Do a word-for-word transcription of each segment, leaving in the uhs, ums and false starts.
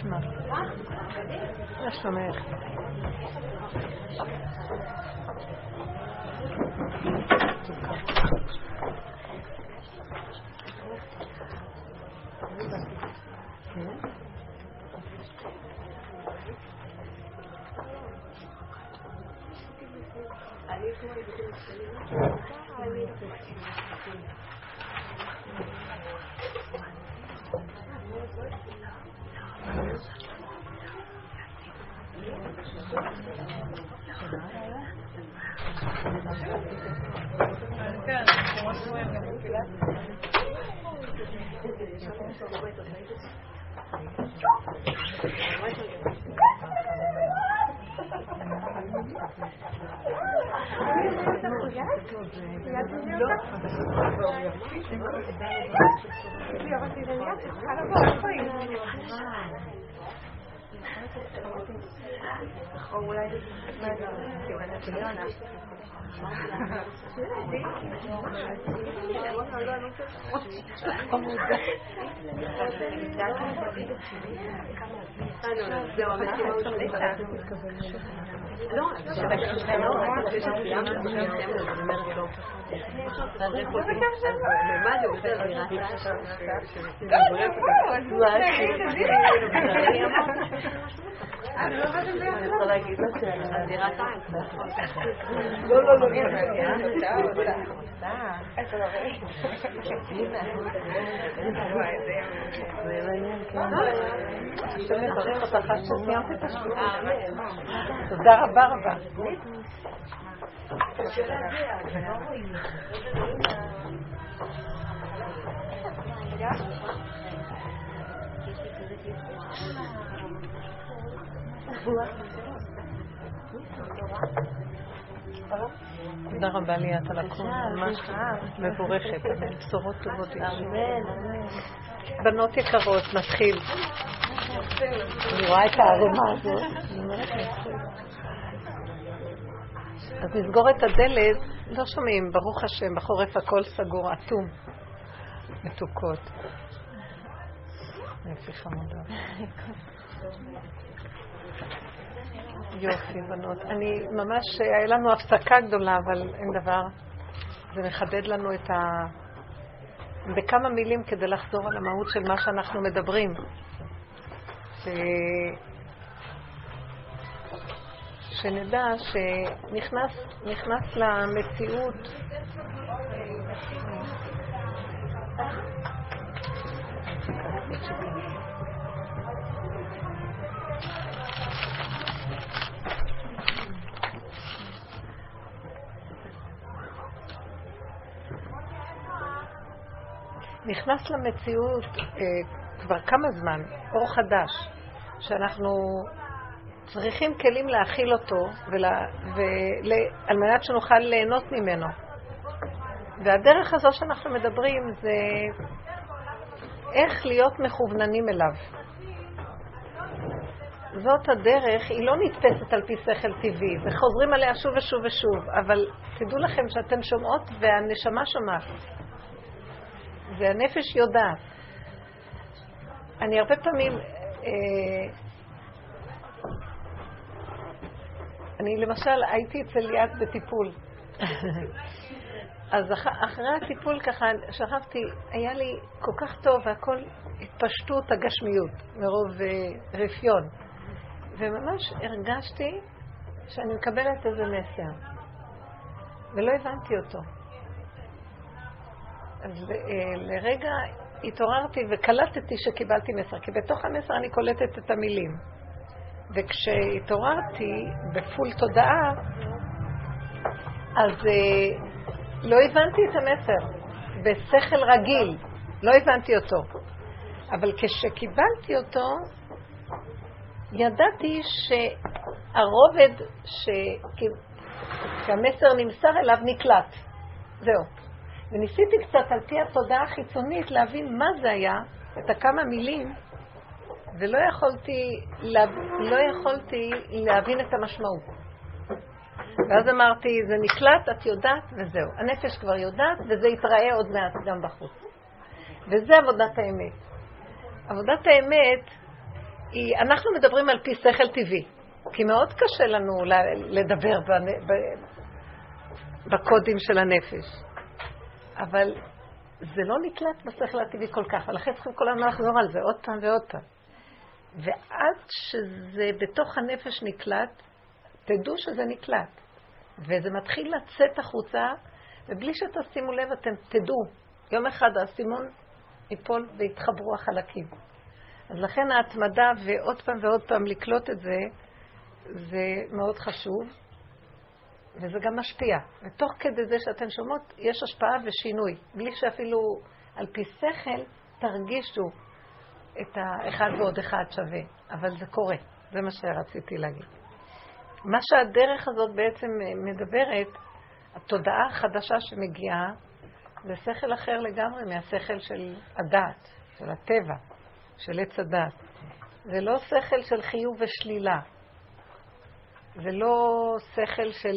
נשמע? מה שלומך? אני לא יודעת אני יכולה להגיד לך שהדירת עין לא, לא, לא, לא איזה לא ראי זה מעניין, כן. השם מברך אותך עד שסיימת את השבועה. תודה רבה רבה. תודה רבה ליאת על הכל, ממש מבורכת, בשורות טובות. בנות יקרות, נתחיל. אני רואה את הערימה הזאת. אז נסגור את הדלת, לא שומעים, ברוך השם, בחורף הכל סגור, אטום. מתוקות. יופי חמודה. יופי בנות. אני ממש, היה לנו הפסקה גדולה, אבל אין דבר. זה מחדד לנו את ה... בכמה מילים כדי לחזור על המהות של מה שאנחנו מדברים. ש... שנדע שנכנס נכנס למציאות נכנס למציאות אה, כבר כמה זמן, אור חדש, שאנחנו צריכים כלים להכיל אותו ולה, ולה, על מנת שנוכל ליהנות ממנו. והדרך הזו שאנחנו מדברים זה איך להיות מכווננים אליו. זאת הדרך, היא לא נתפסת על פי שכל טבעי, וחוזרים עליה שוב ושוב ושוב, אבל תדעו לכם שאתם שומעות והנשמה שומעת. והנפש יודעת. אני הרבה פעמים, אה, אני למשל הייתי אצל ליאת בטיפול. אז אח, אחרי הטיפול ככה שכבתי, היה לי כל כך טוב, והכל התפשטות הגשמיות, מרוב אה, רפיון. וממש הרגשתי שאני מקבלת איזה מסר. ולא הבנתי אותו. אז אה, לרגע התעוררתי וקלטתי שקיבלתי מסר, כי בתוך המסר אני קולטת את המילים. וכשהתעוררתי בפול תודעה, אז אה, לא הבנתי את המסר. בשכל רגיל, לא הבנתי אותו. אבל כשקיבלתי אותו, ידעתי שהרובד ש... שהמסר נמסר אליו נקלט. זהו. וניסיתי קצת על פי התודעה החיצונית להבין מה זה היה, את הכמה מילים, ולא יכולתי, לה... לא יכולתי להבין את המשמעות. ואז אמרתי, זה נקלט, את יודעת, וזהו. הנפש כבר יודעת, וזה יתראה עוד מעט גם בחוץ. וזה עבודת האמת. עבודת האמת היא, אנחנו מדברים על פי שכל טבעי, כי מאוד קשה לנו לדבר בקודים של הנפש. אבל זה לא נקלט בשכל הטבעי כל כך, ולכן צריכים כל הזמן לחזור על זה עוד פעם ועוד פעם. ועד שזה בתוך הנפש נקלט, תדעו שזה נקלט. וזה מתחיל לצאת החוצה, ובלי שתשימו לב אתם תדעו. יום אחד הסימון ייפול והתחברו החלקים. אז לכן ההתמדה ועוד פעם ועוד פעם לקלוט את זה, זה מאוד חשוב. וזה גם משפיע. ותוך כדי זה שאתן שומעות, יש השפעה ושינוי. בלי שאפילו על פי שכל תרגישו את האחד ועוד אחד שווה. אבל זה קורה. זה מה שרציתי להגיד. מה שהדרך הזאת בעצם מדברת, התודעה החדשה שמגיעה, זה שכל אחר לגמרי מהשכל של הדעת, של הטבע, של עץ הדעת. זה לא שכל של חיוב ושלילה. זה לא שכל של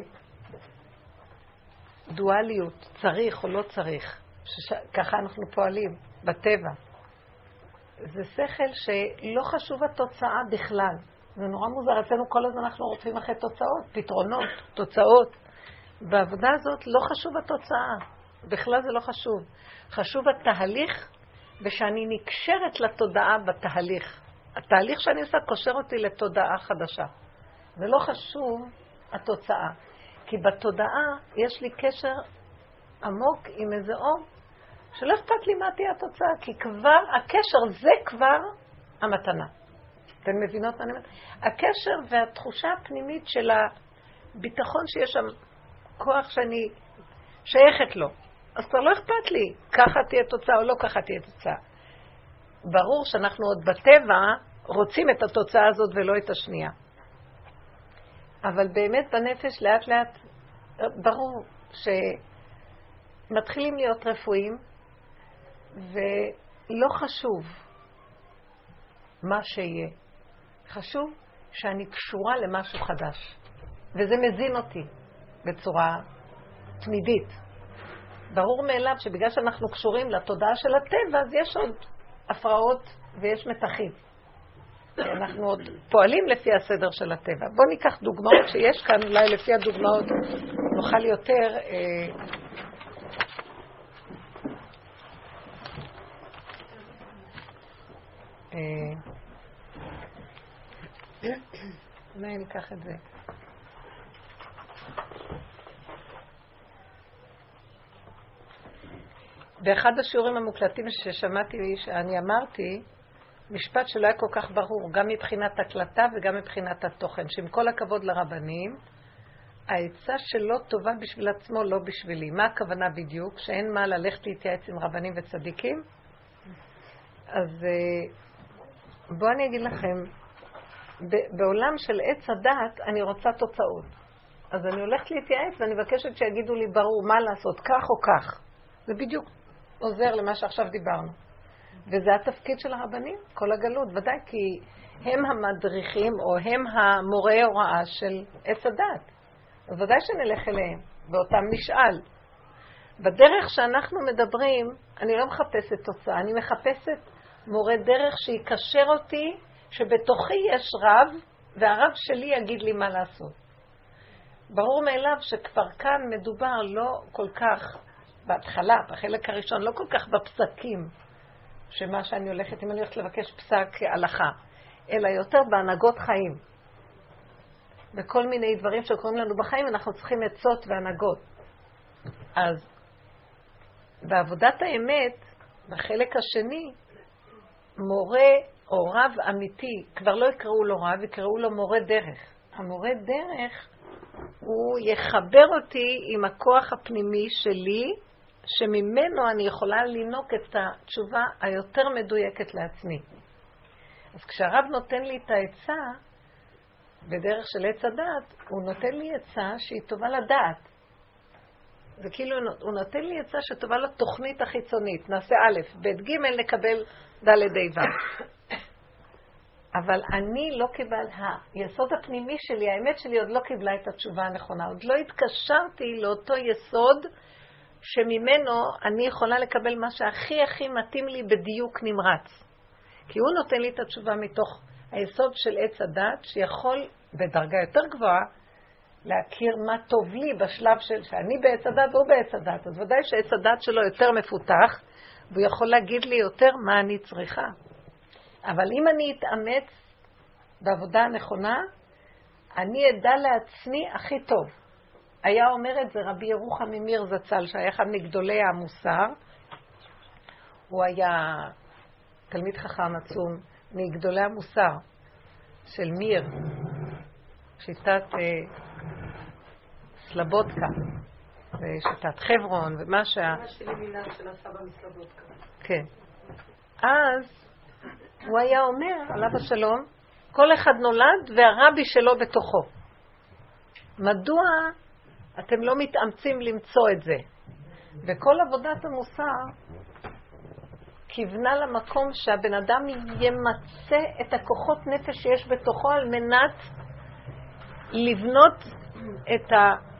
דואליות, צריך או לא צריך. שש... ככה אנחנו פועלים בטבע. זה שכל שלא חשוב התוצאה בכלל. זה נורא מוזר, אצלנו כל הזמן אנחנו רוצים אחרי תוצאות, פתרונות, תוצאות. בעבודה הזאת לא חשוב התוצאה, בכלל זה לא חשוב. חשוב התהליך, ושאני נקשרת לתודעה בתהליך. התהליך שאני עושה קושר אותי לתודעה חדשה. זה לא חשוב התוצאה, כי בתודעה יש לי קשר עמוק עם איזה אור, שלא אכפת לי מה תהיה התוצאה, כי כבר הקשר זה כבר המתנה. אתן מבינות מה אני אומרת? הקשר והתחושה הפנימית של הביטחון שיש שם כוח שאני שייכת לו. אז כבר לא אכפת לי, ככה תהיה תוצאה או לא ככה תהיה תוצאה. ברור שאנחנו עוד בטבע רוצים את התוצאה הזאת ולא את השנייה. אבל באמת בנפש לאט לאט ברור שמתחילים להיות רפואיים ולא חשוב מה שיהיה. חשוב שאני קשורה למשהו חדש. וזה מזין אותי בצורה תמידית. ברור מאליו שבגלל שאנחנו קשורים לתודעה של הטבע, אז יש עוד הפרעות ויש מתחים. אנחנו עוד פועלים לפי הסדר של הטבע. בואו ניקח דוגמאות שיש כאן, אולי לפי הדוגמאות נוכל יותר... אה, אה, אולי ניקח את זה. באחד השיעורים המוקלטים ששמעתי, שאני אמרתי, משפט שלא היה כל כך ברור, גם מבחינת הקלטה וגם מבחינת התוכן, שעם כל הכבוד לרבנים, העצה שלו טובה בשביל עצמו, לא בשבילי. מה הכוונה בדיוק? שאין מה ללכת להתייעץ עם רבנים וצדיקים? אז בואו אני אגיד לכם, בעולם של עץ הדת אני רוצה תוצאות. אז אני הולכת להתייעץ ואני מבקשת שיגידו לי ברור מה לעשות, כך או כך. זה בדיוק עוזר למה שעכשיו דיברנו. וזה התפקיד של הרבנים, כל הגלות, ודאי, כי הם המדריכים או הם המורי הוראה של עץ הדת. אז ודאי שנלך אליהם, ואותם נשאל. בדרך שאנחנו מדברים, אני לא מחפשת תוצאה, אני מחפשת מורה דרך שיקשר אותי, שבתוכי יש רב, והרב שלי יגיד לי מה לעשות. ברור מאליו שכבר כאן מדובר לא כל כך, בהתחלה, בחלק הראשון, לא כל כך בפסקים, שמה שאני הולכת, אם אני הולכת לבקש פסק הלכה, אלא יותר בהנהגות חיים. וכל מיני דברים שקוראים לנו בחיים, אנחנו צריכים עצות והנהגות. אז בעבודת האמת, בחלק השני, מורה או רב אמיתי, כבר לא יקראו לו רב, יקראו לו מורה דרך. המורה דרך, הוא יחבר אותי עם הכוח הפנימי שלי, שממנו אני יכולה לנוק את התשובה היותר מדויקת לעצמי. אז כשהרב נותן לי את העצה, בדרך של עץ הדעת, הוא נותן לי עצה שהיא טובה לדעת. זה כאילו, הוא נותן לי עצה שטובה לתוכנית החיצונית. נעשה א', ב', ג', נקבל ד', ה', ו'. אבל אני לא קיבל, היסוד הפנימי שלי, האמת שלי עוד לא קיבלה את התשובה הנכונה. עוד לא התקשרתי לאותו יסוד שממנו אני יכולה לקבל מה שהכי הכי מתאים לי בדיוק נמרץ. כי הוא נותן לי את התשובה מתוך היסוד של עץ הדת, שיכול בדרגה יותר גבוהה להכיר מה טוב לי בשלב של שאני בעץ הדת והוא בעץ הדת. אז ודאי שעץ הדת שלו יותר מפותח, והוא יכול להגיד לי יותר מה אני צריכה. אבל אם אני אתאמץ בעבודה הנכונה, אני אדע לעצמי הכי טוב. היה אומר את זה רבי ירוחם ממיר זצ"ל, שהיה אחד מגדולי המוסר. הוא היה תלמיד חכם עצום מגדולי המוסר של מיר, שיטת אה, סלבודקה, ושיטת חברון ומה שה... מה שלי מילה של הסבא מסלבודקה. כן. אז הוא היה אומר, עליו השלום, כל אחד נולד והרבי שלו בתוכו. מדוע אתם לא מתאמצים למצוא את זה? וכל עבודת המוסר כיוונה למקום שהבן אדם ימצא את הכוחות נפש שיש בתוכו על מנת לבנות את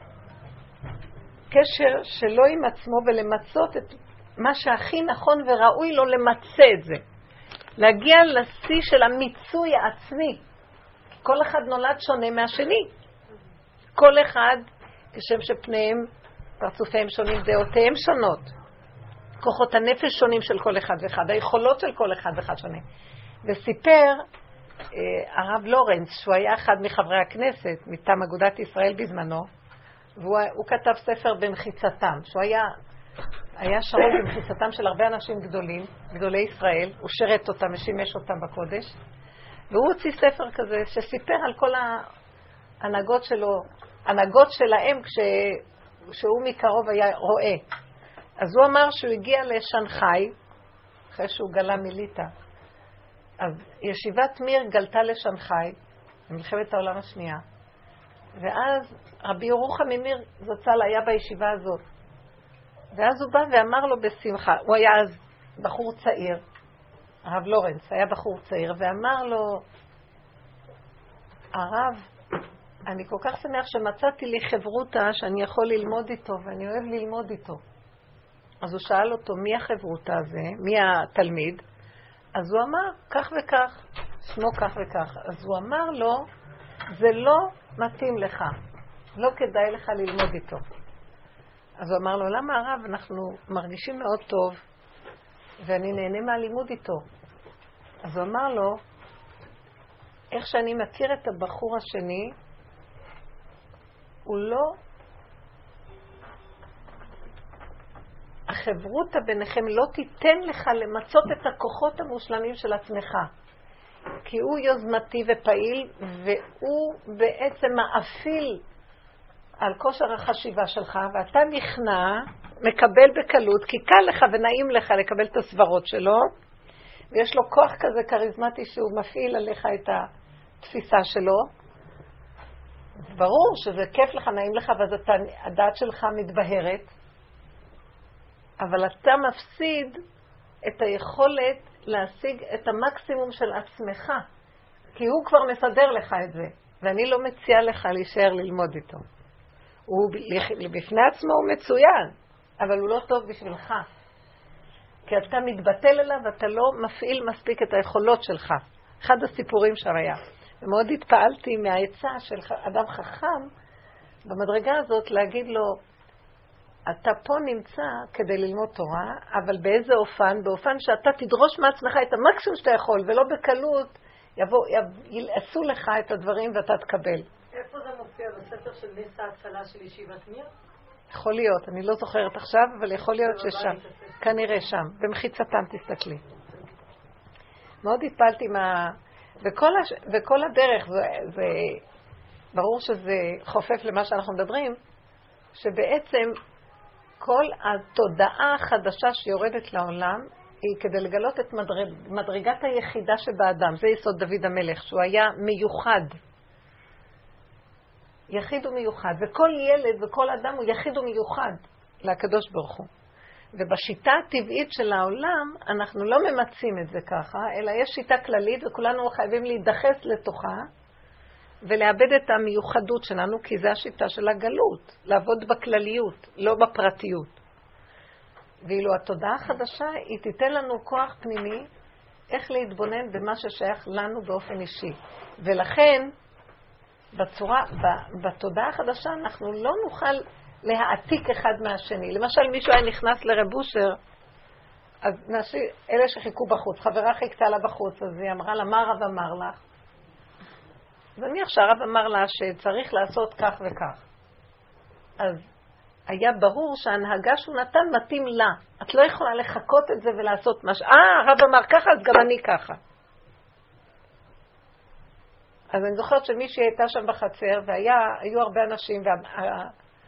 הקשר שלו עם עצמו ולמצות את מה שהכי נכון וראוי לו למצא את זה. להגיע לשיא של המיצוי העצמי. כל אחד נולד שונה מהשני. כל אחד, כשם שפניהם, פרצופיהם שונים, דעותיהם שונות. כוחות הנפש שונים של כל אחד ואחד, היכולות של כל אחד ואחד שונה. וסיפר אה, הרב לורנס, שהוא היה אחד מחברי הכנסת, מטעם אגודת ישראל בזמנו, והוא כתב ספר במחיצתם, שהוא היה, היה שרוד במחיצתם של הרבה אנשים גדולים, גדולי ישראל, הוא שרת אותם, ושימש אותם בקודש, והוא הוציא ספר כזה שסיפר על כל ההנהגות שלו, הנהגות שלהם כש, כשהוא מקרוב היה רואה. אז הוא אמר שהוא הגיע לשנחאי, אחרי שהוא גלה מליטה. אז ישיבת מיר גלתה לשנחאי, במלחמת העולם השנייה. ואז רבי ירוחם ממיר זצ"ל היה בישיבה הזאת. ואז הוא בא ואמר לו בשמחה, הוא היה אז בחור צעיר, הרב לורנס היה בחור צעיר, ואמר לו, הרב, אני כל כך שמח שמצאתי לי חברותה שאני יכול ללמוד איתו, ואני אוהב ללמוד איתו. אז הוא שאל אותו, מי החברותה הזה? מי התלמיד? אז הוא אמר, כך וכך, שמו כך וכך. אז הוא אמר לו, זה לא מתאים לך, לא כדאי לך ללמוד איתו. אז הוא אמר לו, למה הרב? אנחנו מרגישים מאוד טוב, ואני נהנה מהלימוד איתו. אז הוא אמר לו, איך שאני מכיר את הבחור השני, הוא לא... החברותה ביניכם לא תיתן לך למצות את הכוחות המושלמים של עצמך. כי הוא יוזמתי ופעיל, והוא בעצם מאפיל על כושר החשיבה שלך, ואתה נכנע, מקבל בקלות, כי קל לך ונעים לך לקבל את הסברות שלו, ויש לו כוח כזה קריזמטי שהוא מפעיל עליך את התפיסה שלו. ברור שזה כיף לך, נעים לך, ואז אתה, הדעת שלך מתבהרת, אבל אתה מפסיד את היכולת להשיג את המקסימום של עצמך, כי הוא כבר מסדר לך את זה, ואני לא מציעה לך להישאר ללמוד איתו. הוא בפני עצמו הוא מצוין, אבל הוא לא טוב בשבילך, כי אתה מתבטל אליו ואתה לא מפעיל מספיק את היכולות שלך. אחד הסיפורים שם היה, ומאוד התפעלתי מהעצה של אדם חכם במדרגה הזאת להגיד לו, אתה פה נמצא כדי ללמוד תורה, אבל באיזה אופן? באופן שאתה תדרוש מעצמך את המקסימום שאתה יכול, ולא בקלות יבוא, יעשו לך את הדברים ואתה תקבל. איפה זה מופיע? בספר של נס ההצלה של ישיבת מיר? יכול להיות, אני לא זוכרת עכשיו, אבל יכול להיות ששם. כנראה שם, במחיצתם תסתכלי. מאוד התפעלתי מה... וכל, הש... וכל הדרך, זה, זה... ברור שזה חופף למה שאנחנו מדברים, שבעצם כל התודעה החדשה שיורדת לעולם היא כדי לגלות את מדרג, מדרגת היחידה שבאדם. זה יסוד דוד המלך, שהוא היה מיוחד. יחיד ומיוחד. וכל ילד וכל אדם הוא יחיד ומיוחד לקדוש ברוך הוא. ובשיטה הטבעית של העולם אנחנו לא ממצים את זה ככה, אלא יש שיטה כללית וכולנו חייבים להידחס לתוכה ולאבד את המיוחדות שלנו, כי זה השיטה של הגלות, לעבוד בכלליות, לא בפרטיות. ואילו התודעה החדשה היא תיתן לנו כוח פנימי איך להתבונן במה ששייך לנו באופן אישי. ולכן, בצורה, בתודעה החדשה, אנחנו לא נוכל להעתיק אחד מהשני. למשל, מישהו היה נכנס לרבושר, אז נשי, אלה שחיכו בחוץ, חברה חיכתה לה בחוץ, אז היא אמרה לה, מה הרב אמר לך? ונניח שהרב אמר לה שצריך לעשות כך וכך. אז היה ברור שההנהגה שהוא נתן מתאים לה. את לא יכולה לחכות את זה ולעשות משהו. אה, הרב אמר ככה, אז גם אני ככה. אז אני זוכרת שמישהי הייתה שם בחצר, והיו הרבה אנשים, וה...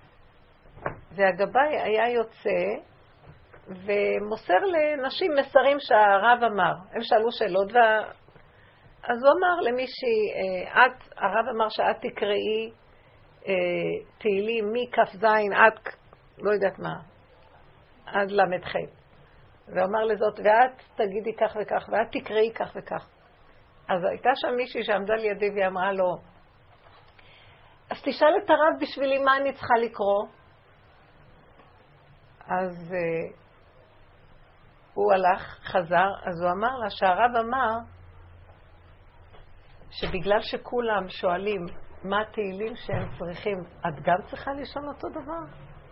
והגבאי היה יוצא, ומוסר לנשים מסרים שהרב אמר. הם שאלו שאלות, וה... אז הוא אמר למישהי, את, הרב אמר שאת תקראי תהילים מכף זין עד, לא יודעת מה, עד למד ח'. והוא אמר לזאת, ואת תגידי כך וכך, ואת תקראי כך וכך. אז הייתה שם מישהי שעמדה לידי והיא אמרה לו, אז תשאל את הרב בשבילי מה אני צריכה לקרוא. אז uh, הוא הלך, חזר, אז הוא אמר לה שהרב אמר שבגלל שכולם שואלים מה התהילים שהם צריכים, את גם צריכה לשאול אותו דבר?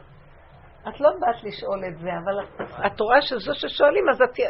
את לא באת לשאול את זה, אבל את רואה שזו ששואלים, אז את...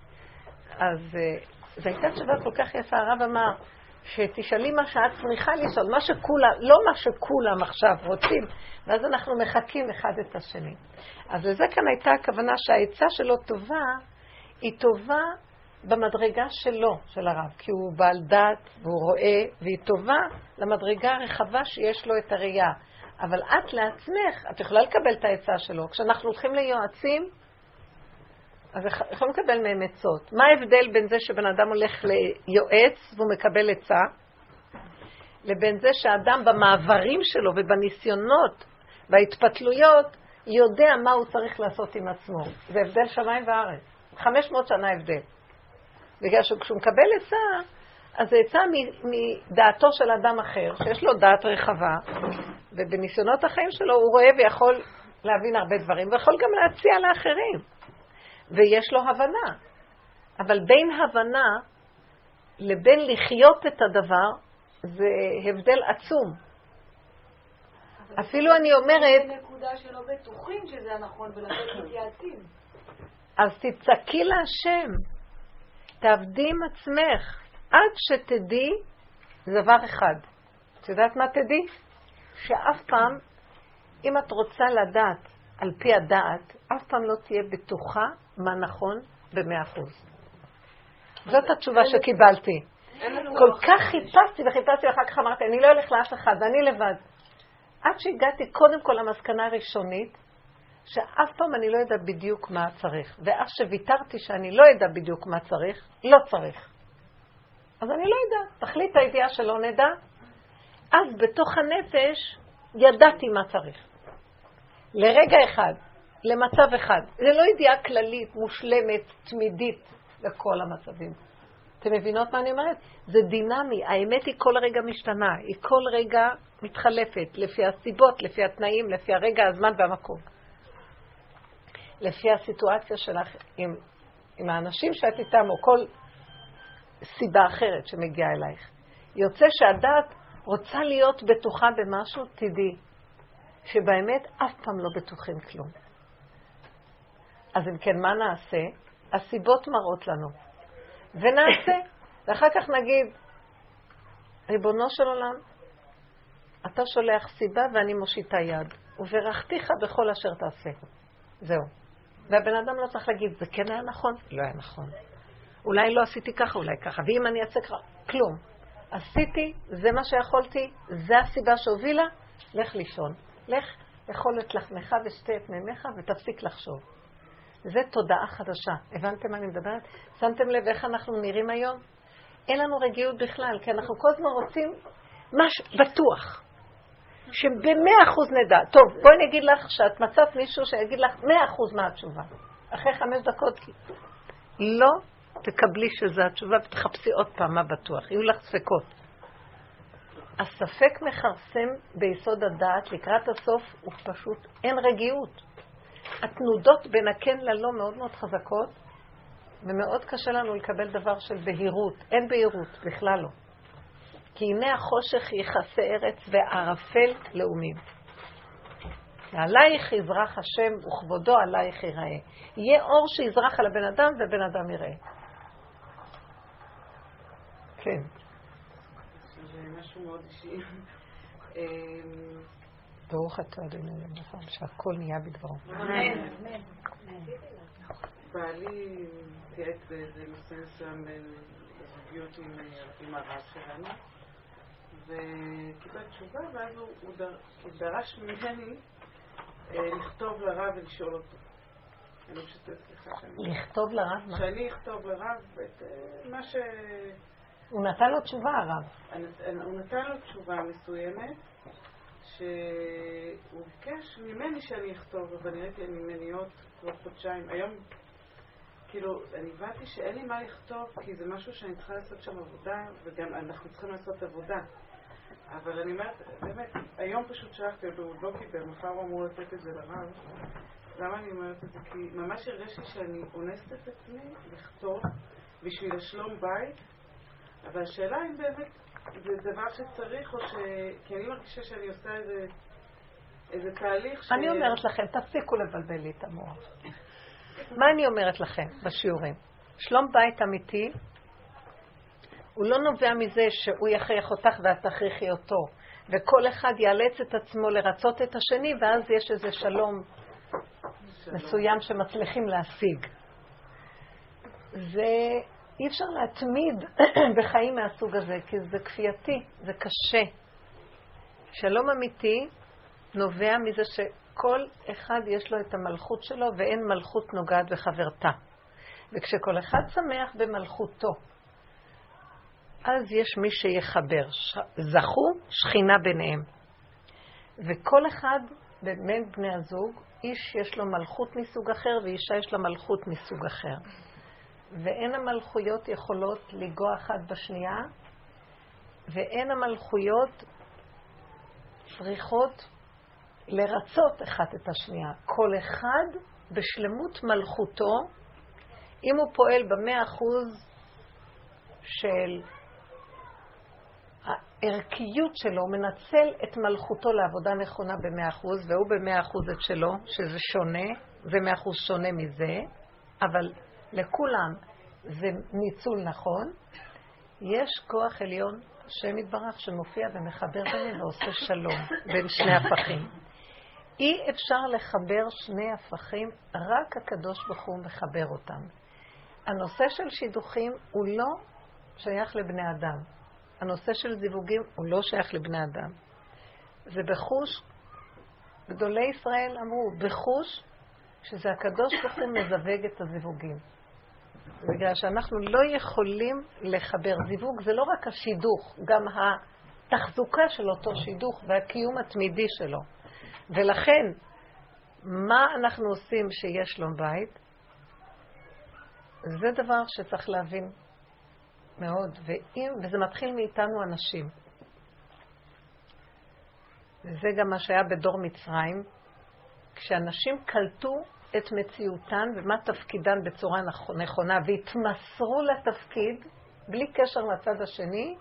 אז זו הייתה תשובה כל כך יפה. הרב אמר שתשאלי מה שאת צריכה לשאול, מה שכולם, לא מה שכולם עכשיו רוצים, ואז אנחנו מחכים אחד את השני. אז לזה כאן הייתה הכוונה שהעצה שלו טובה, היא טובה במדרגה שלו, של הרב, כי הוא בעל דת והוא רואה, והיא טובה למדרגה הרחבה שיש לו את הראייה. אבל את לעצמך, את יכולה לקבל את העצה שלו. כשאנחנו הולכים ליועצים, אז יכולים לקבל מהם עצות. מה ההבדל בין זה שבן אדם הולך ליועץ והוא מקבל עצה, לבין זה שהאדם במעברים שלו ובניסיונות, בהתפתלויות, יודע מה הוא צריך לעשות עם עצמו. זה הבדל שמיים וארץ. חמש מאות שנה הבדל. בגלל שכשהוא מקבל עצה, אז זה עצה מדעתו של אדם אחר, שיש לו דעת רחבה, ובניסיונות החיים שלו הוא רואה ויכול להבין הרבה דברים, ויכול גם להציע לאחרים. ויש לו הבנה. אבל בין הבנה לבין לחיות את הדבר, זה הבדל עצום. אפילו אני אומרת... זה נקודה שלא בטוחים שזה הנכון, ולכן מתייעצים. אז תצעקי להשם. תעבדי עם עצמך. עד שתדעי דבר אחד. את יודעת מה תדעי? שאף פעם, אם את רוצה לדעת על פי הדעת, אף פעם לא תהיה בטוחה מה נכון במאה אחוז. זאת התשובה שקיבלתי. כל כך חיפשתי וחיפשתי, ואחר כך אמרתי, אני לא הולך לאף אחד, אני לבד. עד שהגעתי קודם כל למסקנה הראשונית, שאף פעם אני לא יודע בדיוק מה צריך. ואף שוויתרתי שאני לא יודע בדיוק מה צריך, לא צריך. אז אני לא יודע. תחליט הידיעה שלא נדע. אז בתוך הנפש ידעתי מה צריך. לרגע אחד, למצב אחד. זה לא ידיעה כללית, מושלמת, תמידית לכל המצבים. אתם מבינות מה אני אומרת? זה דינמי. האמת היא כל רגע משתנה. היא כל רגע מתחלפת לפי הסיבות, לפי התנאים, לפי הרגע, הזמן והמקום. לפי הסיטואציה שלך עם, עם האנשים שאת איתם, או כל סיבה אחרת שמגיעה אלייך. יוצא שהדעת רוצה להיות בטוחה במשהו, תדעי שבאמת אף פעם לא בטוחים כלום. אז אם כן, מה נעשה? הסיבות מראות לנו. ונעשה. ואחר כך נגיד, ריבונו של עולם, אתה שולח סיבה ואני מושיטה יד. וברכתיך בכל אשר תעשה. זהו. והבן אדם לא צריך להגיד, זה כן היה נכון? לא היה נכון. אולי לא עשיתי ככה, אולי ככה. ואם אני אעשה ככה, כלום. עשיתי, זה מה שיכולתי, זה הסיבה שהובילה, לך לישון. לך לאכול את לחמך ושתה את מימיך ותפסיק לחשוב. זה תודעה חדשה. הבנתם מה אני מדברת? שמתם לב איך אנחנו נראים היום? אין לנו רגיעות בכלל, כי אנחנו כל הזמן רוצים משהו בטוח. שבמאה אחוז נדע. טוב, בואי נגיד לך שאת מצאת מישהו שיגיד לך מאה אחוז מה התשובה. אחרי חמש דקות לא תקבלי שזו התשובה ותחפשי עוד פעם מה בטוח. יהיו לך ספקות. הספק מחרסם ביסוד הדעת לקראת הסוף הוא פשוט אין רגיעות. התנודות בין הכן ללא מאוד מאוד חזקות ומאוד קשה לנו לקבל דבר של בהירות. אין בהירות, בכלל לא. כי הנה החושך יכסה ארץ וערפל לאומים. ועלייך יזרח השם וכבודו עלייך ייראה. יהיה אור שיזרח על הבן אדם ובן אדם יראה. כן. זה משהו מאוד אישי. ברוך אתה אדוני אלוהינו שהכל נהיה בדברו. אמן. בעלי תיעץ באיזה נושא מסוים בזוגיות עם הרב שלנו, וקיבל תשובה, ואז הוא דרש ממני לכתוב לרב ולשאול אותו. אני פשוט סליחה שאני... לכתוב לרב? מה? שאני אכתוב לרב את מה ש... הוא נתן לו תשובה, הרב. הוא נתן לו תשובה מסוימת, שהוא ביקש ממני שאני אכתוב, אבל נראיתי ממני עוד כבר חודשיים. היום, כאילו, אני הבנתי שאין לי מה לכתוב, כי זה משהו שאני צריכה לעשות שם עבודה, וגם אנחנו צריכים לעשות עבודה. אבל אני אומרת, באמת, היום פשוט שלחתי אותו, הוא לא קיבל, מחר הוא אמור לתת את זה לרב. למה אני אומרת את זה? כי ממש הרגש לי שאני אונסת את עצמי לכתוב בשביל השלום בית, אבל השאלה אם באמת זה דבר שצריך, או ש... כי אני מרגישה שאני עושה איזה, איזה תהליך ש... אני אומרת לכם, תפסיקו לבלבל לי את המוח. מה אני אומרת לכם בשיעורים? שלום בית אמיתי, הוא לא נובע מזה שהוא יכריח אותך ואת תכריחי אותו, וכל אחד יאלץ את עצמו לרצות את השני, ואז יש איזה שלום, שלום. מסוים שמצליחים להשיג. זה... אי אפשר להתמיד בחיים מהסוג הזה, כי זה כפייתי, זה קשה. שלום אמיתי נובע מזה שכל אחד יש לו את המלכות שלו, ואין מלכות נוגעת בחברתה. וכשכל אחד שמח במלכותו, אז יש מי שיחבר. זכו שכינה ביניהם. וכל אחד בין בני הזוג, איש יש לו מלכות מסוג אחר, ואישה יש לה מלכות מסוג אחר. ואין המלכויות יכולות לגוע אחת בשנייה, ואין המלכויות צריכות לרצות אחת את השנייה. כל אחד בשלמות מלכותו, אם הוא פועל במאה אחוז של הערכיות שלו, הוא מנצל את מלכותו לעבודה נכונה במאה אחוז, והוא במאה אחוז את שלו, שזה שונה, זה מאה אחוז שונה מזה, אבל לכולם זה ניצול נכון. יש כוח עליון השם יתברך שמופיע ומחבר ביניהם ועושה שלום בין שני הפכים. אי אפשר לחבר שני הפכים, רק הקדוש ברוך הוא מחבר אותם. הנושא של שידוכים הוא לא שייך לבני אדם. הנושא של זיווגים הוא לא שייך לבני אדם. זה בחוש, גדולי ישראל אמרו, בחוש שזה הקדוש ברוך הוא מזווג את הזיווגים. בגלל שאנחנו לא יכולים לחבר. זיווג זה לא רק השידוך, גם התחזוקה של אותו שידוך והקיום התמידי שלו. ולכן, מה אנחנו עושים שיש שלום בית? זה דבר שצריך להבין מאוד, ואם, וזה מתחיל מאיתנו אנשים. וזה גם מה שהיה בדור מצרים, כשאנשים קלטו את מציאותן ומה תפקידן בצורה נכונה והתמסרו לתפקיד בלי קשר לצד השני,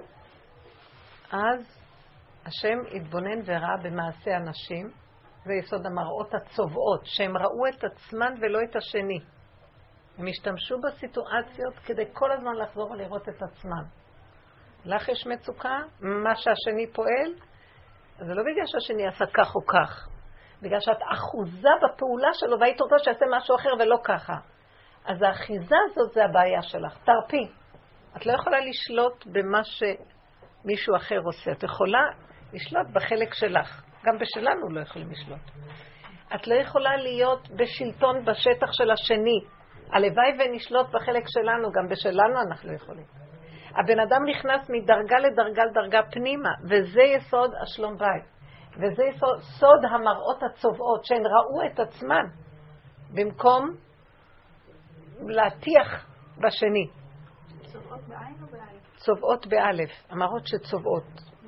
אז השם התבונן וראה במעשה אנשים. זה יסוד המראות הצובעות, שהם ראו את עצמן ולא את השני. הם השתמשו בסיטואציות כדי כל הזמן לחזור ולראות את עצמם. לך יש מצוקה, מה שהשני פועל, זה לא בגלל שהשני עשה כך או כך, בגלל שאת אחוזה בפעולה שלו והיית רוצה שעשה משהו אחר ולא ככה. אז האחיזה הזאת זה הבעיה שלך. תרפי. את לא יכולה לשלוט במה שמישהו אחר עושה. את יכולה לשלוט בחלק שלך. גם בשלנו לא יכולים לשלוט. את לא יכולה להיות בשלטון בשטח של השני. הלוואי ונשלוט בחלק שלנו, גם בשלנו אנחנו לא יכולים. הבן אדם נכנס מדרגה לדרגה לדרגה פנימה, וזה יסוד השלום בית. וזה יסוד סוד המראות הצובעות, שהן ראו את עצמן, במקום להטיח בשני. צובעות בעין או באלף? צובעות באלף, המראות שצובעות.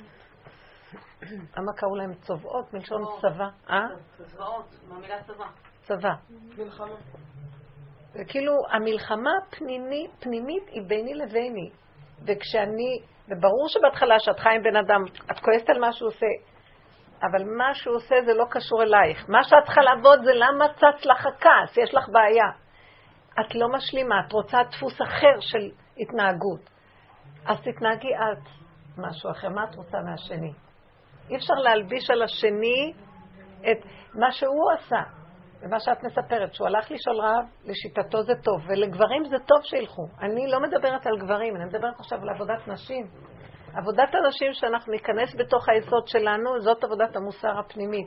למה קראו להם צובעות? מלשון צבא. אה? צבאות, מהמילה צבא. צבא. מלחמה. וכאילו המלחמה הפנימית, פנימית היא ביני לביני. וכשאני, וברור שבהתחלה שאת חי עם בן אדם, את כועסת על מה שהוא עושה, אבל מה שהוא עושה זה לא קשור אלייך. מה שאת צריכה לעבוד זה למה צץ לך הכעס, יש לך בעיה. את לא משלימה, את רוצה דפוס אחר של התנהגות. אז תתנהגי את משהו אחר, מה את רוצה מהשני? אי אפשר להלביש על השני את מה שהוא עשה. ומה שאת מספרת, שהוא הלך לשאול רב, לשיטתו זה טוב, ולגברים זה טוב שילכו. אני לא מדברת על גברים, אני מדברת עכשיו על עבודת נשים. עבודת הנשים שאנחנו ניכנס בתוך היסוד שלנו, זאת עבודת המוסר הפנימית.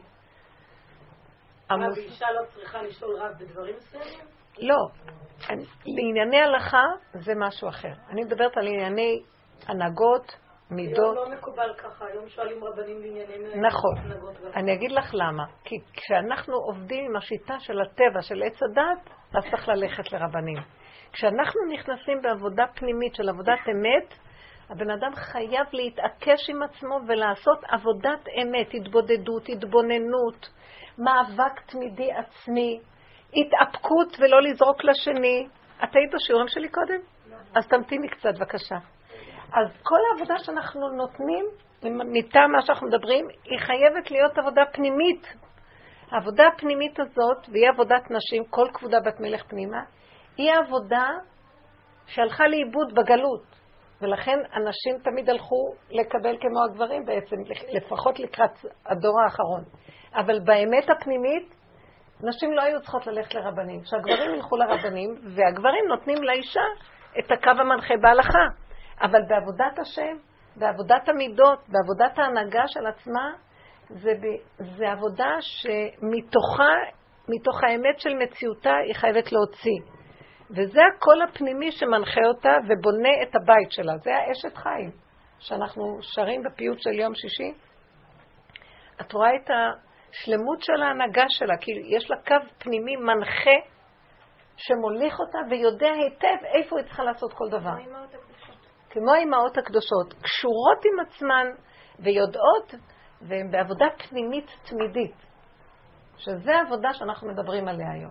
המוס... ואישה לא צריכה לשאול רב בדברים מסוימים? לא. אני, לענייני הלכה זה משהו אחר. אני מדברת על ענייני הנהגות, מידות. היום לא מקובל ככה, היום שואלים רבנים לענייני נכון. הנהגות. אני אגיד לך למה. כי כשאנחנו עובדים עם השיטה של הטבע, של עץ הדת, אז צריך ללכת לרבנים. כשאנחנו נכנסים בעבודה פנימית של עבודת אמת, הבן אדם חייב להתעקש עם עצמו ולעשות עבודת אמת, התבודדות, התבוננות, מאבק תמידי עצמי, התאפקות ולא לזרוק לשני. את היית בשיעורים שלי קודם? אז תמתיני קצת בבקשה. אז כל העבודה שאנחנו נותנים, מטעם מה שאנחנו מדברים, היא חייבת להיות עבודה פנימית. העבודה הפנימית הזאת, והיא עבודת נשים, כל כבודה בת מלך פנימה, היא העבודה שהלכה לאיבוד בגלות. ולכן אנשים תמיד הלכו לקבל כמו הגברים בעצם, לפחות לקראת הדור האחרון. אבל באמת הפנימית, נשים לא היו צריכות ללכת לרבנים. שהגברים ילכו לרבנים, והגברים נותנים לאישה את הקו המנחה בהלכה. אבל בעבודת השם, בעבודת המידות, בעבודת ההנהגה של עצמה, זה, זה עבודה שמתוכה, מתוך האמת של מציאותה, היא חייבת להוציא. וזה הקול הפנימי שמנחה אותה ובונה את הבית שלה. זה האשת חיים שאנחנו שרים בפיוט של יום שישי. את רואה את השלמות של ההנהגה שלה, כי יש לה קו פנימי מנחה שמוליך אותה ויודע היטב איפה היא צריכה לעשות כל דבר. כמו האימהות הקדושות, קשורות עם עצמן ויודעות, והן בעבודה פנימית תמידית, שזה העבודה שאנחנו מדברים עליה היום.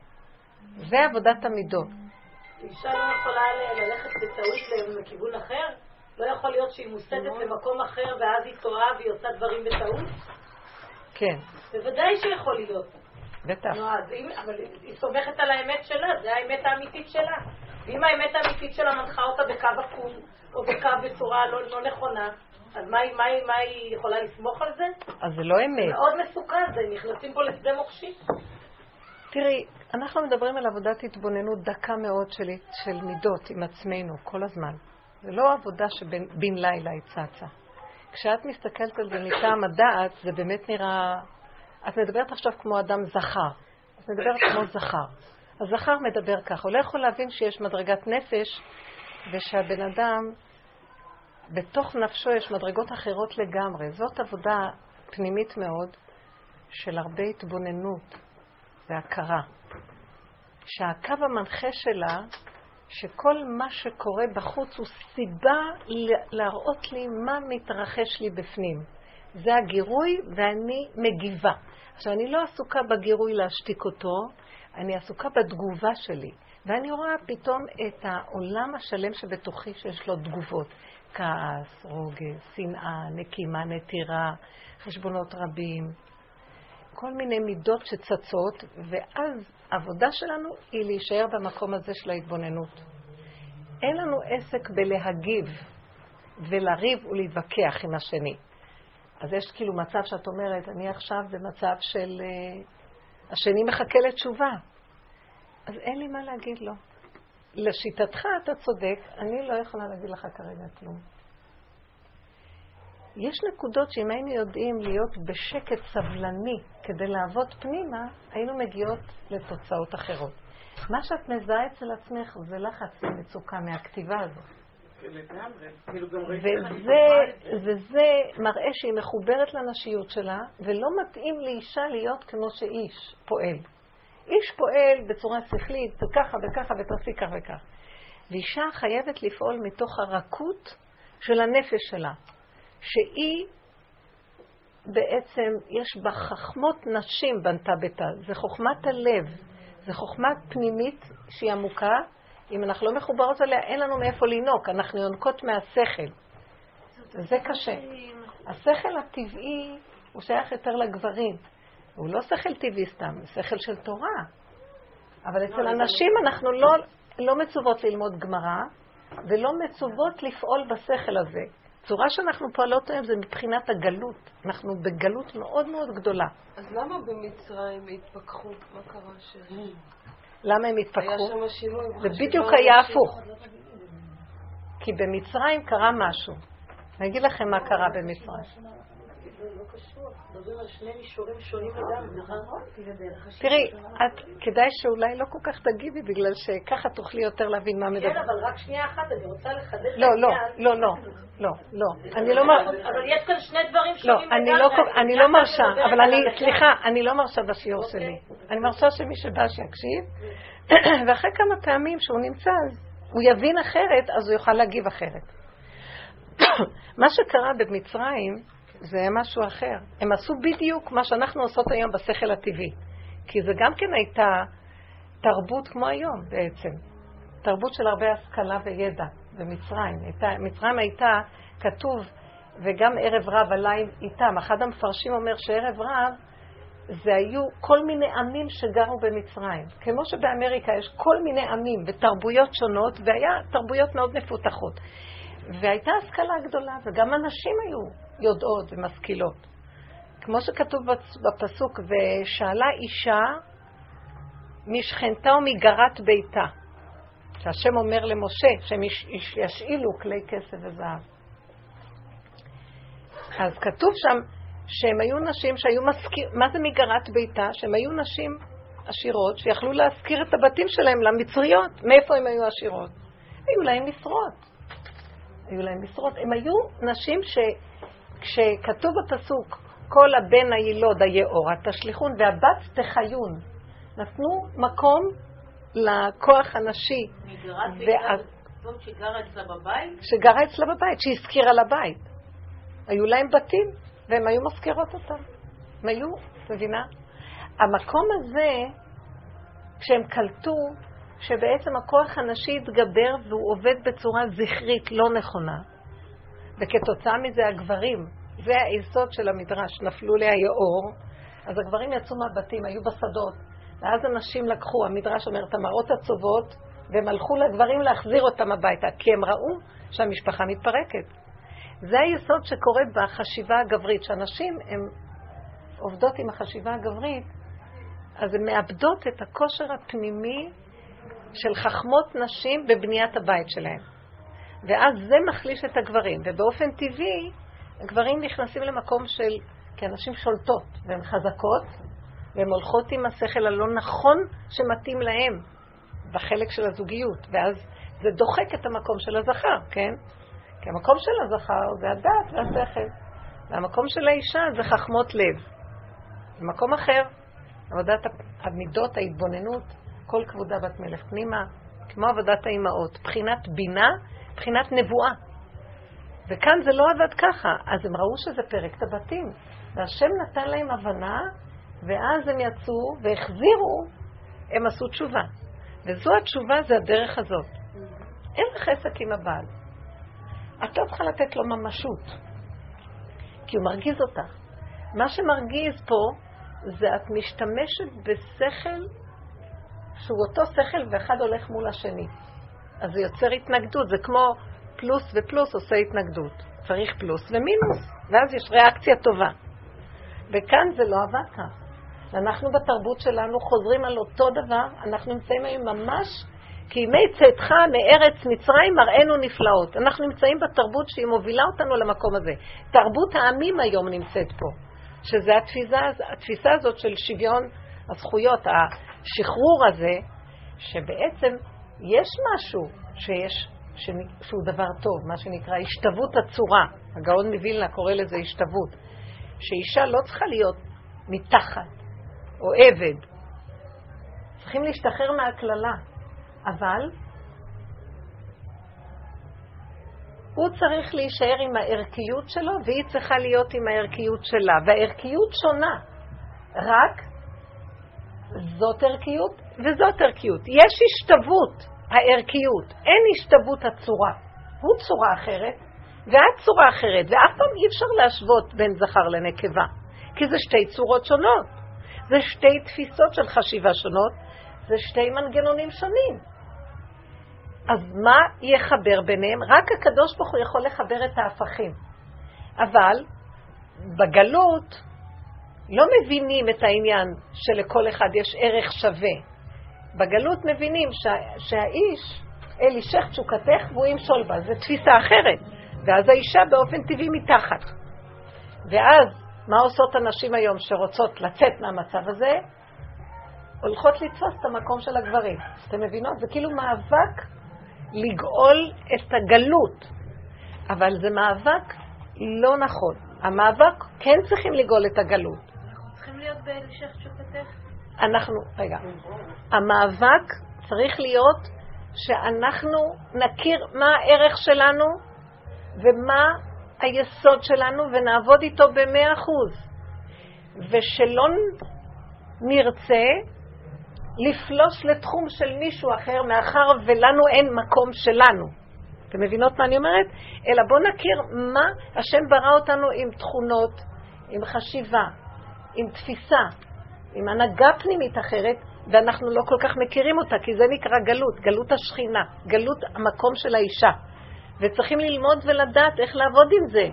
זה עבודת המידות. אישה לא יכולה ללכת בטעות לכיוון אחר? לא יכול להיות שהיא מוסתת למקום אחר ואז היא טועה והיא עושה דברים בטעות? כן. בוודאי שיכול להיות. בטח. נו, אז היא, אבל היא סומכת על האמת שלה, זה האמת האמיתית שלה. ואם האמת האמיתית שלה מנחה אותה בקו עקום, או בקו בצורה לא, לא נכונה, אז מה, מה, מה היא יכולה לסמוך על זה? אז זה לא אמת. זה מאוד מסוכן, זה נכנסים פה לשדה מוחשי. תראי, אנחנו מדברים על עבודת התבוננות דקה מאוד של, של מידות עם עצמנו כל הזמן. זה לא עבודה שבין לילה היא צצה. כשאת מסתכלת על זה מטעם הדעת, זה באמת נראה... את מדברת עכשיו כמו אדם זכר. את מדברת כמו זכר. הזכר מדבר כך. הוא לא יכול להבין שיש מדרגת נפש, ושהבן אדם, בתוך נפשו יש מדרגות אחרות לגמרי. זאת עבודה פנימית מאוד של הרבה התבוננות והכרה. שהקו המנחה שלה, שכל מה שקורה בחוץ הוא סיבה להראות לי מה מתרחש לי בפנים. זה הגירוי ואני מגיבה. עכשיו, אני לא עסוקה בגירוי להשתיק אותו, אני עסוקה בתגובה שלי. ואני רואה פתאום את העולם השלם שבתוכי שיש לו תגובות. כעס, רוגז, שנאה, נקימה, נטירה, חשבונות רבים. כל מיני מידות שצצות, ואז העבודה שלנו היא להישאר במקום הזה של ההתבוננות. אין לנו עסק בלהגיב ולריב ולהתווכח עם השני. אז יש כאילו מצב שאת אומרת, אני עכשיו במצב של... השני מחכה לתשובה. אז אין לי מה להגיד לו. לשיטתך אתה צודק, אני לא יכולה להגיד לך כרגע כלום. יש נקודות שאם היינו יודעים להיות בשקט סבלני כדי לעבוד פנימה, היינו מגיעות לתוצאות אחרות. מה שאת מזהה אצל עצמך זה לחץ ומצוקה מהכתיבה הזאת. וזה, וזה מראה שהיא מחוברת לנשיות שלה, ולא מתאים לאישה להיות כמו שאיש פועל. איש פועל בצורה שכלית, וככה וככה ותעשי כך וכך. ואישה חייבת לפעול מתוך הרכות של הנפש שלה. שהיא בעצם, יש בה חכמות נשים בנתה ביתה. זה חוכמת הלב, זו חוכמה פנימית שהיא עמוקה. אם אנחנו לא מחוברות עליה, אין לנו מאיפה לינוק. אנחנו יונקות מהשכל. וזה קשה. השכל הטבעי הוא שייך יותר לגברים. הוא לא שכל טבעי סתם, הוא שכל של תורה. אבל אצל אנשים אנחנו לא, לא מצוות ללמוד גמרא, ולא מצוות לפעול בשכל הזה. צורה שאנחנו פועלות היום זה מבחינת הגלות. אנחנו בגלות מאוד מאוד גדולה. אז למה במצרים התפכחו? מה קרה ש... למה הם התפכחו? היה שם שינוי. זה בדיוק היה הפוך. כי במצרים קרה משהו. אני אגיד לכם מה קרה במצרים. זה לא קשור, מדברים על שני מישורים שונים לגמרי, נכון? תראי, את כדאי שאולי לא כל כך תגיבי, בגלל שככה תוכלי יותר להבין מה מדבר. כן, אבל רק שנייה אחת, אני רוצה לחדש את לא, לא, לא, לא, לא, לא. אני לא מרשה. אבל יש כאן שני דברים לא, שונים לגמרי. אני לא מרשה, אבל אני, סליחה, אני לא מרשה בשיעור שלי. אני מרשה שמי שבא שיקשיב, ואחרי כמה פעמים שהוא נמצא, הוא יבין אחרת, אז הוא יוכל להגיב אחרת. מה שקרה במצרים, זה משהו אחר. הם עשו בדיוק מה שאנחנו עושות היום בשכל הטבעי. כי זה גם כן הייתה תרבות כמו היום בעצם. תרבות של הרבה השכלה וידע במצרים. הייתה, מצרים הייתה כתוב, וגם ערב רב עליי איתם. אחד המפרשים אומר שערב רב זה היו כל מיני עמים שגרו במצרים. כמו שבאמריקה יש כל מיני עמים ותרבויות שונות, והיה תרבויות מאוד מפותחות. והייתה השכלה גדולה, וגם אנשים היו יודעות ומשכילות. כמו שכתוב בפסוק, ושאלה אישה משכנתה ומגרת ביתה. שהשם אומר למשה, שהם ישאילו כלי כסף וזהב. אז כתוב שם שהם היו נשים שהיו משכיר, מה זה מגרת ביתה? שהם היו נשים עשירות שיכלו להזכיר את הבתים שלהם למצריות. מאיפה הם היו עשירות? היו להם משרות. היו להם משרות. הם היו נשים שכשכתוב בפסוק, כל הבן הילוד היאורה תשליחון והבת תחיון. נתנו מקום לכוח הנשי. מגרת ביתה זאת שגרה אצלה בבית? שגרה אצלה בבית, שהזכירה לבית. היו להם בתים, והם היו מזכירות אותם. הם היו, מבינה? המקום הזה, כשהם קלטו, שבעצם הכוח הנשי התגבר והוא עובד בצורה זכרית לא נכונה. וכתוצאה מזה הגברים, זה היסוד של המדרש, נפלו לי היאור, אז הגברים יצאו מהבתים, היו בשדות, ואז אנשים לקחו, המדרש אומר, את המראות הצובות, והם הלכו לגברים להחזיר אותם הביתה, כי הם ראו שהמשפחה מתפרקת. זה היסוד שקורה בחשיבה הגברית, שאנשים הם עובדות עם החשיבה הגברית, אז הן מאבדות את הכושר הפנימי של חכמות נשים בבניית הבית שלהם. ואז זה מחליש את הגברים, ובאופן טבעי הגברים נכנסים למקום של, כי אנשים שולטות, והן חזקות, והן הולכות עם השכל הלא נכון שמתאים להם בחלק של הזוגיות, ואז זה דוחק את המקום של הזכר, כן? כי המקום של הזכר זה הדת והשכל, והמקום של האישה זה חכמות לב. במקום אחר, עבודת המידות, ההתבוננות, כל כבודה בת מלך פנימה, כמו עבודת האימהות, בחינת בינה, בחינת נבואה. וכאן זה לא עבד ככה, אז הם ראו שזה פרק את הבתים, והשם נתן להם הבנה, ואז הם יצאו והחזירו, הם עשו תשובה. וזו התשובה, זה הדרך הזאת. אין לך עסק עם הבעל. את לא צריכה לתת לו ממשות, כי הוא מרגיז אותך. מה שמרגיז פה, זה את משתמשת בשכל, שהוא אותו שכל ואחד הולך מול השני. אז זה יוצר התנגדות, זה כמו פלוס ופלוס עושה התנגדות. צריך פלוס ומינוס, ואז יש ריאקציה טובה. וכאן זה לא עבד כך. אנחנו בתרבות שלנו חוזרים על אותו דבר, אנחנו נמצאים היום ממש, כי ימי צאתך מארץ מצרים מראינו נפלאות. אנחנו נמצאים בתרבות שהיא מובילה אותנו למקום הזה. תרבות העמים היום נמצאת פה, שזה התפיסה, התפיסה הזאת של שוויון הזכויות, השחרור הזה, שבעצם יש משהו שיש, שהוא דבר טוב, מה שנקרא השתוות הצורה. הגאון מווילנה קורא לזה השתוות. שאישה לא צריכה להיות מתחת או עבד. צריכים להשתחרר מהכללה. אבל הוא צריך להישאר עם הערכיות שלו, והיא צריכה להיות עם הערכיות שלה. והערכיות שונה. רק זאת ערכיות וזאת ערכיות. יש השתוות הערכיות, אין השתוות הצורה. הוא צורה אחרת ואת צורה אחרת, ואף פעם אי אפשר להשוות בין זכר לנקבה, כי זה שתי צורות שונות, זה שתי תפיסות של חשיבה שונות, זה שתי מנגנונים שונים. אז מה יחבר ביניהם? רק הקדוש ברוך הוא יכול לחבר את ההפכים. אבל בגלות לא מבינים את העניין שלכל אחד יש ערך שווה. בגלות מבינים שה, שהאיש אל אישך תשוקתך והוא ימשול בה, זה תפיסה אחרת. ואז האישה באופן טבעי מתחת. ואז מה עושות הנשים היום שרוצות לצאת מהמצב הזה? הולכות לתפוס את המקום של הגברים. אתם מבינות? זה כאילו מאבק לגאול את הגלות. אבל זה מאבק לא נכון. המאבק כן צריכים לגאול את הגלות. אנחנו צריכים להיות בהמשך תשוקתך. אנחנו, רגע. המאבק צריך להיות שאנחנו נכיר מה הערך שלנו ומה היסוד שלנו ונעבוד איתו במאה אחוז. ושלא נרצה לפלוש לתחום של מישהו אחר מאחר ולנו אין מקום שלנו. אתם מבינות מה אני אומרת? אלא בוא נכיר מה השם ברא אותנו עם תכונות, עם חשיבה, עם תפיסה, עם הנהגה פנימית אחרת, ואנחנו לא כל כך מכירים אותה, כי זה נקרא גלות, גלות השכינה, גלות המקום של האישה. וצריכים ללמוד ולדעת איך לעבוד עם זה.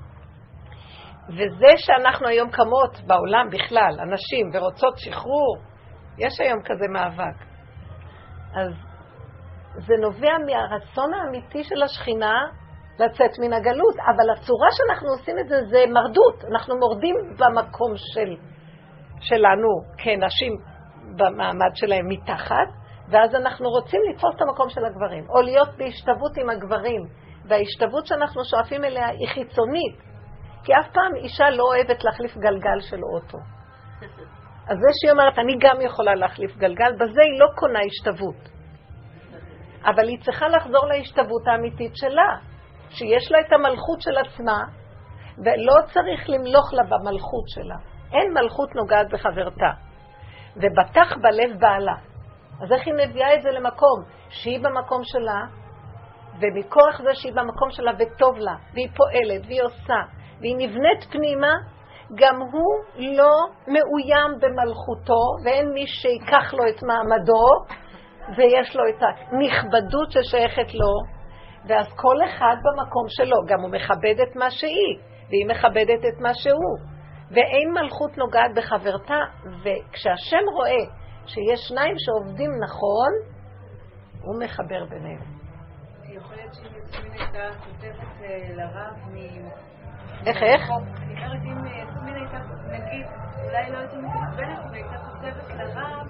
וזה שאנחנו היום קמות בעולם בכלל, אנשים, ורוצות שחרור, יש היום כזה מאבק. אז זה נובע מהרצון האמיתי של השכינה לצאת מן הגלות, אבל הצורה שאנחנו עושים את זה זה מרדות. אנחנו מורדים במקום של, שלנו כנשים במעמד שלהם מתחת, ואז אנחנו רוצים לתפוס את המקום של הגברים, או להיות בהשתוות עם הגברים, וההשתוות שאנחנו שואפים אליה היא חיצונית, כי אף פעם אישה לא אוהבת להחליף גלגל של אוטו. אז זה שהיא אומרת, אני גם יכולה להחליף גלגל, בזה היא לא קונה השתוות. אבל היא צריכה לחזור להשתוות האמיתית שלה, שיש לה את המלכות של עצמה, ולא צריך למלוך לה במלכות שלה. אין מלכות נוגעת בחברתה. ובטח בלב בעלה. אז איך היא מביאה את זה למקום? שהיא במקום שלה, ומכוח זה שהיא במקום שלה וטוב לה, והיא פועלת, והיא עושה, והיא נבנית פנימה, גם הוא לא מאוים במלכותו, ואין מי שיקח לו את מעמדו, ויש לו את הנכבדות ששייכת לו, ואז כל אחד במקום שלו, גם הוא מכבד את מה שהיא, והיא מכבדת את מה שהוא, ואין מלכות נוגעת בחברתה, וכשהשם רואה שיש שניים שעובדים נכון, הוא מחבר ביניהם. יכול להיות שאם יסמין הייתה כותבת לרב מ... איך, איך? אני אומרת, אם יסמין הייתה, נגיד, אולי לא הייתה מתקבלת, והייתה כותבת לרב,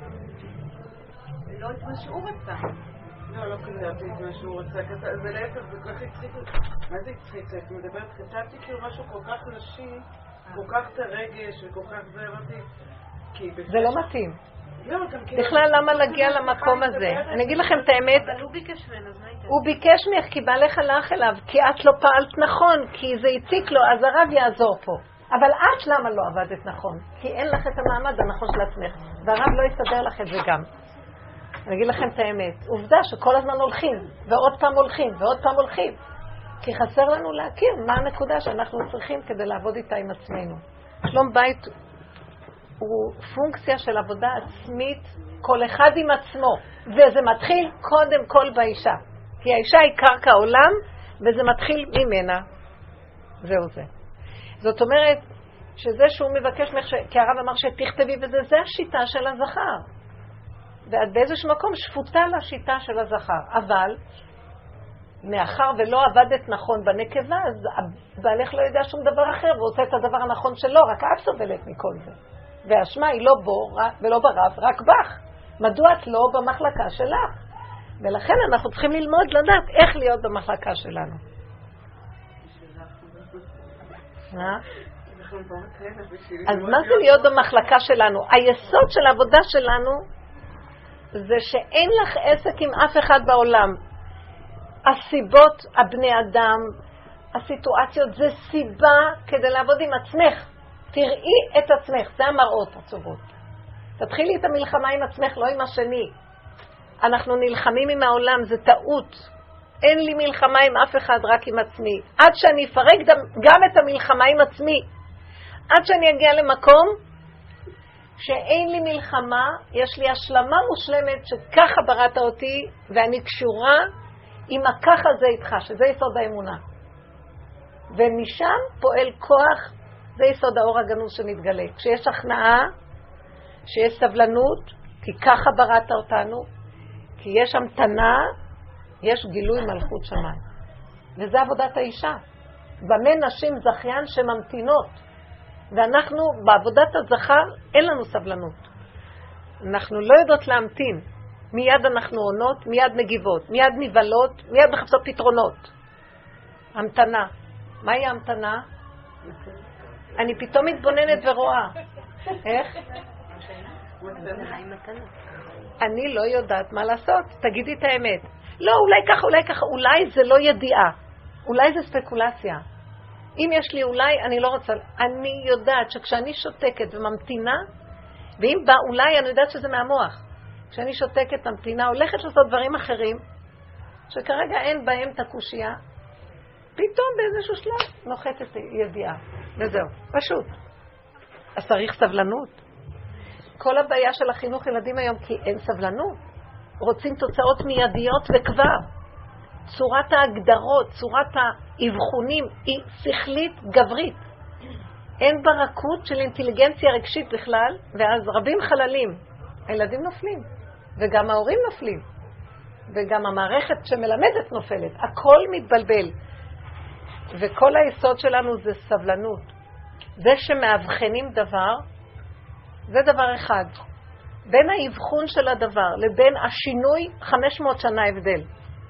לא את מה שהוא רצה. לא, לא כתבתי את מה שהוא רצה, זה להפך, זה כל כך הצחיק, מה זה הצחיק? את מדברת, כתבתי כאילו משהו כל כך נשי, כל כך את הרגש וכל כך זה, אמרתי, זה לא מתאים. כאילו... בכלל למה להגיע למקום הזה? אני אגיד לכם את האמת, אבל הוא ביקש ממנו, אז מה הייתה? הוא ביקש ממך כי בא לך הלך אליו, כי את לא פעלת נכון, כי זה הציק לו, אז הרב יעזור פה. אבל את למה לא עבדת נכון? כי אין לך את המעמד הנכון של עצמך, והרב לא יסדר לך את זה גם. אני אגיד לכם את האמת, עובדה שכל הזמן הולכים, ועוד פעם הולכים, ועוד פעם הולכים. כי חסר לנו להכיר מה הנקודה שאנחנו צריכים כדי לעבוד איתה עם עצמנו. שלום בית הוא פונקציה של עבודה עצמית, כל אחד עם עצמו, וזה מתחיל קודם כל באישה. כי האישה היא קרקע העולם, וזה מתחיל ממנה. זהו זה. זאת אומרת, שזה שהוא מבקש ממך, כי הרב אמר שתכתבי וזה, זה השיטה של הזכר. ואת באיזשהו מקום שפוטה לשיטה של הזכר. אבל, מאחר ולא עבדת נכון בנקבה, אז בעלך לא יודע שום דבר אחר, ועושה את הדבר הנכון שלו, רק את סובלת מכל זה. והאשמה היא לא בו ולא ברב, רק בך. מדוע את לא במחלקה שלך? ולכן אנחנו צריכים ללמוד לדעת איך להיות במחלקה שלנו. אז מה זה להיות במחלקה שלנו? היסוד של העבודה שלנו זה שאין לך עסק עם אף אחד בעולם. הסיבות, הבני אדם, הסיטואציות, זה סיבה כדי לעבוד עם עצמך. תראי את עצמך, זה המראות הטובות. תתחילי את המלחמה עם עצמך, לא עם השני. אנחנו נלחמים עם העולם, זה טעות. אין לי מלחמה עם אף אחד, רק עם עצמי. עד שאני אפרק גם את המלחמה עם עצמי. עד שאני אגיע למקום שאין לי מלחמה, יש לי השלמה מושלמת שככה בראת אותי, ואני קשורה עם הככה זה איתך, שזה יסוד האמונה. ומשם פועל כוח, זה יסוד האור הגנוז שמתגלה. כשיש הכנעה, שיש סבלנות, כי ככה בראת אותנו, כי יש המתנה, יש גילוי מלכות שמיים. וזה עבודת האישה. במה נשים זכיין שממתינות. ואנחנו בעבודת הזכר אין לנו סבלנות. אנחנו לא יודעות להמתין. מיד אנחנו עונות, מיד מגיבות, מיד נבלות, מיד מחפשות פתרונות. המתנה. מהי ההמתנה? אני פתאום מתבוננת ורואה. איך? אני לא יודעת מה לעשות. תגידי את האמת. לא, אולי ככה, אולי ככה. אולי זה לא ידיעה. אולי זה ספקולציה. אם יש לי אולי, אני לא רוצה. אני יודעת שכשאני שותקת וממתינה, ואם בא אולי, אני יודעת שזה מהמוח. כשאני שותקת, ממתינה, הולכת לעשות דברים אחרים, שכרגע אין בהם את הקושייה, פתאום באיזשהו שלב נוחתת ידיעה. וזהו, פשוט. אז צריך סבלנות. כל הבעיה של החינוך ילדים היום, כי אין סבלנות. רוצים תוצאות מיידיות וכבר. צורת ההגדרות, צורת האבחונים היא שכלית גברית. אין ברכות של אינטליגנציה רגשית בכלל, ואז רבים חללים. הילדים נופלים, וגם ההורים נופלים, וגם המערכת שמלמדת נופלת. הכל מתבלבל. וכל היסוד שלנו זה סבלנות. זה שמאבחנים דבר, זה דבר אחד. בין האבחון של הדבר לבין השינוי, חמש מאות שנה הבדל.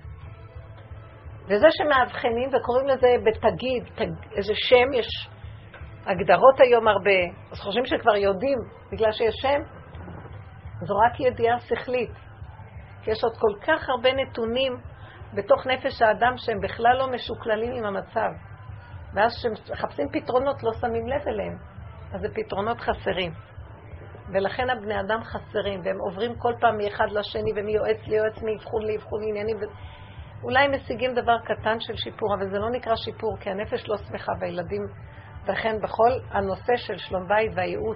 וזה שמאבחנים וקוראים לזה בתגיד, תג, איזה שם, יש הגדרות היום הרבה, אז חושבים שכבר יודעים בגלל שיש שם, זו רק ידיעה שכלית. כי יש עוד כל כך הרבה נתונים בתוך נפש האדם שהם בכלל לא משוקללים עם המצב. ואז כשמחפשים פתרונות לא שמים לב אליהם, אז זה פתרונות חסרים. ולכן הבני אדם חסרים, והם עוברים כל פעם מאחד לשני ומיועץ ליועץ, מאבחון לאבחון עניינים. ו... אולי משיגים דבר קטן של שיפור, אבל זה לא נקרא שיפור, כי הנפש לא שמחה והילדים, וכן בכל הנושא של שלום בית והייעוץ.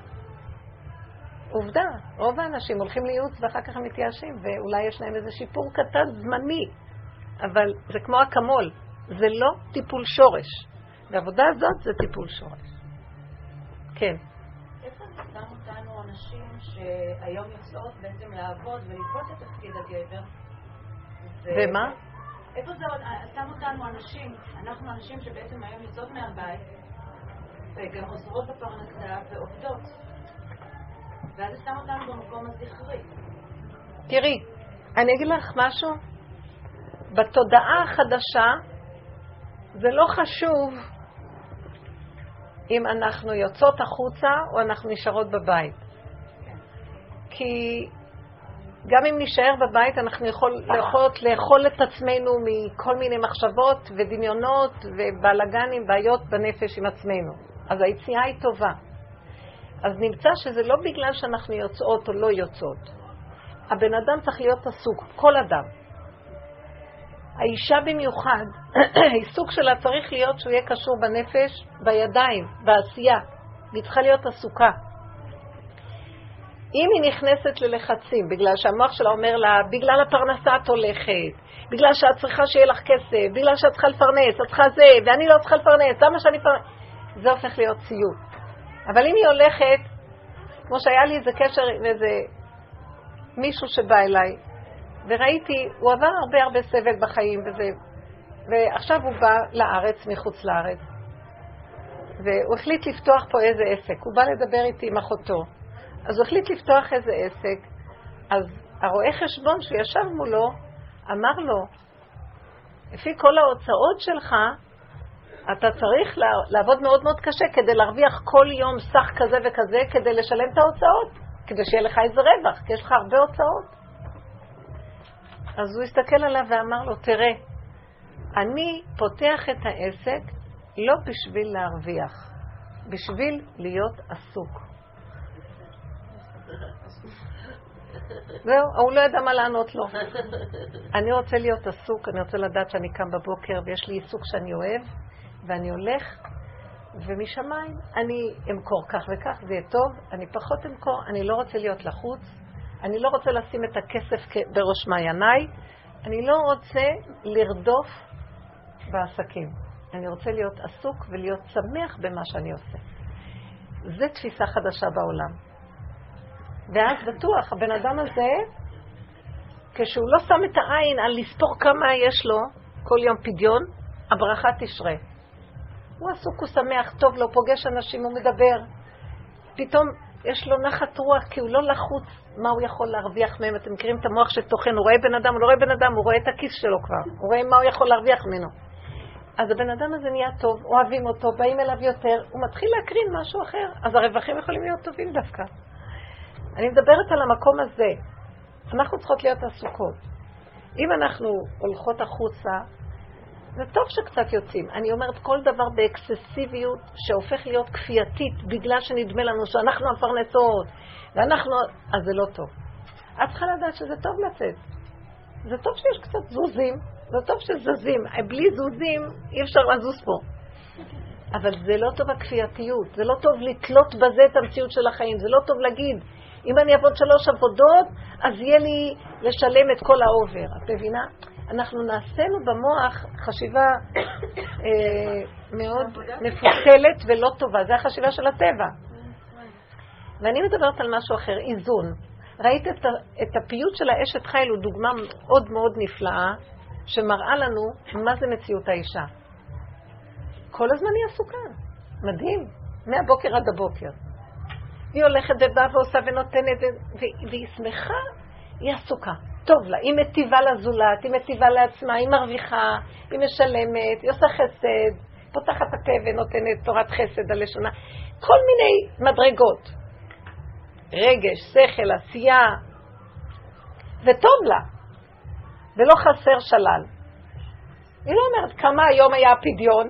עובדה, רוב האנשים הולכים לייעוץ ואחר כך הם מתייאשים, ואולי יש להם איזה שיפור קטן זמני, אבל זה כמו אקמול, זה לא טיפול שורש. בעבודה הזאת זה טיפול שורש. כן. איפה נשם אותנו אנשים שהיום יוצאות בעצם לעבוד ולתפוס את תפקיד הגבר? ומה? איפה זה עוד? שם אותנו אנשים, אנחנו אנשים שבעצם היום יוצאות מהבית וגם עוזרות בפרנסה ועובדות. ואז שם אותנו במקום הזכרי. תראי, אני אגיד לך משהו. בתודעה החדשה זה לא חשוב אם אנחנו יוצאות החוצה או אנחנו נשארות בבית. כי גם אם נשאר בבית אנחנו יכול, יכולות לאכול את עצמנו מכל מיני מחשבות ודמיונות ובלגנים, בעיות בנפש עם עצמנו. אז היציאה היא טובה. אז נמצא שזה לא בגלל שאנחנו יוצאות או לא יוצאות. הבן אדם צריך להיות עסוק, כל אדם. האישה במיוחד, העיסוק שלה צריך להיות שהוא יהיה קשור בנפש, בידיים, בעשייה. היא צריכה להיות עסוקה. אם היא נכנסת ללחצים, בגלל שהמוח שלה אומר לה, בגלל הפרנסה את הולכת, בגלל שאת צריכה שיהיה לך כסף, בגלל שאת צריכה לפרנס, את צריכה זה, ואני לא צריכה לפרנס, למה שאני פרנס? זה הופך להיות סיוט. אבל אם היא הולכת, כמו שהיה לי איזה קשר עם איזה מישהו שבא אליי, וראיתי, הוא עבר הרבה הרבה סבל בחיים, וזה, ועכשיו הוא בא לארץ, מחוץ לארץ, והוא החליט לפתוח פה איזה עסק, הוא בא לדבר איתי עם אחותו, אז הוא החליט לפתוח איזה עסק, אז הרואה חשבון שישב מולו, אמר לו, לפי כל ההוצאות שלך, אתה צריך לעבוד מאוד מאוד קשה כדי להרוויח כל יום סך כזה וכזה, כדי לשלם את ההוצאות, כדי שיהיה לך איזה רווח, כי יש לך הרבה הוצאות. אז הוא הסתכל עליו ואמר לו, תראה, אני פותח את העסק לא בשביל להרוויח, בשביל להיות עסוק. זהו, הוא לא ידע מה לענות לו. אני רוצה להיות עסוק, אני רוצה לדעת שאני קם בבוקר ויש לי עיסוק שאני אוהב, ואני הולך, ומשמיים אני אמכור כך וכך, זה יהיה טוב, אני פחות אמכור, אני לא רוצה להיות לחוץ, אני לא רוצה לשים את הכסף בראש מעייניי, אני לא רוצה לרדוף בעסקים. אני רוצה להיות עסוק ולהיות שמח במה שאני עושה. זו תפיסה חדשה בעולם. ואז בטוח, הבן אדם הזה, כשהוא לא שם את העין על לספור כמה יש לו, כל יום פדיון, הברכה תשרה. הוא עסוק, הוא שמח, טוב לו, פוגש אנשים, הוא מדבר. פתאום יש לו נחת רוח, כי הוא לא לחוץ מה הוא יכול להרוויח מהם. אתם מכירים את המוח שתוכן, הוא רואה בן אדם, הוא לא רואה בן אדם, הוא רואה את הכיס שלו כבר. הוא רואה מה הוא יכול להרוויח ממנו. אז הבן אדם הזה נהיה טוב, אוהבים אותו, באים אליו יותר, הוא מתחיל להקרין משהו אחר, אז הרווחים יכולים להיות טובים דווקא. אני מדברת על המקום הזה. אנחנו צריכות להיות עסוקות. אם אנחנו הולכות החוצה, זה טוב שקצת יוצאים. אני אומרת כל דבר באקססיביות שהופך להיות כפייתית, בגלל שנדמה לנו שאנחנו המפרנסות, ואנחנו... אז זה לא טוב. את צריכה לדעת שזה טוב לצאת. זה טוב שיש קצת זוזים, זה טוב שזזים. בלי זוזים אי אפשר לזוז פה. אבל זה לא טוב הכפייתיות, זה לא טוב לתלות בזה את המציאות של החיים, זה לא טוב להגיד, אם אני אעבוד שלוש עבודות, אז יהיה לי לשלם את כל האובר. את מבינה? אנחנו נעשינו במוח חשיבה אה, מאוד מפותלת ולא טובה. זה החשיבה של הטבע. ואני מדברת על משהו אחר, איזון. ראית את, את הפיוט של האשת חיל, הוא דוגמה מאוד מאוד נפלאה, שמראה לנו מה זה מציאות האישה. כל הזמן היא עסוקה. מדהים. מהבוקר עד הבוקר. היא הולכת ובאה ועושה ונותנת, והיא שמחה, היא עסוקה. טוב לה, היא מטיבה לזולת, היא מטיבה לעצמה, היא מרוויחה, היא משלמת, היא עושה חסד, פותחת הפה ונותנת תורת חסד הלשונה. כל מיני מדרגות. רגש, שכל, עשייה. וטוב לה. ולא חסר שלל. היא לא אומרת כמה היום היה הפדיון.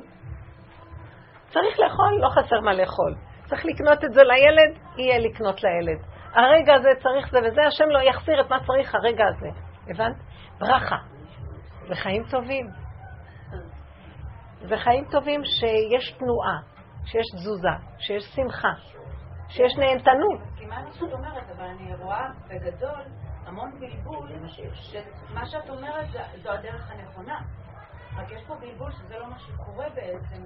צריך לאכול, לא חסר מה לאכול. צריך לקנות את זה לילד, יהיה לקנות לילד. הרגע הזה צריך זה וזה, השם לא יחסיר את מה צריך הרגע הזה. הבנת? ברכה. זה חיים טובים. זה חיים טובים שיש תנועה, שיש תזוזה, שיש שמחה, שיש נהנתנות. כי מה שאת אומרת, אבל אני רואה בגדול המון בלבול, שמה שאת אומרת זו הדרך הנכונה. רק יש פה בלבול שזה לא מה שקורה בעצם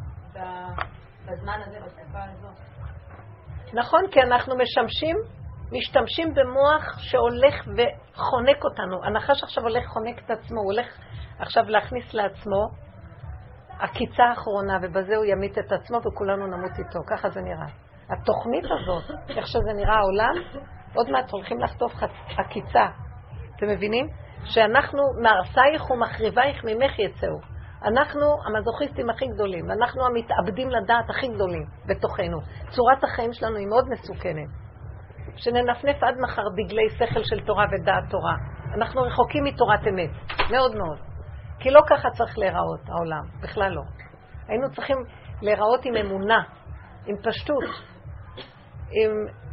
בזמן הזה, בתקופה הזאת. נכון, כי אנחנו משמשים, משתמשים במוח שהולך וחונק אותנו. הנחש עכשיו הולך חונק את עצמו, הוא הולך עכשיו להכניס לעצמו הקיצה האחרונה, ובזה הוא ימית את עצמו וכולנו נמות איתו. ככה זה נראה. התוכנית הזאת, איך שזה נראה העולם, עוד מעט הולכים לחטוף הקיצה. אתם מבינים? שאנחנו מהרסייך ומחריבייך ממך יצאו. אנחנו המזוכיסטים הכי גדולים, ואנחנו המתאבדים לדעת הכי גדולים בתוכנו. צורת החיים שלנו היא מאוד מסוכנת. שננפנף עד מחר דגלי שכל של תורה ודעת תורה. אנחנו רחוקים מתורת אמת, מאוד מאוד. כי לא ככה צריך להיראות העולם, בכלל לא. היינו צריכים להיראות עם אמונה, עם פשטות, עם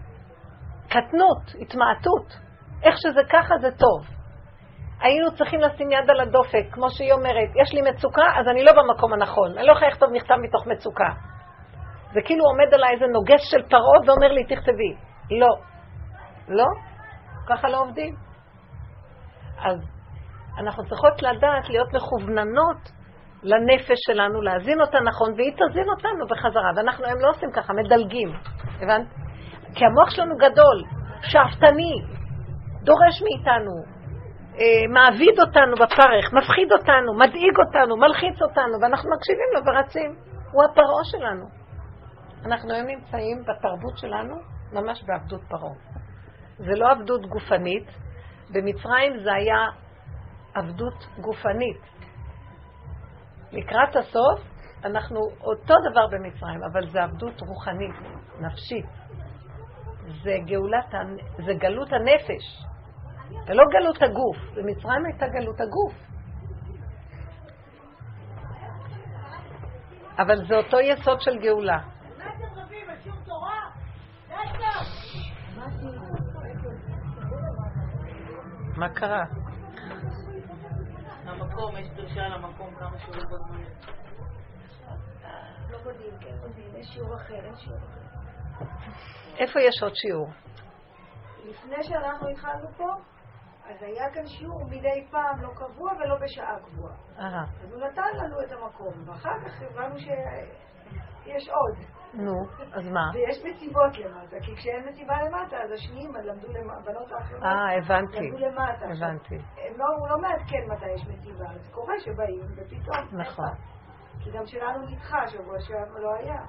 קטנות, התמעטות. איך שזה ככה זה טוב. היינו צריכים לשים יד על הדופק, כמו שהיא אומרת, יש לי מצוקה, אז אני לא במקום הנכון. אני לא יכולה לכתוב מכתב מתוך מצוקה. זה כאילו עומד עליי איזה נוגס של פרות ואומר לי, תכתבי. לא. לא? ככה לא עובדים. אז אנחנו צריכות לדעת להיות מכווננות לנפש שלנו, להזין אותה נכון, והיא תזין אותנו בחזרה. ואנחנו הם לא עושים ככה, מדלגים. הבנת? כי המוח שלנו גדול, שאפתני, דורש מאיתנו, מעביד אותנו בפרך, מפחיד אותנו, מדאיג אותנו, מלחיץ אותנו, ואנחנו מקשיבים לו ורצים. הוא הפרעה שלנו. אנחנו היום נמצאים בתרבות שלנו ממש בעבדות פרעה. זה לא עבדות גופנית. במצרים זה היה עבדות גופנית. לקראת הסוף אנחנו אותו דבר במצרים, אבל זה עבדות רוחנית, נפשית. זה גאולת, זה גלות הנפש. ולא גלות הגוף. במצרים הייתה גלות הגוף. אבל זה אותו יסוד של גאולה. מה קרה? המקום, יש דרישה על המקום כמה שיעורים בזמן. לא מודיעים, כן, מודיעים, יש שיעור אחר, אין שיעור אחר. איפה יש עוד שיעור? לפני שאנחנו התחלנו פה, אז היה כאן שיעור מדי פעם לא קבוע ולא בשעה קבועה. אה. אז הוא נתן לנו את המקום, ואחר כך הבנו שיש עוד. נו, אז מה? ויש מציבות למטה, כי כשאין מציבה למטה, אז השניים למדו למטה, בנות האחרות אה, הבנתי. למדו למטה. הבנתי. לא, הוא לא מעדכן מתי יש מציבה, זה קורה שבאים ופתאום. נכון. כי גם שלנו נדחה, שבוע שעבר לא היה.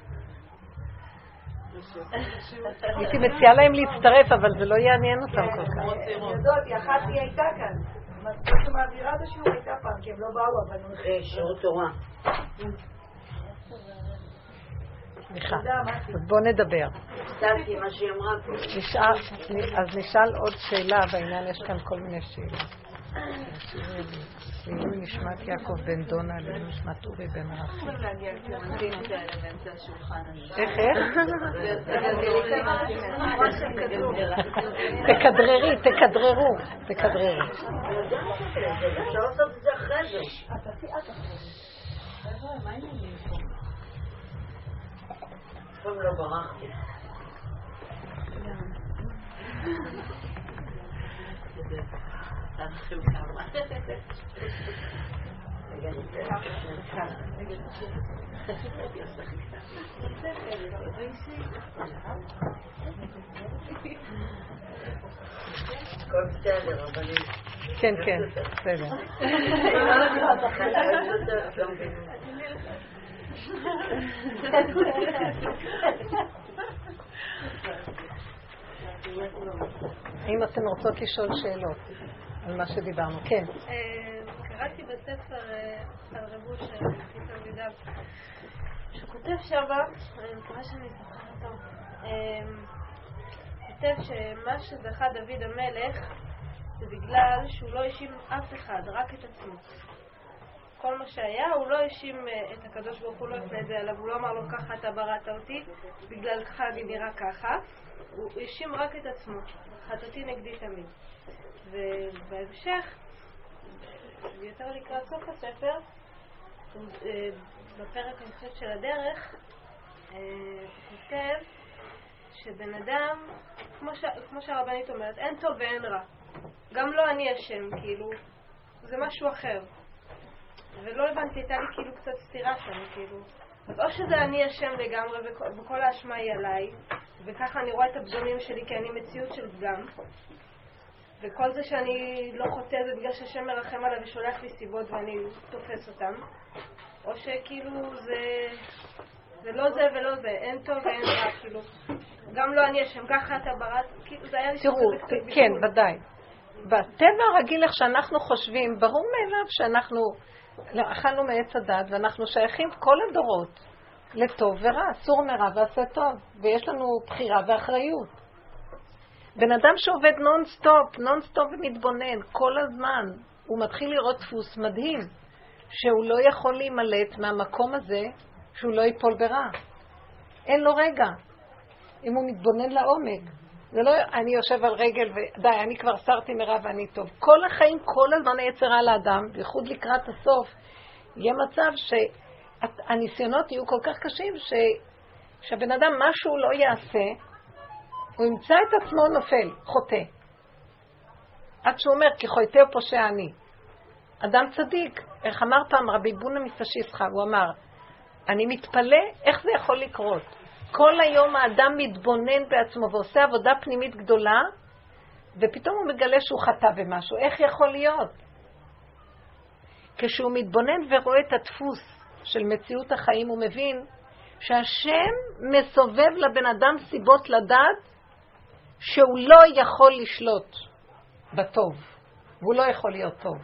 הייתי מציעה להם להצטרף, אבל זה לא יעניין אותם כל כך. כן, יודעות, היא אחת היא הייתה כאן. מזכות שמעבירה את השיעור הייתה פעם, כי הם לא באו, אבל נו... שיעור תורה. סליחה, אז בואו נדבר. הפסקתי מה שהיא אמרה פה. אז נשאל עוד שאלה, בעניין יש כאן כל מיני שאלות. לעילוי נשמת יעקב בן דונה, לעילוי נשמת אורי בן רחל. יכולים להגיע קצת כאלה באמצע השולחן. איך איך? תכדררי, תכדררו, תכדררו. אפשר לעשות את זה אחרי זה. מה העניינים פה? פעם לא ברחתי. תנחם כמה. כל בסדר, אבל... כן, כן, בסדר. אם אתן רוצות לשאול שאלות על מה שדיברנו, כן. קראתי בספר על רבו של תלמידיו שכותב שם, אני מקווה שאני זוכרת אותו, כותב שמה שזכה דוד המלך זה בגלל שהוא לא האשים אף אחד, רק את עצמו. כל מה שהיה, הוא לא האשים את הקדוש ברוך הוא, לא הפנה את זה עליו, הוא לא אמר לו ככה אתה בראת אותי, בגלל ככה אני נראה ככה, הוא האשים רק את עצמו, חטאתי נגדי תמיד. ובהמשך, יותר לקראת סוף הספר, בפרק אני חושבת של הדרך, כותב שבן אדם, כמו, ש... כמו שהרבנית אומרת, אין טוב ואין רע. גם לא אני אשם, כאילו, זה משהו אחר. ולא הבנתי, הייתה לי כאילו קצת סתירה שם, כאילו. אז או שזה אני אשם לגמרי, וכל, וכל האשמה היא עליי, וככה אני רואה את הפגמים שלי, כי אני מציאות של פגם. וכל זה שאני לא חוטא זה בגלל שהשם מרחם עליי ושולח לי סיבות ואני תופס אותם. או שכאילו זה... זה לא זה ולא זה, אין טוב ואין רע, כאילו. גם לא אני אשם, ככה אתה בראת, כאילו זה היה לי תראו, כן, ודאי. בטבע הרגיל איך שאנחנו חושבים, ברור מאליו שאנחנו אכלנו מעץ הדת ואנחנו שייכים כל הדורות לטוב ורע, סור מרע ועשה טוב, ויש לנו בחירה ואחריות. בן אדם שעובד נונסטופ, נונסטופ ומתבונן כל הזמן, הוא מתחיל לראות דפוס מדהים, שהוא לא יכול להימלט מהמקום הזה, שהוא לא ייפול ברע. אין לו רגע, אם הוא מתבונן לעומק. זה לא, אני יושב על רגל ודי, אני כבר סרתי מרע ואני טוב. כל החיים, כל הזמן היצרה לאדם, בייחוד לקראת הסוף, יהיה מצב שהניסיונות יהיו כל כך קשים, ש... שהבן אדם משהו לא יעשה, הוא ימצא את עצמו נופל, חוטא. עד שהוא אומר, כי חוטא הוא פושע אני. אדם צדיק, איך אמר פעם רבי בונה מפשיסחה, הוא אמר, אני מתפלא איך זה יכול לקרות. כל היום האדם מתבונן בעצמו ועושה עבודה פנימית גדולה, ופתאום הוא מגלה שהוא חטא במשהו. איך יכול להיות? כשהוא מתבונן ורואה את הדפוס של מציאות החיים, הוא מבין שהשם מסובב לבן אדם סיבות לדעת שהוא לא יכול לשלוט בטוב, והוא לא יכול להיות טוב.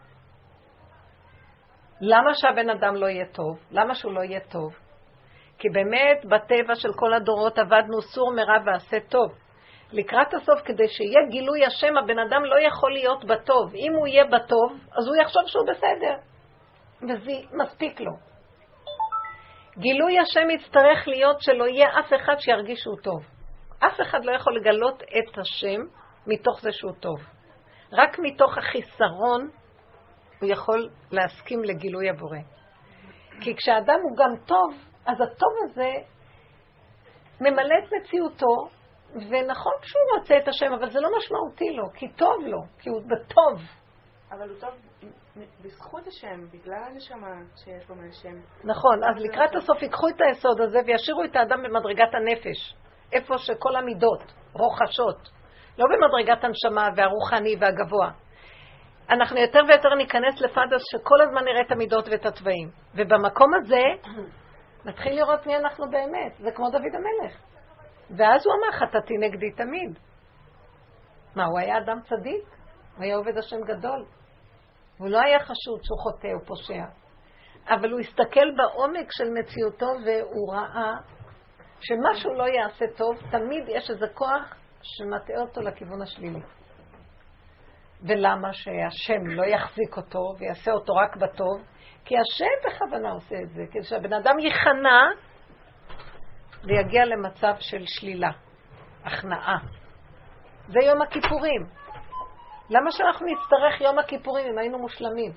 למה שהבן אדם לא יהיה טוב? למה שהוא לא יהיה טוב? כי באמת בטבע של כל הדורות עבדנו סור מרע ועשה טוב. לקראת הסוף, כדי שיהיה גילוי השם, הבן אדם לא יכול להיות בטוב. אם הוא יהיה בטוב, אז הוא יחשוב שהוא בסדר. וזה מספיק לו. גילוי השם יצטרך להיות שלא יהיה אף אחד שירגיש שהוא טוב. אף אחד לא יכול לגלות את השם מתוך זה שהוא טוב. רק מתוך החיסרון הוא יכול להסכים לגילוי הבורא. כי כשאדם הוא גם טוב, אז הטוב הזה ממלא את מציאותו, ונכון שהוא רוצה את השם, אבל זה לא משמעותי לו, כי טוב לו, כי הוא בטוב. אבל הוא טוב בזכות השם, בגלל הנשמה שיש לו מהשם. נכון, אז לקראת הסוף ייקחו את היסוד הזה וישאירו את האדם במדרגת הנפש, איפה שכל המידות רוחשות, לא במדרגת הנשמה והרוחני והגבוה. אנחנו יותר ויותר ניכנס לפאזה שכל הזמן נראה את המידות ואת הצבעים, ובמקום הזה נתחיל לראות מי אנחנו באמת. זה כמו דוד המלך, ואז הוא אמר חטאתי נגדי תמיד. מה, הוא היה אדם צדיק? הוא היה עובד השם גדול, הוא לא היה חשוד שהוא חוטא או פושע, אבל הוא הסתכל בעומק של מציאותו והוא ראה שמשהו לא יעשה טוב, תמיד יש איזה כוח שמטעה אותו לכיוון השלילי. ולמה שהשם לא יחזיק אותו ויעשה אותו רק בטוב? כי השם בכוונה עושה את זה, כדי שהבן אדם ייכנע ויגיע למצב של שלילה, הכנעה. זה יום הכיפורים. למה שאנחנו נצטרך יום הכיפורים אם היינו מושלמים?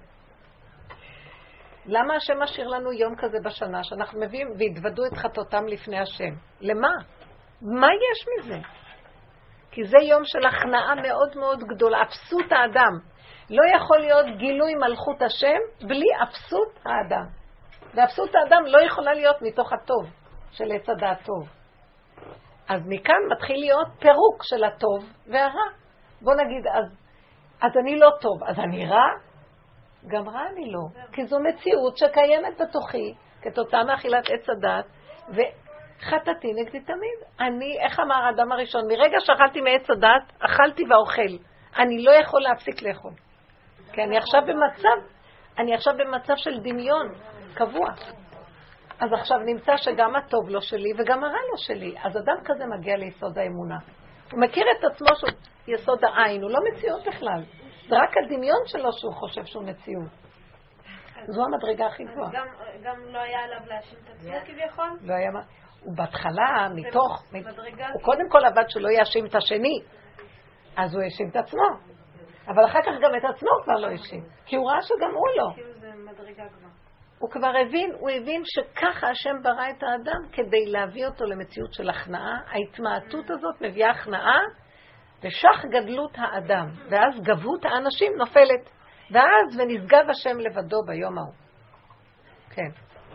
למה השם משאיר לנו יום כזה בשנה שאנחנו מביאים והתוודו את חטאותם לפני השם? למה? מה יש מזה? כי זה יום של הכנעה מאוד מאוד גדולה, אפסות האדם. לא יכול להיות גילוי מלכות השם בלי אפסות האדם. ואפסות האדם לא יכולה להיות מתוך הטוב של עץ הדעת טוב. אז מכאן מתחיל להיות פירוק של הטוב והרע. בוא נגיד, אז, אז אני לא טוב, אז אני רע? גם רע אני לא. כי זו מציאות שקיימת בתוכי, כתוצאה מאכילת עץ הדעת, וחטאתי נגדי תמיד. אני, איך אמר האדם הראשון, מרגע שאכלתי מעץ הדעת, אכלתי ואוכל. אני לא יכול להפסיק לאכול. כי אני עכשיו במצב, אני עכשיו במצב של דמיון, קבוע. אז עכשיו נמצא שגם הטוב לא שלי וגם הרע לא שלי. אז אדם כזה מגיע ליסוד האמונה. הוא מכיר את עצמו שהוא יסוד העין, הוא לא מציאות בכלל. זה רק הדמיון שלו שהוא חושב שהוא מציאות. זו המדרגה הכי גבוהה. גם, גם לא היה עליו להאשים את עצמו כביכול? לא היה מה. הוא בהתחלה, מתוך, מדרגה. הוא קודם כל עבד שלא יאשים את השני. אז הוא האשים את עצמו. אבל אחר כך גם את עצמו כבר לא האשים. כי הוא ראה שגם הוא לא. כאילו זה מדרגה כבר. הוא כבר הבין, הוא הבין שככה השם ברא את האדם כדי להביא אותו למציאות של הכנעה. ההתמעטות הזאת מביאה הכנעה ושך גדלות האדם. ואז גבות האנשים נופלת. ואז ונשגב השם לבדו ביום ההוא. כן.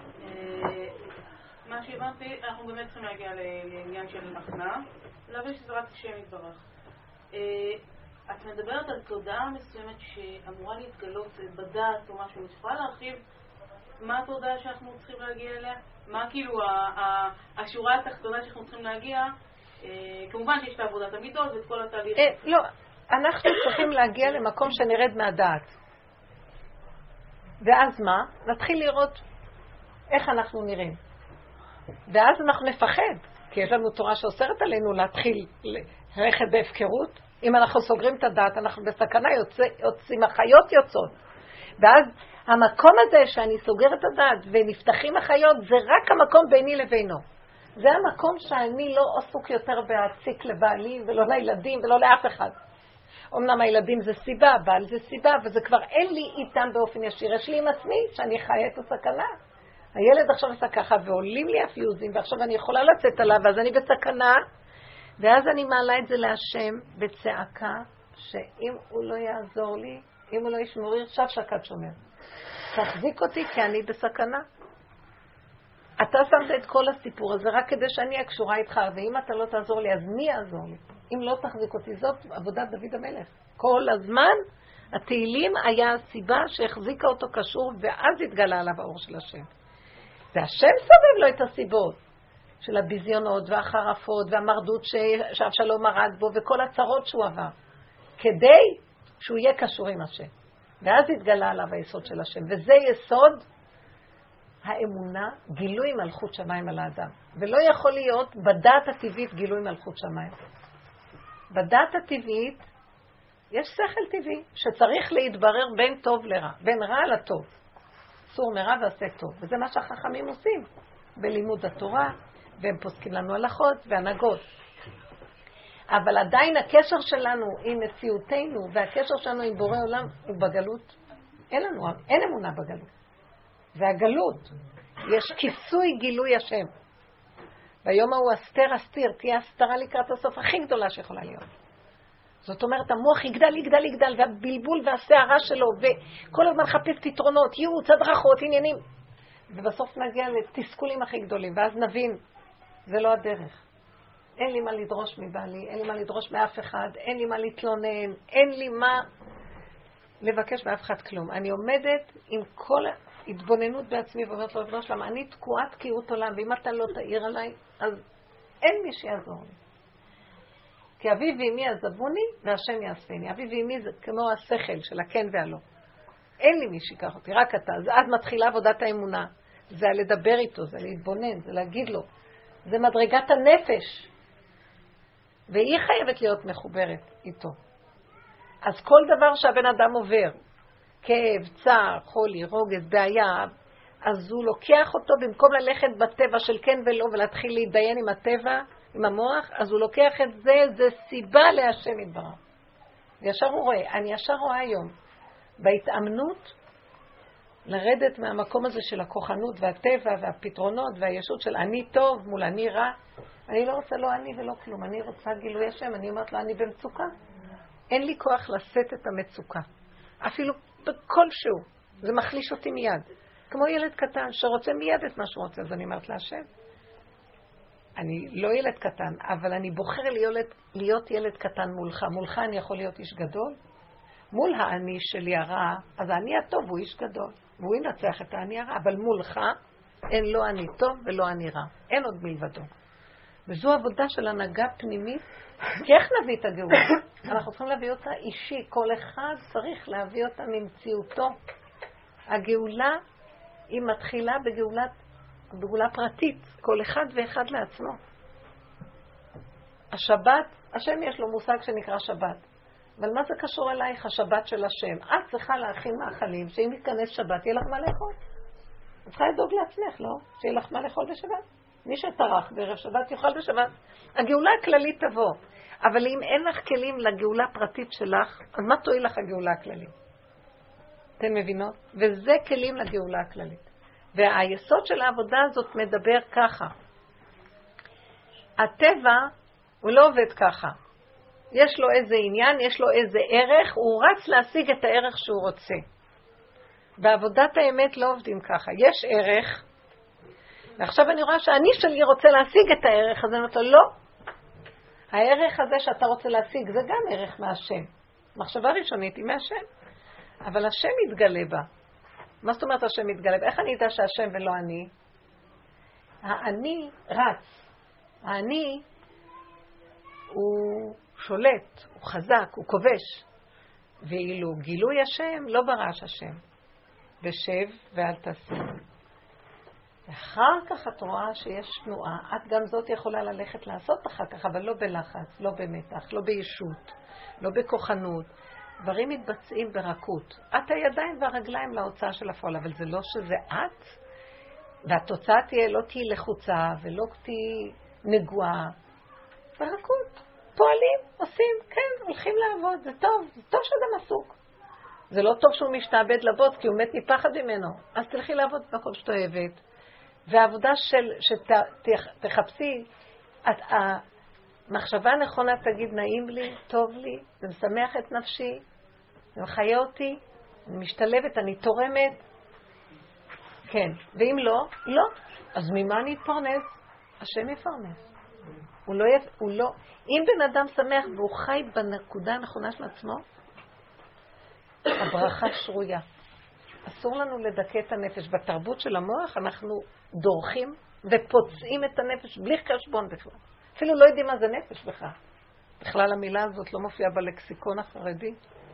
מה שהבנתי, אנחנו באמת צריכים להגיע לעניין של הכנעה. להבין שזה רק השם יתברך. את מדברת על תודעה מסוימת שאמורה להתגלות בדעת או משהו. את יכולה להרחיב מה התודעה שאנחנו צריכים להגיע אליה? מה כאילו השורה התחתונה שאנחנו צריכים להגיע? כמובן שיש את עבודת המידות ואת כל התהליך. לא, אנחנו צריכים להגיע למקום שנרד מהדעת. ואז מה? נתחיל לראות איך אנחנו נראים. ואז אנחנו נפחד, כי יש לנו תורה שאוסרת עלינו להתחיל ללכת בהפקרות. אם אנחנו סוגרים את הדעת, אנחנו בסכנה, יוצא, יוצאים, החיות יוצאות. ואז המקום הזה שאני סוגר את הדעת ונפתחים החיות, זה רק המקום ביני לבינו. זה המקום שאני לא עסוק יותר בהציק לבעלי ולא לילדים ולא לאף אחד. אמנם הילדים זה סיבה, בעל זה סיבה, וזה כבר אין לי איתם באופן ישיר. יש לי עם עצמי שאני חיה את הסכנה. הילד עכשיו עשה ככה ועולים לי הפיוזים, ועכשיו אני יכולה לצאת עליו, ואז אני בסכנה. ואז אני מעלה את זה להשם בצעקה, שאם הוא לא יעזור לי, אם הוא לא ישמור, עכשיו שקד שומר. תחזיק אותי כי אני בסכנה. אתה שמת את כל הסיפור הזה רק כדי שאני אהיה קשורה איתך, ואם אתה לא תעזור לי, אז מי יעזור לי? אם לא תחזיק אותי, זאת עבודת דוד המלך. כל הזמן התהילים היה הסיבה שהחזיקה אותו קשור, ואז התגלה עליו האור של השם. והשם סובב לו את הסיבות של הביזיונות והחרפות והמרדות שאבשלום מרד בו, וכל הצרות שהוא עבר, כדי שהוא יהיה קשור עם השם. ואז התגלה עליו היסוד של השם. וזה יסוד האמונה, גילוי מלכות שמיים על האדם. ולא יכול להיות בדעת הטבעית גילוי מלכות שמיים. בדעת הטבעית יש שכל טבעי שצריך להתברר בין טוב לרע, בין רע לטוב. סור מרע ועשה טוב. וזה מה שהחכמים עושים בלימוד התורה, והם פוסקים לנו הלכות והנהגות. אבל עדיין הקשר שלנו עם מציאותנו והקשר שלנו עם בורא עולם הוא בגלות. אין לנו, אין אמונה בגלות. והגלות, יש כיסוי גילוי השם. ביום ההוא אסתר אסתיר, תהיה הסתרה לקראת הסוף הכי גדולה שיכולה להיות. זאת אומרת, המוח יגדל, יגדל, יגדל, והבלבול והסערה שלו, וכל הזמן חפש פתרונות, ייעוץ, הדרכות, עניינים. ובסוף נגיע לתסכולים הכי גדולים, ואז נבין, זה לא הדרך. אין לי מה לדרוש מבעלי, אין לי מה לדרוש מאף אחד, אין לי מה להתלונן, אין לי מה לבקש מאף אחד כלום. אני עומדת עם כל התבוננות בעצמי ואומרת לו, לא שלמה, אני תקועת תקיעות עולם, ואם אתה לא תאיר עליי, אז אין מי שיעזור לי. כי אבי ואמי עזבוני והשם יאספני. אבי ואמי זה כמו השכל של הכן והלא. אין לי מי שיקח אותי, רק אתה. אז אז מתחילה עבודת האמונה. זה לדבר איתו, זה להתבונן, זה להגיד לו. זה מדרגת הנפש. והיא חייבת להיות מחוברת איתו. אז כל דבר שהבן אדם עובר, כאב, צער, חולי, רוגז, בעיה, אז הוא לוקח אותו במקום ללכת בטבע של כן ולא ולהתחיל להתדיין עם הטבע, עם המוח, אז הוא לוקח את זה, זה סיבה להשם יתברך. וישר הוא רואה, אני ישר רואה היום, בהתאמנות, לרדת מהמקום הזה של הכוחנות והטבע והפתרונות והישות של אני טוב מול אני רע. אני לא רוצה לא אני ולא כלום, אני רוצה גילוי השם, אני אומרת לו אני במצוקה. אין לי כוח לשאת את המצוקה, אפילו בכלשהו, זה מחליש אותי מיד. כמו ילד קטן שרוצה מיד את מה שהוא רוצה, אז אני אומרת להשם. אני לא ילד קטן, אבל אני בוחר להיות, להיות ילד קטן מולך. מולך אני יכול להיות איש גדול. מול האני שלי הרע, אז האני הטוב הוא איש גדול. והוא ינצח את האני הרע, אבל מולך אין לא אני טוב ולא אני רע. אין עוד מלבדו. וזו עבודה של הנהגה פנימית. כי איך נביא את הגאולה? אנחנו צריכים להביא אותה אישי. כל אחד צריך להביא אותה ממציאותו. הגאולה היא מתחילה בגאולת בגאולה פרטית, כל אחד ואחד לעצמו. השבת, השם יש לו מושג שנקרא שבת. אבל מה זה קשור אלייך, השבת של השם? את צריכה להכין מאכלים, שאם יתכנס שבת, יהיה לך מה לאכול. את צריכה לדאוג לעצמך, לא? שיהיה לך מה לאכול בשבת. מי שטרח בערב שבת יאכל בשבת. הגאולה הכללית תבוא. אבל אם אין לך כלים לגאולה הפרטית שלך, אז מה תועיל לך הגאולה הכללית? אתן מבינות? וזה כלים לגאולה הכללית. והיסוד של העבודה הזאת מדבר ככה. הטבע הוא לא עובד ככה. יש לו איזה עניין, יש לו איזה ערך, הוא רץ להשיג את הערך שהוא רוצה. בעבודת האמת לא עובדים ככה. יש ערך, ועכשיו אני רואה שאני שלי רוצה להשיג את הערך הזה, אני אומרת לו, לא. הערך הזה שאתה רוצה להשיג זה גם ערך מהשם. מחשבה ראשונית היא מהשם. אבל השם מתגלה בה. מה זאת אומרת השם מתגלה? איך אני יודע שהשם ולא אני? האני רץ. האני הוא שולט, הוא חזק, הוא כובש. ואילו גילוי השם לא ברש השם. בשב ואל תעשה. אחר כך את רואה שיש תנועה. את גם זאת יכולה ללכת לעשות אחר כך, אבל לא בלחץ, לא במתח, לא בישות, לא בכוחנות. דברים מתבצעים ברכות. את הידיים והרגליים להוצאה של הפועל, אבל זה לא שזה את, והתוצאה תהיה, לא תהיה לחוצה ולא תהיה נגועה. ברכות. פועלים, עושים, כן, הולכים לעבוד, זה טוב, זה טוב שאדם עסוק. זה לא טוב שהוא משתעבד לעבוד, כי הוא מת מפחד ממנו. אז תלכי לעבוד במקום שאת אוהבת. והעבודה של, שתחפשי, את, המחשבה הנכונה תגיד, נעים לי, טוב לי, זה משמח את נפשי, זה מחיה אותי, אני משתלבת, אני תורמת. כן, ואם לא, לא. אז ממה אני אתפרנס? השם יפרנס. הוא לא, הוא לא, אם בן אדם שמח והוא חי בנקודה הנכונה של עצמו, הברכה שרויה. אסור לנו לדכא את הנפש. בתרבות של המוח אנחנו דורכים ופוצעים את הנפש בלי חשבון בכלל. אפילו לא יודעים מה זה נפש בכלל. בכלל המילה הזאת לא מופיעה בלקסיקון החרדי.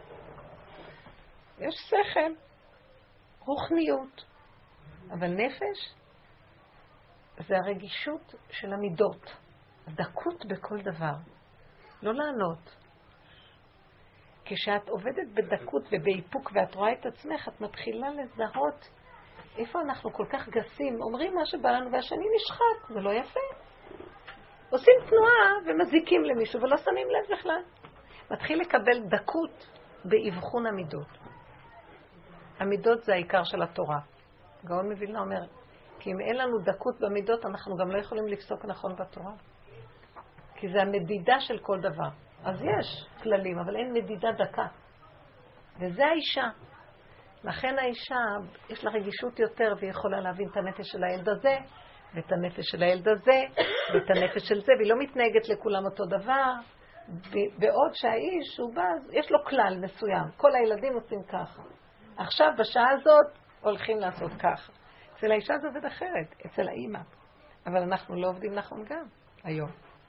יש שכל, רוחניות. אבל נפש זה הרגישות של המידות. הדקות בכל דבר. לא לענות. כשאת עובדת בדקות ובאיפוק ואת רואה את עצמך, את מתחילה לזהות איפה אנחנו כל כך גסים. אומרים מה שבא לנו והשני נשחק, זה לא יפה. עושים תנועה ומזיקים למישהו ולא שמים לב בכלל. מתחיל לקבל דקות באבחון המידות. המידות זה העיקר של התורה. גאון מווילנה אומר, כי אם אין לנו דקות במידות, אנחנו גם לא יכולים לפסוק נכון בתורה. כי זה המדידה של כל דבר. אז יש כללים, אבל אין מדידה דקה. וזה האישה. לכן האישה, יש לה רגישות יותר, והיא יכולה להבין את הנפש של הילד הזה, ואת הנפש של הילד הזה, ואת הנפש של זה, והיא לא מתנהגת לכולם אותו דבר. בעוד שהאיש, הוא בא, יש לו כלל מסוים. כל הילדים עושים ככה. עכשיו, בשעה הזאת, הולכים לעשות ככה. אצל האישה זה עובד אחרת, אצל האמא. אבל אנחנו לא עובדים נכון גם, היום.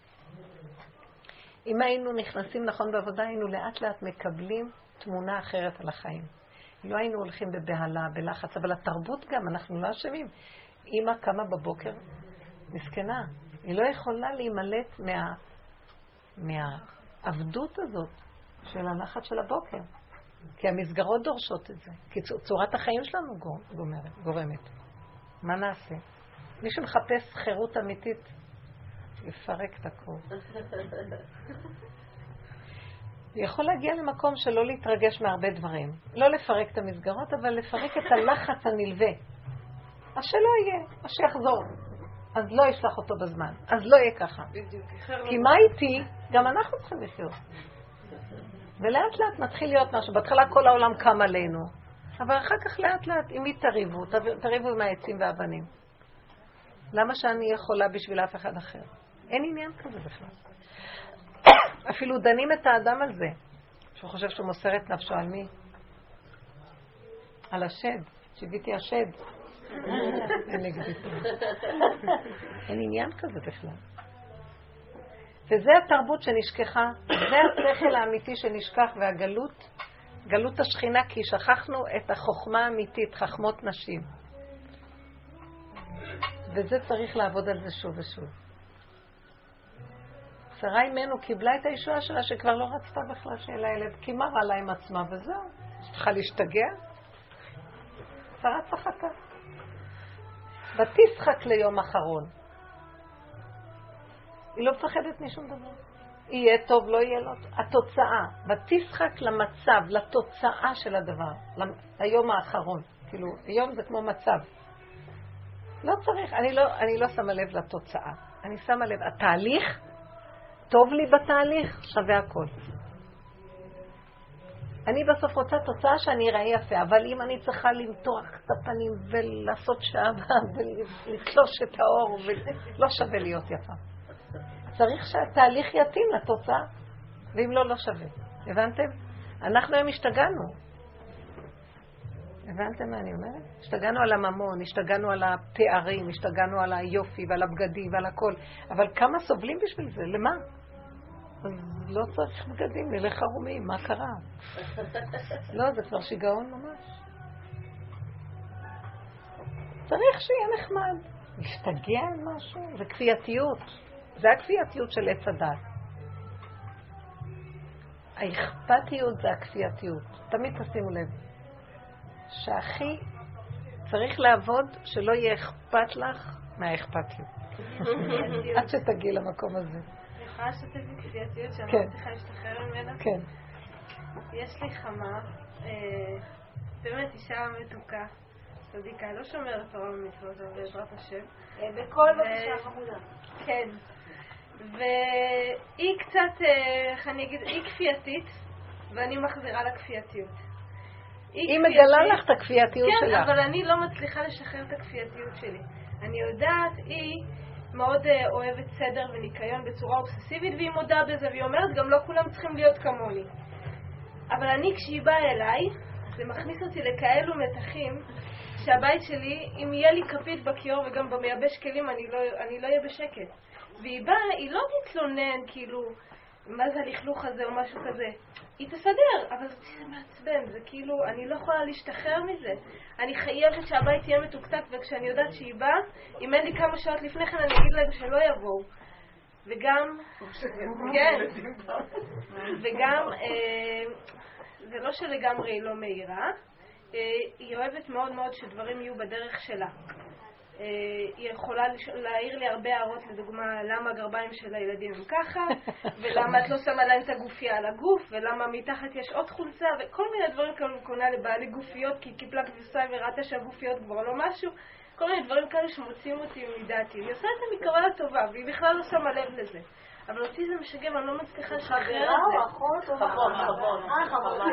אם היינו נכנסים נכון בעבודה, היינו לאט לאט מקבלים תמונה אחרת על החיים. לא היינו הולכים בבהלה, בלחץ, אבל התרבות גם, אנחנו לא אשמים. אמא קמה בבוקר, מסכנה. היא לא יכולה להימלט מה, מהעבדות הזאת של הלחץ של הבוקר. כי המסגרות דורשות את זה. כי צורת החיים שלנו גומרת, גורמת. מה נעשה? מי שמחפש חירות אמיתית, יפרק את הכל. יכול להגיע למקום שלא להתרגש מהרבה דברים. לא לפרק את המסגרות, אבל לפרק את הלחץ הנלווה. אז שלא יהיה, אז שיחזור. אז לא ישלח אותו בזמן. אז לא יהיה ככה. כי מה איתי? גם אנחנו צריכים לחיות. ולאט לאט מתחיל להיות משהו. בהתחלה כל העולם קם עלינו. אבל אחר כך לאט לאט, אם היא תריבו, תריבו עם העצים והאבנים. למה שאני יכולה בשביל אף אחד אחר? אין עניין כזה בכלל. אפילו דנים את האדם על זה. שהוא חושב שהוא מוסר את נפשו על מי? על השד. שיביתי השד. אין נגדיתי. אין עניין כזה בכלל. וזה התרבות שנשכחה, זה השכל האמיתי שנשכח, והגלות, גלות השכינה, כי שכחנו את החוכמה האמיתית, חכמות נשים. וזה צריך לעבוד על זה שוב ושוב. שרה אימנו קיבלה את הישועה שלה שכבר לא רצתה בכלל שיהיה לה ילד, כי מה רע לה עם עצמה וזהו. צריכה להשתגע? שרה צחקה. ותשחק ליום אחרון. היא לא מפחדת משום דבר. יהיה טוב, לא יהיה לא טוב. התוצאה, ותשחק למצב, לתוצאה של הדבר, ליום האחרון. כאילו, היום זה כמו מצב. לא צריך, אני לא, אני לא שמה לב לתוצאה. אני שמה לב, התהליך, טוב לי בתהליך, שווה הכל. אני בסוף רוצה תוצאה שאני אראה יפה, אבל אם אני צריכה למתוח את הפנים ולעשות שעה ולתלוש את האור, לא שווה להיות יפה. צריך שהתהליך יתאים לתוצאה, ואם לא, לא שווה. הבנתם? אנחנו היום השתגענו. הבנתם מה אני אומרת? השתגענו על הממון, השתגענו על הפערים, השתגענו על היופי ועל הבגדים ועל הכל. אבל כמה סובלים בשביל זה? למה? אז לא צריך בגדים, נלך ערומים, מה קרה? לא, זה כבר שיגעון ממש. צריך שיהיה נחמד. להשתגע על משהו, זה כפייתיות. זה הכפייתיות של עץ הדת. האכפתיות זה הכפייתיות. תמיד תשימו לב. שהכי צריך לעבוד שלא יהיה אכפת לך מהאכפתיות. עד שתגיעי למקום הזה. אני יכולה לשתף בכפייתיות שאני לא צריכה להשתחרר ממנה? כן. יש לי חמה, באמת אישה מתוקה, צדיקה, לא שומרת תורה ומצוות, אבל בעזרת השם. בכל בבקשה חמודה. כן. והיא קצת, איך אני אגיד, היא כפייתית, ואני מחזירה לה כפייתיות. היא מגלה לך את הכפייתיות שלך. כן, אבל אני לא מצליחה לשחרר את הכפייתיות שלי. אני יודעת, היא מאוד אוהבת סדר וניקיון בצורה אובססיבית, והיא מודה בזה, והיא אומרת, גם לא כולם צריכים להיות כמוני. אבל אני, כשהיא באה אליי, זה מכניס אותי לכאלו מתחים, שהבית שלי, אם יהיה לי כפית בכיור וגם במייבש כלים, אני לא, אני לא אהיה בשקט. והיא באה, היא לא תתלונן, כאילו, מה זה הלכלוך הזה או משהו כזה. היא תסדר, אבל זה מעצבן, זה כאילו, אני לא יכולה להשתחרר מזה. אני חייבת שהבית יהיה מתוקתק, וכשאני יודעת שהיא באה, אם אין לי כמה שעות לפני כן, אני אגיד להם שלא יבואו. וגם, כן, וגם, זה לא שלגמרי היא לא מהירה, היא אוהבת מאוד מאוד שדברים יהיו בדרך שלה. היא יכולה להעיר לי הרבה הערות, לדוגמה, למה הגרביים של הילדים הם ככה, ולמה את לא שמה להם את הגופייה על הגוף, ולמה מתחת יש עוד חולצה, וכל מיני דברים כאלה. קונה לבעלי גופיות, כי היא קיפלה כביסה וראתה שהגופיות כבר לא משהו, כל מיני דברים כאלה שמוצאים אותי מדעתי. היא עושה את זה מקרבה טובה, והיא בכלל לא שמה לב לזה. אבל אותי זה משגע, ואני לא מצליחה לשחרר את זה. חברה או אחות או חבון, חבון. אה, חבון.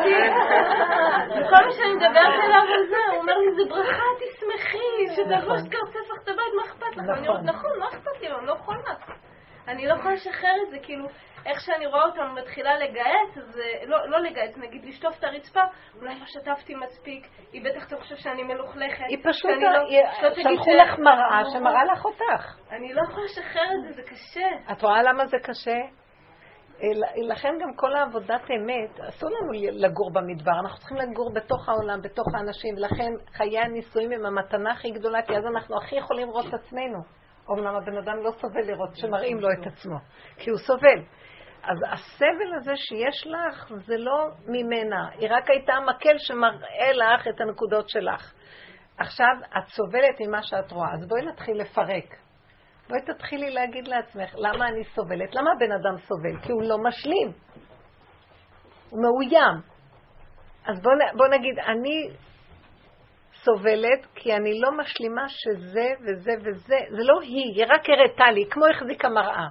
וכל מה שאני מדברת אליו על זה, הוא אומר לי, זה ברכה, תשמחי, שתבוא שתקרצף לך את הבית, מה אכפת לך? אני אומרת, נכון, לא אכפת לי, אני לא יכולה. אני לא יכולה לשחרר את זה, כאילו, איך שאני רואה אותם מתחילה לגייס, אז לא, לא לגייס, נגיד לשטוף את הרצפה, אולי לא שטפתי מספיק, היא בטח תחשוב שאני מלוכלכת. היא פשוט, שלחו לך מראה שמראה לך אותך. אני לא יכולה לשחרר את זה, זה קשה. את רואה למה זה קשה? לכן גם כל העבודת אמת, אסור לנו לגור במדבר, אנחנו צריכים לגור בתוך העולם, בתוך האנשים, ולכן חיי הנישואים הם המתנה הכי גדולה, כי אז אנחנו הכי יכולים לראות את עצמנו. אומנם הבן אדם לא סובל לראות שמראים לו את עצמו, כי הוא סובל. אז הסבל הזה שיש לך זה לא ממנה, היא רק הייתה מקל שמראה לך את הנקודות שלך. עכשיו את סובלת ממה שאת רואה, אז בואי נתחיל לפרק. בואי תתחילי להגיד לעצמך, למה אני סובלת? למה הבן אדם סובל? כי הוא לא משלים. הוא מאוים. אז בוא, בוא נגיד, אני סובלת כי אני לא משלימה שזה וזה וזה. זה לא היא, היא רק הראתה לי, כמו החזיקה מראה.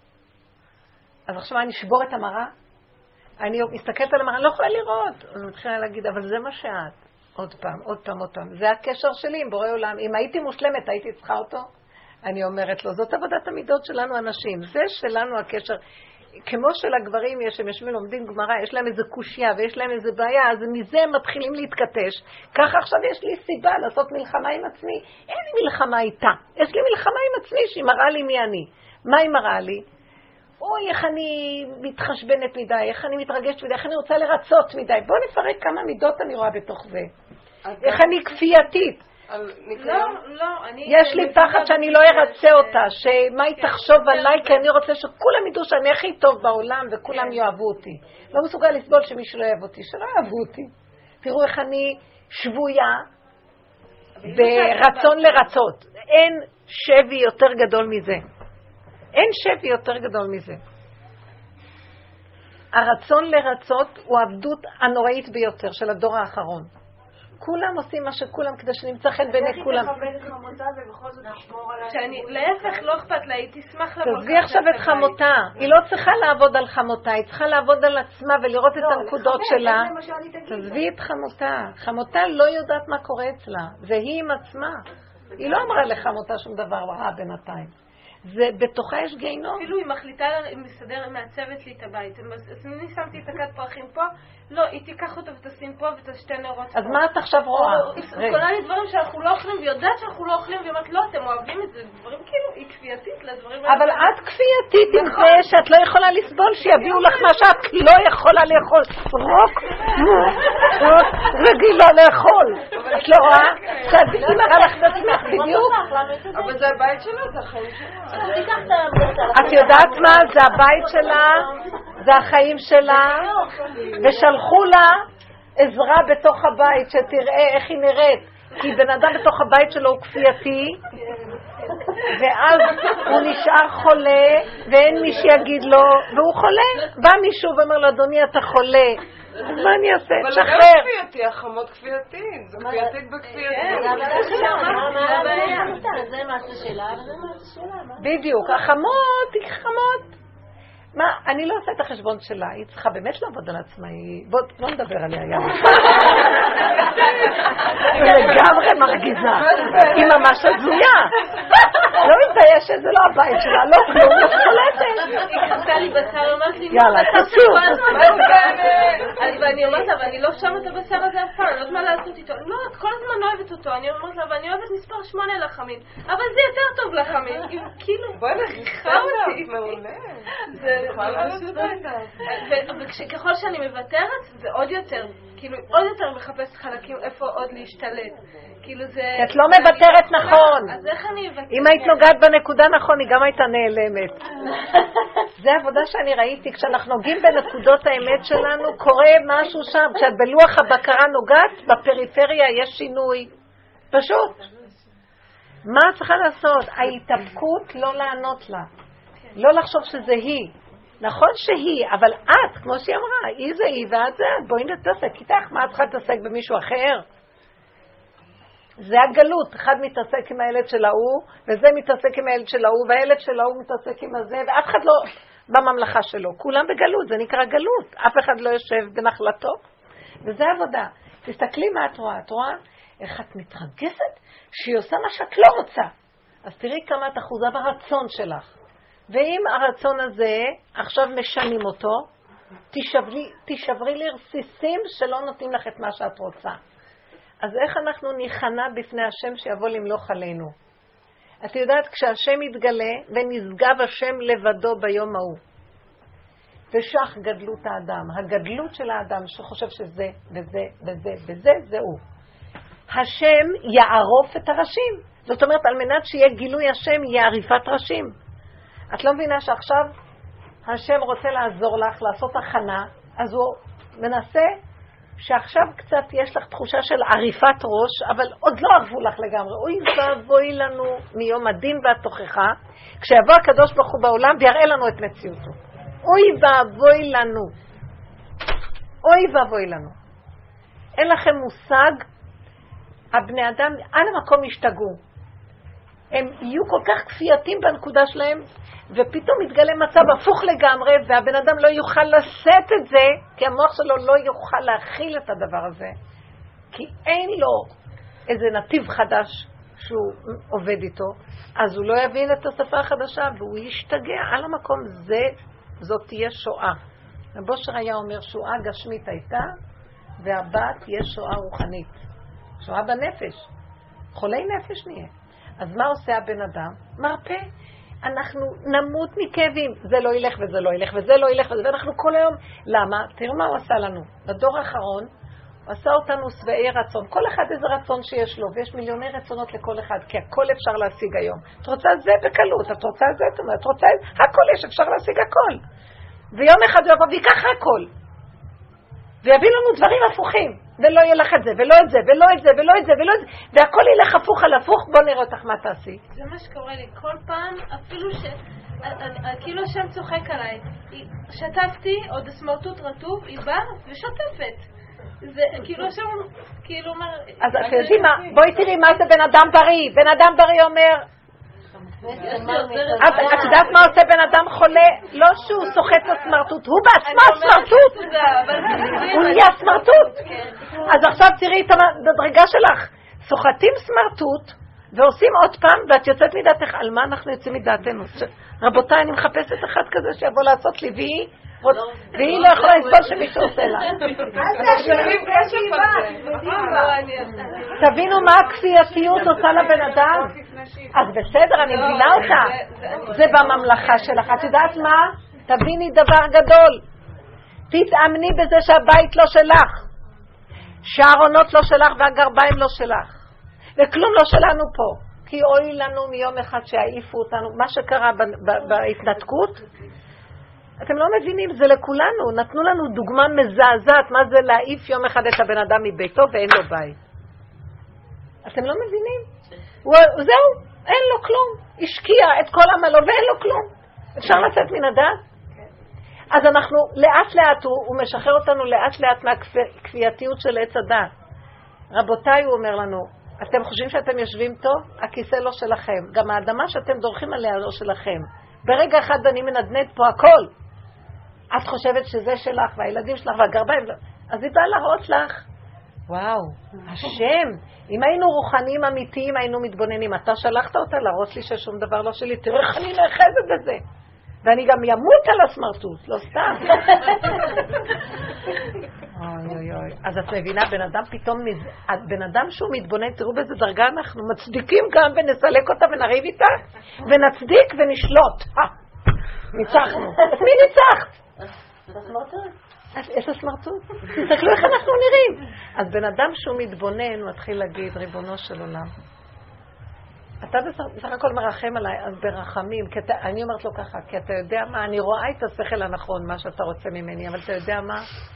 אז עכשיו אני אשבור את המראה? אני מסתכלת על המראה, אני לא יכולה לראות. אז אני מתחילה להגיד, אבל זה מה שאת. עוד פעם, עוד פעם, עוד פעם. זה הקשר שלי עם בורא עולם. אם הייתי מושלמת, הייתי צריכה אותו. אני אומרת לו, זאת עבודת המידות שלנו אנשים. זה שלנו הקשר. כמו שלגברים יש, הם יושבים לומדים גמרא, יש להם איזה קושיה ויש להם איזה בעיה, אז מזה הם מתחילים להתקטש. ככה עכשיו יש לי סיבה לעשות מלחמה עם עצמי. אין לי מלחמה איתה. יש לי מלחמה עם עצמי שהיא מראה לי מי אני. מה היא מראה לי? אוי, איך אני מתחשבנת מדי, איך אני מתרגשת מדי, איך אני רוצה לרצות מדי. בוא נפרק כמה מידות אני רואה בתוך זה. איך אני כפייתית. לא, לא, אני... יש לי פחד שאני לא ארצה אותה, שמה היא תחשוב עליי, כי אני רוצה שכולם ידעו שאני הכי טוב בעולם וכולם יאהבו אותי. לא מסוגל לסבול שמישהו לא יאהב אותי, שלא יאהבו אותי. תראו איך אני שבויה ברצון לרצות. אין שבי יותר גדול מזה. אין שבי יותר גדול מזה. הרצון לרצות הוא עבדות הנוראית ביותר של הדור האחרון. כולם עושים מה שכולם כדי שנמצא חן בעיני כולם. שאני, להפך, לא אכפת לה, היא תשמח לבוא. תעזבי עכשיו את חמותה. היא לא צריכה לעבוד על חמותה, היא צריכה לעבוד על עצמה ולראות את הנקודות שלה. תעזבי את חמותה. חמותה לא יודעת מה קורה אצלה, והיא עם עצמה. היא לא אמרה לחמותה שום דבר רע בינתיים. זה בתוכה יש גיהנום. אפילו היא מחליטה, היא מסדר, מעצבת לי את הבית. אז אני שמתי את הכת פרחים פה, לא, היא תיקח אותו ותשים פה ותשתי נרות פה. אז מה את עכשיו רואה? היא קולה לי דברים שאנחנו לא אוכלים, והיא יודעת שאנחנו לא אוכלים, והיא אומרת, לא, אתם אוהבים את זה, דברים כאילו, היא כפייתית לדברים האלה. אבל את כפייתית עם זה שאת לא יכולה לסבול, שיביאו לך מה שאת לא יכולה לאכול. רוק, רגילה לאכול. את לא רואה? היא מראה לך את עצמך בדיוק. אבל זה הבית שלה, זה החיים שלה. את יודעת מה? זה הבית שלה, זה החיים שלה, ושלחו לה עזרה בתוך הבית שתראה איך היא נראית, כי בן אדם בתוך הבית שלו הוא כפייתי, ואז הוא נשאר חולה ואין מי שיגיד לו, והוא חולה. בא מישהו ואומר לו, אדוני אתה חולה, אז מה אני אעשה? אבל שחרר. זה לא כפייתי, החמות כפייתית, זה כפייתית בכפייתית. זה משהו שלה, וזה משהו שלה. בדיוק, החמות היא חמות. מה, אני לא עושה את החשבון שלה, היא צריכה באמת לעבוד על עצמה, בוא, בוא נדבר עליה, יאללה. היא לגמרי מרגיזה, היא ממש הזויה. לא מתביישת, זה לא הבית שלה, לא כלום, לא חולטת. היא קחתה לי בשר, אמרת לי, יאללה, תצאו. ואני אומרת לה, ואני לא שם את הבשר הזה אף פעם, אני לא יודעת מה לעשות איתו. לא, את כל הזמן אוהבת אותו, אני אומרת לה, ואני אוהבת מספר שמונה לחמים, אבל זה יותר טוב לחמים, כאילו, בואי נחיכה אותי. מעולה. זה וככל שאני מוותרת זה עוד יותר, כאילו עוד יותר מחפשת חלקים איפה עוד להשתלט, כאילו זה... את לא מוותרת נכון. אז איך אני אוותר? אם היית נוגעת בנקודה נכון היא גם הייתה נעלמת. זה עבודה שאני ראיתי, כשאנחנו נוגעים בנקודות האמת שלנו קורה משהו שם, כשאת בלוח הבקרה נוגעת בפריפריה יש שינוי פשוט. מה צריכה לעשות? ההתאפקות לא לענות לה. לא לחשוב שזה היא. נכון שהיא, אבל את, כמו שהיא אמרה, היא זה היא ואת זה את. בואי נתעסק איתך, מה את צריכה להתעסק במישהו אחר? זה הגלות. אחד מתעסק עם הילד של ההוא, וזה מתעסק עם הילד של ההוא, והילד של ההוא מתעסק עם הזה, ואף אחד לא בממלכה שלו. כולם בגלות, זה נקרא גלות. אף אחד לא יושב בנחלתו. וזה עבודה. תסתכלי מה את רואה. את רואה איך את מתרגשת שהיא עושה מה שאת לא רוצה. אז תראי כמה את אחוזה ברצון שלך. ואם הרצון הזה עכשיו משנים אותו, תשברי, תשברי לרסיסים שלא נותנים לך את מה שאת רוצה. אז איך אנחנו ניכנע בפני השם שיבוא למלוך עלינו? את יודעת, כשהשם יתגלה ונשגב השם לבדו ביום ההוא, ושך גדלות האדם, הגדלות של האדם שחושב שזה וזה וזה וזה, זהו. השם יערוף את הראשים. זאת אומרת, על מנת שיהיה גילוי השם, יהיה עריפת ראשים. את לא מבינה שעכשיו השם רוצה לעזור לך, לעשות הכנה, אז הוא מנסה שעכשיו קצת יש לך תחושה של עריפת ראש, אבל עוד לא ערבו לך לגמרי. אוי ואבוי לנו מיום הדין והתוכחה, כשיבוא הקדוש ברוך הוא בעולם ויראה לנו את מציאותו. אוי ואבוי לנו. אוי ואבוי לנו. אין לכם מושג, הבני אדם על המקום ישתגעו. הם יהיו כל כך כפייתים בנקודה שלהם, ופתאום מתגלה מצב הפוך לגמרי, והבן אדם לא יוכל לשאת את זה, כי המוח שלו לא יוכל להכיל את הדבר הזה. כי אין לו איזה נתיב חדש שהוא עובד איתו, אז הוא לא יבין את השפה החדשה, והוא ישתגע על המקום. זה, זאת תהיה שואה. הבושר היה אומר, שואה גשמית הייתה, והבאה תהיה שואה רוחנית. שואה בנפש. חולי נפש נהיה. אז מה עושה הבן אדם? מרפא. אנחנו נמות מכאבים. זה לא ילך וזה לא ילך וזה לא ילך וזה, ואנחנו כל היום. למה? תראו מה הוא עשה לנו. בדור האחרון, הוא עשה אותנו שבעי רצון. כל אחד איזה רצון שיש לו, ויש מיליוני רצונות לכל אחד, כי הכל אפשר להשיג היום. את רוצה זה בקלות, את רוצה זה, את רוצה זה, הכל יש, אפשר להשיג הכל. ויום אחד הוא יבוא ויקח הכל. ויביא לנו דברים הפוכים. ולא יהיה לך את זה, ולא את זה, ולא את זה, ולא את זה, ולא את זה, והכל ילך הפוך על הפוך. בוא נראה אותך מה תעשי. זה מה שקורה לי. כל פעם, אפילו ש... כאילו השם צוחק עליי. שתפתי, עוד הסמרטוט רטוב, היא באה ושוטפת. זה כאילו השם, כאילו אומר... אז את יודעים מה, בואי תראי מה זה בן אדם בריא. בן אדם בריא אומר... את יודעת מה עושה בן אדם חולה? לא שהוא סוחט הסמרטוט, הוא בעצמו הסמרטוט. הוא נהיה הסמרטוט. אז עכשיו תראי את הדרגה שלך. סוחטים סמרטוט ועושים עוד פעם, ואת יוצאת מדעתך. על מה אנחנו יוצאים מדעתנו? רבותיי, אני מחפשת אחד כזה שיבוא לעשות לי, והיא והיא לא יכולה לסבול שמישהו עושה לה. תבינו מה הכפייתיות עושה לבן אדם. אז בסדר, אני מבינה אותה. זה בממלכה שלך. את יודעת מה? תביני דבר גדול. תתאמני בזה שהבית לא שלך, שהארונות לא שלך והגרביים לא שלך, וכלום לא שלנו פה. כי אוי לנו מיום אחד שהעיפו אותנו. מה שקרה בהתנתקות, אתם לא מבינים, זה לכולנו. נתנו לנו דוגמה מזעזעת מה זה להעיף יום אחד את הבן אדם מביתו ואין לו בית. אתם לא מבינים? זהו, אין לו כלום. השקיע את כל עמלו ואין לו כלום. אפשר לצאת מן הדעת? אז אנחנו לאט לאט, הוא, הוא משחרר אותנו לאט לאט מהכפייתיות של עץ הדעת. רבותיי, הוא אומר לנו, אתם חושבים שאתם יושבים טוב? הכיסא לא שלכם. גם האדמה שאתם דורכים עליה לא שלכם. ברגע אחד אני מנדנד פה הכל. את חושבת שזה שלך והילדים שלך והגרביים. אז היא באה להראות לך. וואו, השם. אם היינו רוחניים אמיתיים היינו מתבוננים. אתה שלחת אותה להראות לי ששום דבר לא שלי. תראה איך אני נאחזת בזה. ואני גם ימות על הסמרטוט, לא סתם. אוי אוי אוי. אז את מבינה, בן אדם פתאום, בן אדם שהוא מתבונן, תראו באיזה דרגה אנחנו מצדיקים גם ונסלק אותה ונריב איתה, ונצדיק ונשלוט. ניצחנו. את מי ניצחת? את הסמרטוט. את הסמרטוט. תסתכלו איך אנחנו נראים. אז בן אדם שהוא מתבונן, הוא מתחיל להגיד, ריבונו של עולם. אתה בסך הכל מרחם עליי, אז ברחמים, אתה, אני אומרת לו ככה, כי אתה יודע מה, אני רואה את השכל הנכון, מה שאתה רוצה ממני, אבל אתה יודע מה,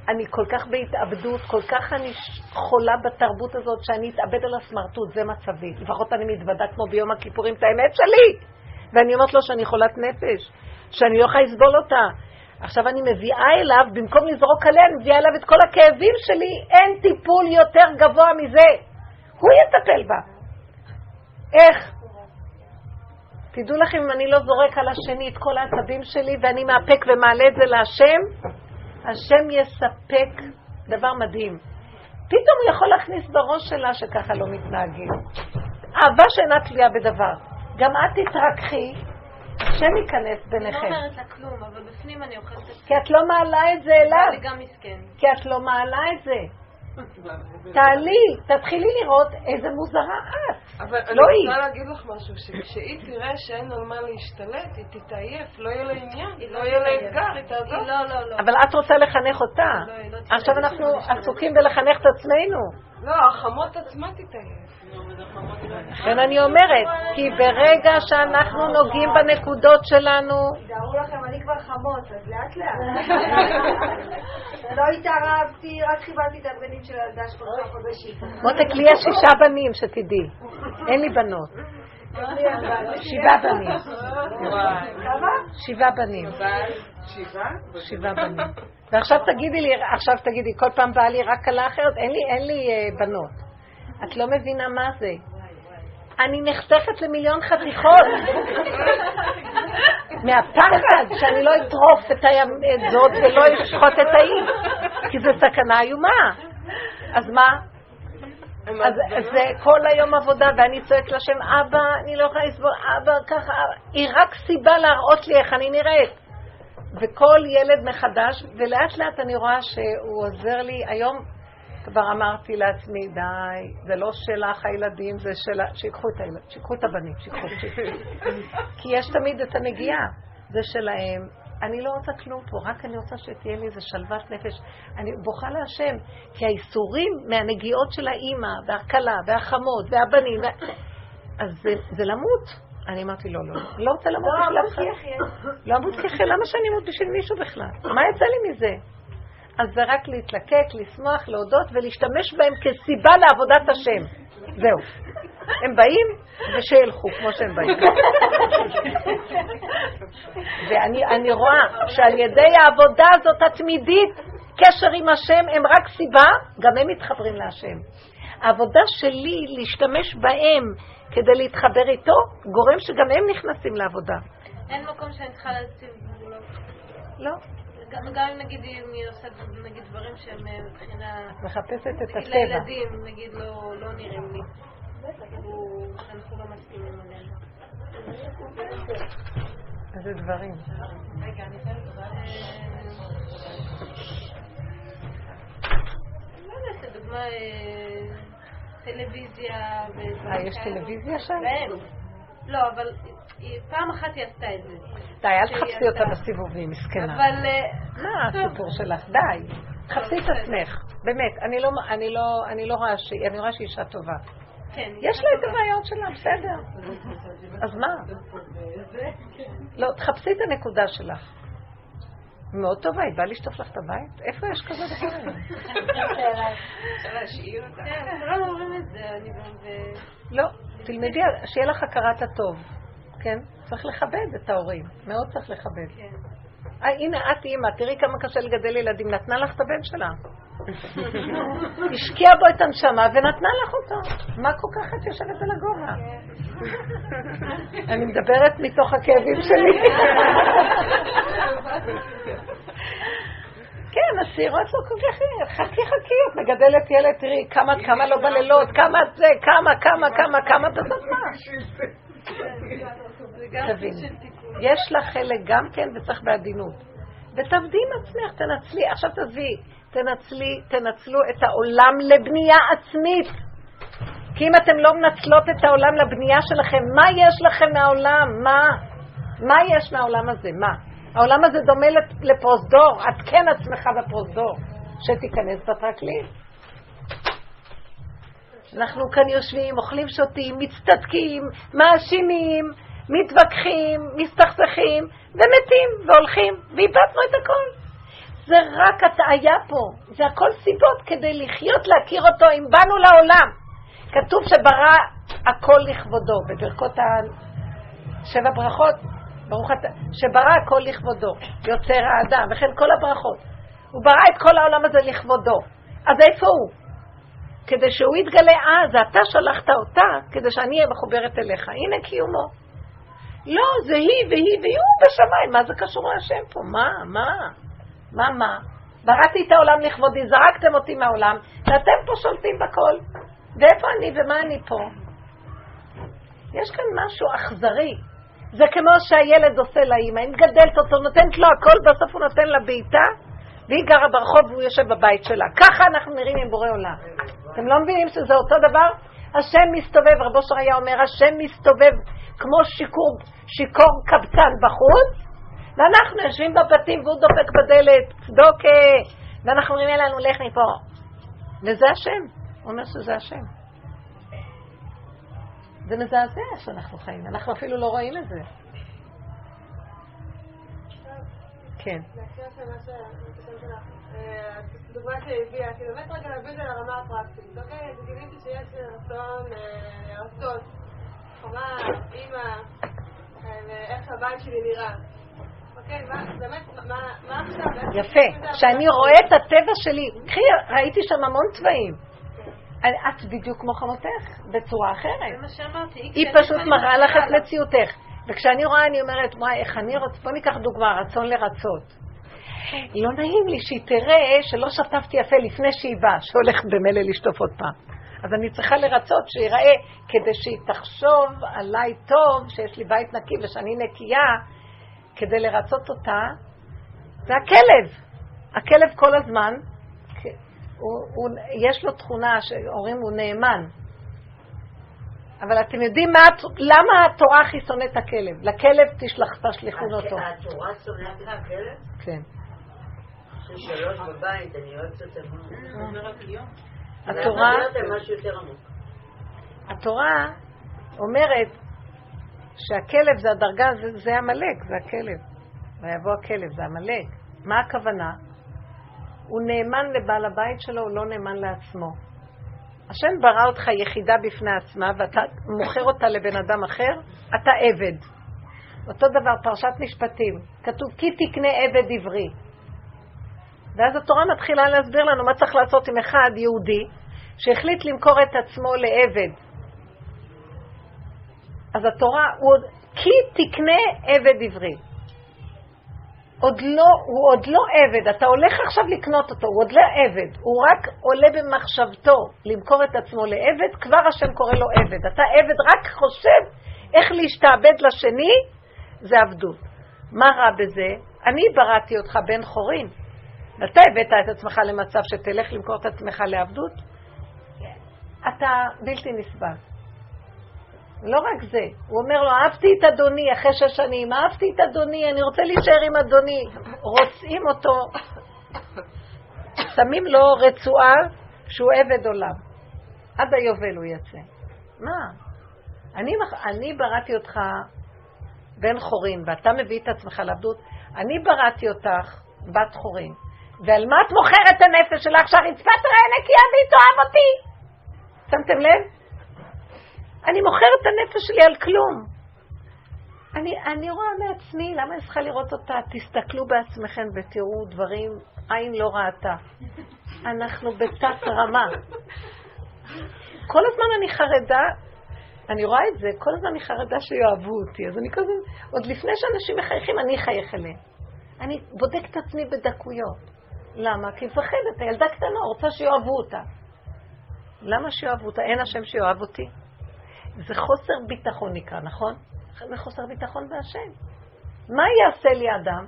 אני כל כך בהתאבדות, כל כך אני חולה בתרבות הזאת שאני אתאבד על הסמרטות, זה מצבי. לפחות אני מתוודה כמו ביום הכיפורים את האמת שלי. ואני אומרת לו שאני חולת נפש, שאני לא יכולה לסבול אותה. עכשיו אני מביאה אליו, במקום לזרוק עליה, אני מביאה אליו את כל הכאבים שלי, אין טיפול יותר גבוה מזה. הוא יטפל בה. איך? תדעו לכם, אם אני לא זורק על השני את כל העצבים שלי, ואני מאפק ומעלה את זה להשם, השם יספק דבר מדהים. פתאום הוא יכול להכניס בראש שלה שככה לא מתנהגים. אהבה שאינה תלויה בדבר. גם את תתרככי, השם ייכנס ביניכם. אני לא אומרת לה כלום, אבל בפנים אני אוכלת את זה. כי את לא מעלה את זה אליו. אני גם מסכן. כי את לא מעלה את זה. תעלי, תתחילי לראות איזה מוזרה את. אבל אני לא היא. רוצה להגיד לך משהו, שכשהיא תראה שאין על מה להשתלט, היא תתעייף, לא יהיה לה עניין, לא יהיה לה אתגר, היא תעזור. לא, לא, לא. אבל את רוצה לחנך אותה. עכשיו אנחנו עסוקים בלחנך את עצמנו. לא, החמות עצמה תתעייף. לכן אני אומרת, כי ברגע שאנחנו נוגעים בנקודות שלנו, תדעו לכם, אני כבר חמות, אז לאט לאט. לא התערבתי, רק חיבלתי את הבנים של הילדה שלושה חודשים. מותק, לי יש שישה בנים, שתדעי. אין לי בנות. שבעה בנים. כמה? שבעה בנים. שבעה? שבעה בנים. ועכשיו תגידי לי, עכשיו תגידי, כל פעם באה לי רק קלה אחרת, אין לי, אין לי uh, בנות. את לא מבינה מה זה. אני נחתכת למיליון חתיכות. מהפחד שאני לא אטרוף את זאת ולא אשחוט את העיר. כי זה סכנה איומה. אז מה? אז זה כל היום עבודה, ואני צועק לשם, אבא, אני לא יכולה לסבול, אבא, ככה, היא רק סיבה להראות לי איך אני נראית. וכל ילד מחדש, ולאט לאט אני רואה שהוא עוזר לי. היום כבר אמרתי לעצמי, די, זה לא שלך הילדים, זה שלה, שיקחו את הילד, שיקחו את הבנים, שיקחו, שיקחו. כי יש תמיד את הנגיעה, זה שלהם. אני לא רוצה כלום פה, רק אני רוצה שתהיה לי איזה שלוות נפש. אני בוכה להשם, כי האיסורים מהנגיעות של האימא, והכלה, והחמות, והבנים, וה... אז זה, זה למות. אני אמרתי, לא, לא, לא רוצה למות בשביל אף אחד. לא אמות ככה, למה שאני אמות בשביל מישהו בכלל? מה יצא לי מזה? אז זה רק להתלקק, לשמוח, להודות ולהשתמש בהם כסיבה לעבודת השם. זהו. הם באים ושילכו כמו שהם באים. ואני אני רואה שעל ידי העבודה הזאת התמידית, קשר עם השם, הם רק סיבה, גם הם מתחברים להשם. העבודה שלי להשתמש בהם כדי להתחבר איתו, גורם שגם הם נכנסים לעבודה. אין מקום שאני צריכה להציב גבולות. לא. גם אם נגיד היא עושה נגיד דברים שהם מבחינה... מחפשת את הטבע. לילדים, נגיד לא נראים לי. אנחנו לא מסכימים עליהם. איזה דברים. רגע, אני חייבת לדעת. לא יודעת, לדוגמה טלוויזיה. אה, יש טלוויזיה שם? לא, אבל פעם אחת היא עשתה את זה. די, אל תחפשי אותה בסיבובים, מסכנה. אבל... מה הסיפור שלך? די. תחפשי את עצמך. באמת, אני לא רואה שהיא, אני רואה שהיא אישה טובה. יש לה את הבעיות שלה, בסדר. אז מה? לא, תחפשי את הנקודה שלך. מאוד טובה, היא באה לשטוף לך את הבית? איפה יש כזה דבר? אפשר להשאיר אותה. כן, לא אומרים את זה, אני גם... לא, תלמדי, שיהיה לך הכרת הטוב. כן? צריך לכבד את ההורים. מאוד צריך לכבד. כן. הנה, את אימא, תראי כמה קשה לגדל ילדים. נתנה לך את הבן שלה. השקיעה בו את הנשמה ונתנה לך אותו. מה כל כך את יושבת על הגובה? אני מדברת מתוך הכאבים שלי. כן, הסירות לא כל כך... חכי חכי, את מגדלת ילד, תראי כמה, כמה לא בלילות, כמה זה, כמה, כמה, כמה, כמה את עושה מה. תבין, יש לך חלק גם כן וצריך בעדינות. ותעבדי עם עצמך, תנצלי, עכשיו תעזבי, תנצלי, תנצלו את העולם לבנייה עצמית. כי אם אתם לא מנצלות את העולם לבנייה שלכם, מה יש לכם מהעולם? מה? מה יש מהעולם הזה? מה? העולם הזה דומה לפרוזדור, את כן עצמך בפרוזדור, שתיכנס בטרקלין. אנחנו כאן יושבים, אוכלים שותים, מצטדקים, מאשימים, מתווכחים, מסתכסכים, ומתים והולכים, ואיבדנו את הכל. זה רק הטעיה פה. זה הכל סיבות כדי לחיות, להכיר אותו. אם באנו לעולם, כתוב שברא הכל לכבודו, בברכות השבע ברכות, ברוך אתה, שברא הכל לכבודו, יוצר האדם, וכן כל הברכות. הוא ברא את כל העולם הזה לכבודו. אז איפה הוא? כדי שהוא יתגלה, אז אתה שלחת אותה, כדי שאני אהיה מחוברת אליך. הנה קיומו. לא, זה היא והיא והיא, הוא בשמיים. מה זה קשור להשם פה? מה? מה? מה? מה? בראתי את העולם לכבודי, זרקתם אותי מהעולם, ואתם פה שולטים בכל. ואיפה אני ומה אני פה? יש כאן משהו אכזרי. זה כמו שהילד עושה לאמא, היא מגדלת אותו, נותנת לו הכל, בסוף הוא נותן לה בעיטה, והיא גרה ברחוב והוא יושב בבית שלה. ככה אנחנו נראים עם בורא עולם. אתם לא מבינים שזה אותו דבר? השם מסתובב, רבו שר היה אומר, השם מסתובב כמו שיקור, שיקור קבצן בחוץ, ואנחנו יושבים בבתים והוא דופק בדלת, צדוקה, ואנחנו אומרים אלינו, לך מפה. וזה השם. הוא אומר שזה השם. זה מזעזע שאנחנו חיים, אנחנו אפילו לא רואים את זה. כן. להכיר של מה שהשם שלך, דוגמה שהביאה, כי באמת רגע להביא את זה לרמה הפרקטית. אוקיי, אז גיליתי שיש רצון להרצות, חומה, אימא, ואיך שהבית שלי נראה. אוקיי, באמת, מה עכשיו? יפה, כשאני רואה את הטבע שלי, ראיתי שם המון צבעים. את בדיוק כמו חמותך, בצורה אחרת. זה מה שאמרתי. היא פשוט מראה לך את מציאותך. וכשאני רואה, אני אומרת, וואי, איך אני רוצה, בוא ניקח דוגמה, רצון לרצות. לא נעים לי שהיא תראה שלא שטפתי יפה לפני שהיא באה, שהולך במילא לשטוף עוד פעם. אז אני צריכה לרצות שיראה, כדי שהיא תחשוב עליי טוב, שיש לי בית נקי ושאני נקייה, כדי לרצות אותה. זה הכלב. הכלב כל הזמן, הוא, הוא, יש לו תכונה שאומרים הוא נאמן. אבל אתם יודעים מה, למה התורה הכי שונאת את הכלב? לכלב תשלח, תשליחון אותו. התורה שונאת את הכלב? כן. ששלוש בבית, אני אוהבת את זה. התורה, יותר עמוק. התורה אומרת שהכלב זה הדרגה, זה, זה המלאק, זה הכלב. ויבוא הכלב, זה המלאק. מה הכוונה? הוא נאמן לבעל הבית שלו, הוא לא נאמן לעצמו. השם ברא אותך יחידה בפני עצמה, ואתה מוכר אותה לבן אדם אחר, אתה עבד. אותו דבר, פרשת משפטים. כתוב, כי תקנה עבד עברי. ואז התורה מתחילה להסביר לנו מה צריך לעשות עם אחד יהודי, שהחליט למכור את עצמו לעבד. אז התורה, הוא, כי תקנה עבד עברי. עוד לא, הוא עוד לא עבד, אתה הולך עכשיו לקנות אותו, הוא עוד לא עבד, הוא רק עולה במחשבתו למכור את עצמו לעבד, כבר השם קורא לו עבד. אתה עבד רק חושב איך להשתעבד לשני, זה עבדות. מה רע בזה? אני בראתי אותך בן חורין, ואתה הבאת את עצמך למצב שתלך למכור את עצמך לעבדות, אתה בלתי נסבל. לא רק זה, הוא אומר לו, אהבתי את אדוני אחרי שש שנים, אהבתי את אדוני, אני רוצה להישאר עם אדוני. רוצים אותו, שמים לו רצועה שהוא עבד עולם. עד היובל הוא יצא. מה? אני, אני בראתי אותך בן חורין, ואתה מביא את עצמך לעבדות. אני בראתי אותך בת חורין. ועל מה את מוכרת את הנפש שלך שהרצפה תראה נקייה והיא תאהב אותי? שמתם לב? אני מוכרת את הנפש שלי על כלום. אני, אני רואה מעצמי, למה אני צריכה לראות אותה? תסתכלו בעצמכם ותראו דברים, עין לא ראתה. אנחנו בתת רמה. כל הזמן אני חרדה, אני רואה את זה, כל הזמן אני חרדה שיואהבו אותי. אז אני כזה, עוד לפני שאנשים מחייכים, אני אחייך אליהם. אני בודק את עצמי בדקויות. למה? כי מפחדת, הילדה קטנה, רוצה שיואהבו אותה. למה שיואהבו אותה? אין השם שיואהב אותי. זה חוסר ביטחון נקרא, נכון? זה חוסר ביטחון בהשם. מה יעשה לי אדם?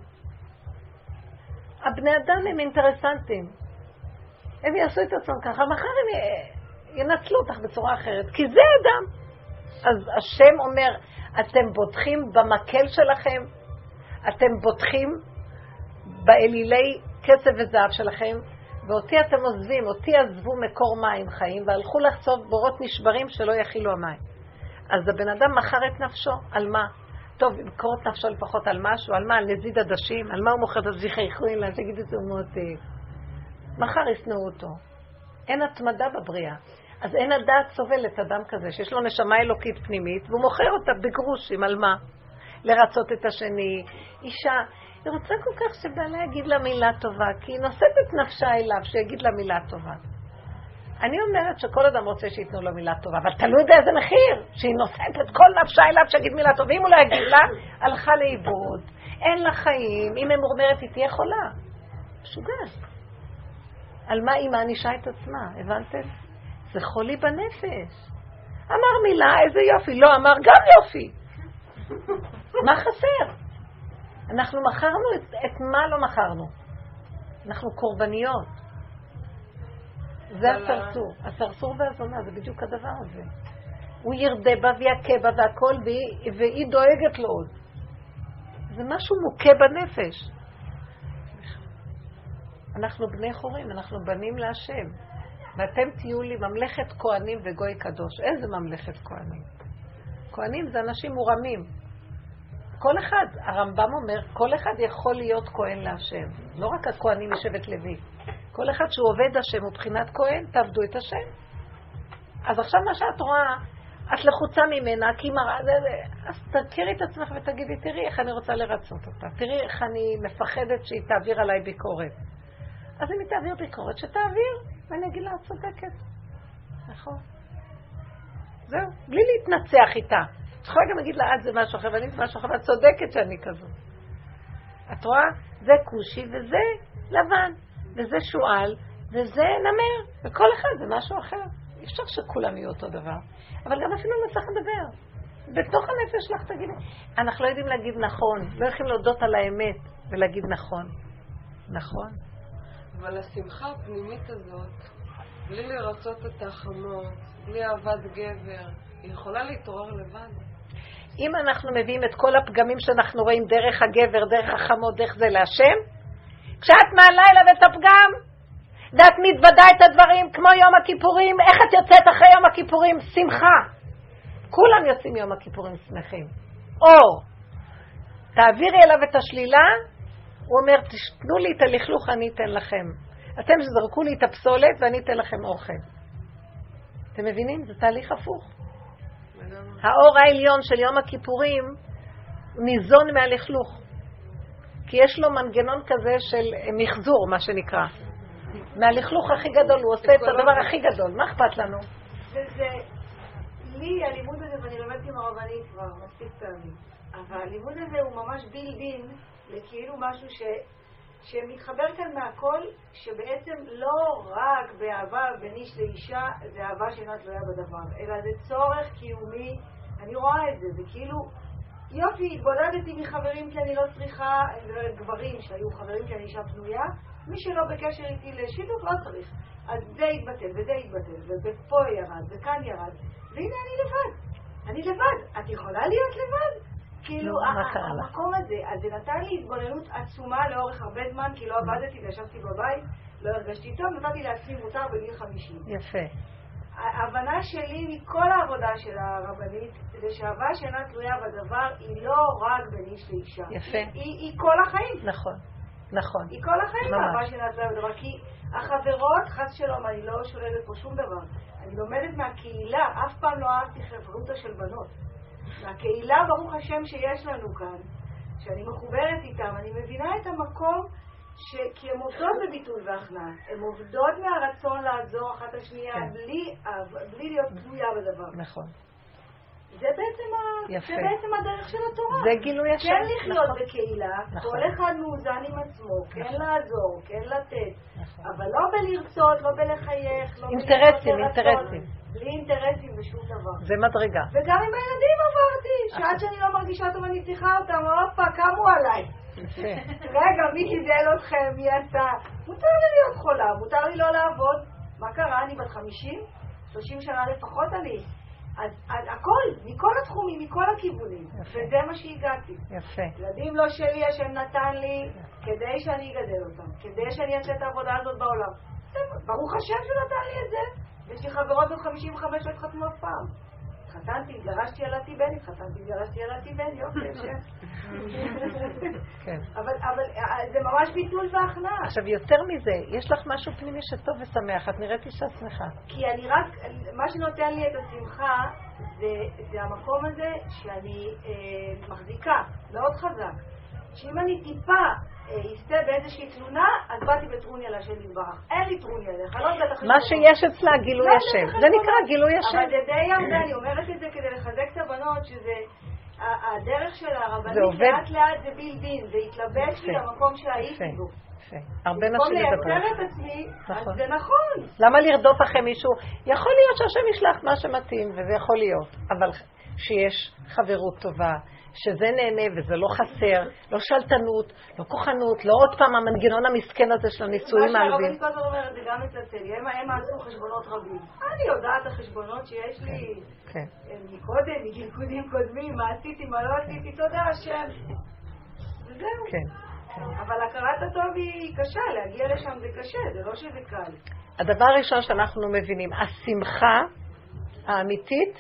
הבני אדם הם אינטרסנטים. הם יעשו את עצמם ככה, מחר הם ינצלו אותך בצורה אחרת, כי זה אדם. אז השם אומר, אתם בוטחים במקל שלכם, אתם בוטחים באלילי כסף וזהב שלכם, ואותי אתם עוזבים, אותי עזבו מקור מים חיים, והלכו לחצוב בורות נשברים שלא יכילו המים. אז הבן אדם מכר את נפשו, על מה? טוב, קורות נפשו לפחות על משהו, על מה? על נזיד עדשים, על מה הוא מוכר את הזיכי חוין לה, תגיד את זה מותי. מחר ישנאו אותו. אין התמדה בבריאה. אז אין הדעת סובלת אדם כזה, שיש לו נשמה אלוקית פנימית, והוא מוכר אותה בגרושים, על מה? לרצות את השני. אישה, היא רוצה כל כך שבעלה יגיד לה מילה טובה, כי היא נושאת את נפשה אליו, שיגיד לה מילה טובה. אני אומרת שכל אדם רוצה שיתנו לו מילה טובה, אבל תלוי באיזה מחיר, שהיא נושאת את כל נפשה אליו שיגיד מילה טובה, ואם הוא לא יגיד לה, הלכה לאיבוד, אין לה חיים, אם היא מורמרת היא תהיה חולה. משוגעת. על מה היא מענישה את עצמה, הבנתם? זה חולי בנפש. אמר מילה, איזה יופי, לא אמר גם יופי. מה חסר? אנחנו מכרנו את, את מה לא מכרנו. אנחנו קורבניות. זה הסרסור. הסרסור והזונה, זה בדיוק הדבר הזה. הוא ירדה בה ויכה בה והכל, והיא, והיא דואגת לו עוד. זה משהו מוכה בנפש. אנחנו בני חורים, אנחנו בנים להשם. ואתם תהיו לי ממלכת כהנים וגוי קדוש. איזה ממלכת כהנים? כהנים זה אנשים מורמים. כל אחד, הרמב"ם אומר, כל אחד יכול להיות כהן להשם. לא רק הכהנים משבט לוי. כל אחד שהוא עובד השם ובחינת כהן, תעבדו את השם. אז עכשיו מה שאת רואה, את לחוצה ממנה, כי מראה, אז תכירי את עצמך ותגידי, תראי איך אני רוצה לרצות אותה. תראי איך אני מפחדת שהיא תעביר עליי ביקורת. אז אם היא תעביר ביקורת, שתעביר, ואני אגיד לה, את צודקת. נכון. זהו, בלי להתנצח איתה. את יכולה גם להגיד לה, את זה משהו אחר, ואני זה משהו אחר, ואת צודקת שאני כזו. את רואה? זה כושי וזה לבן, וזה שואל, וזה נמר, וכל אחד זה משהו אחר. אי אפשר שכולם יהיו אותו דבר. אבל גם אפילו לא צריך לדבר. בתוך הנפש לך תגידי. אנחנו לא יודעים להגיד נכון, לא יכולים להודות על האמת ולהגיד נכון. נכון. אבל השמחה הפנימית הזאת, בלי לרצות את החמות, בלי אהבת גבר, היא יכולה להתעורר לבד. אם אנחנו מביאים את כל הפגמים שאנחנו רואים דרך הגבר, דרך החמות, דרך זה להשם, כשאת מעלה אליו את הפגם, ואת מתוודה את הדברים כמו יום הכיפורים, איך את יוצאת אחרי יום הכיפורים? שמחה. כולם יוצאים יום הכיפורים שמחים. אור. תעבירי אליו את השלילה, הוא אומר, תשתנו לי את הלכלוך, אני אתן לכם. אתם שזרקו לי את הפסולת ואני אתן לכם אוכל. אתם מבינים? זה תהליך הפוך. האור העליון של יום הכיפורים ניזון מהלכלוך. כי יש לו מנגנון כזה של מחזור, מה שנקרא. מהלכלוך הכי גדול, הוא עושה את הדבר הכי גדול. מה אכפת לנו? וזה, לי הלימוד הזה, ואני למדתי עם הרבנית כבר מספיק פעמים, אבל הלימוד הזה הוא ממש בילדין לכאילו משהו ש... שמתחבר כאן מהכל, שבעצם לא רק באהבה בין איש לאישה, זה אהבה שאינה תלויה בדבר, אלא זה צורך קיומי. אני רואה את זה, זה כאילו, יופי, התבודדתי מחברים כי אני לא צריכה, גברים שהיו חברים כי אני אישה פנויה, מי שלא בקשר איתי לשיתוף לא צריך. אז זה יתבטל וזה יתבטל, ופה ירד וכאן ירד, והנה אני לבד. אני לבד. את יכולה להיות לבד? כאילו, המקום הזה, אז זה נתן לי התבוננות עצומה לאורך הרבה זמן, כי לא עבדתי וישבתי בבית, לא הרגשתי טוב, נתתי לעצמי מותר בגיל חמישים. יפה. ההבנה שלי מכל העבודה של הרבנית, זה שהאהבה שאינה תלויה בדבר, היא לא רק בין איש לאישה. יפה. היא, היא, היא כל החיים. נכון, נכון. היא כל החיים האהבה שאינה תלויה בדבר, כי החברות, חס שלום, אני לא שוללת פה שום דבר. אני לומדת מהקהילה, אף פעם לא אהבתי חברותה של בנות. מהקהילה, ברוך השם שיש לנו כאן, שאני מחוברת איתם, אני מבינה את המקום ש... כי הן עובדות בביטול והכנעה, הן עובדות מהרצון לעזור אחת השנייה, כן. בלי, בלי להיות תלויה בדבר. נכון. זה בעצם, ה... זה בעצם הדרך של התורה. זה גילוי השם. כן לחיות נכון. בקהילה, נכון. כל אחד מאוזן עם עצמו, נכון. כן לעזור, כן לתת, נכון. אבל לא בלרצות, לא בלחייך, לא אינטרסים, אינטרסים. בלי אינטרסים ושום דבר. זה מדרגה. וגם עם הילדים עברתי, שעד שאני לא מרגישה טוב אני צריכה אותם, הופה, קמו עליי. רגע, מי גידל אתכם, מי עשה? מותר לי להיות חולה, מותר לי לא לעבוד. מה קרה? אני בת חמישים, שלושים שנה לפחות אני. אז, אז הכל, מכל התחומים, מכל הכיוונים. וזה מה שהגעתי. יפה. ילדים לא שלי, השם נתן לי, כדי שאני אגדל אותם, כדי שאני אעשה את העבודה הזאת בעולם. ברוך השם שהוא נתן לי את זה. יש לי חברות בת חמישים וחמש לא התחתנו אף פעם. התחתנתי, התגרשתי, ילדתי בן, התחתנתי, התגרשתי, ילדתי בן, יופי, כן. אבל זה ממש ביטול והכנעה. עכשיו, יותר מזה, יש לך משהו פנימי שטוב ושמח, את נראית אישה שמחה. כי אני רק, מה שנותן לי את השמחה, זה המקום הזה שאני מחזיקה, מאוד חזק. שאם אני טיפה יסתה באיזושהי תלונה, אז באתי בטרוני על השם יתברך. אין לי טרוני עליך, לא יודעת החשבונות. מה שיש אצלה, גילוי השם. זה נקרא גילוי השם. אבל זה די הרבה, אני אומרת את זה כדי לחזק את הבנות, שזה הדרך של הרבנית לאט לאט זה בילדין, זה התלבש לי למקום שהייתי בו. הרבה נשים מדברות. במקום לייצר את עצמי, אז זה נכון. למה לרדוף אחרי מישהו? יכול להיות שהשם ישלח מה שמתאים, וזה יכול להיות. אבל שיש חברות טובה, שזה נהנה וזה לא חסר, לא שלטנות, לא כוחנות, לא עוד פעם המנגנון המסכן הזה של הנישואים העלובים. מה שהרבנית אומרת זה גם אצלצלי, הם עשו חשבונות רבים. אני יודעת החשבונות שיש לי מקודם, מגלגולים קודמים, מה עשיתי, מה לא עשיתי, תודה השם. וזהו. אבל הכרת הטוב היא קשה, להגיע לשם זה קשה, זה לא שזה קל. הדבר הראשון שאנחנו מבינים, השמחה האמיתית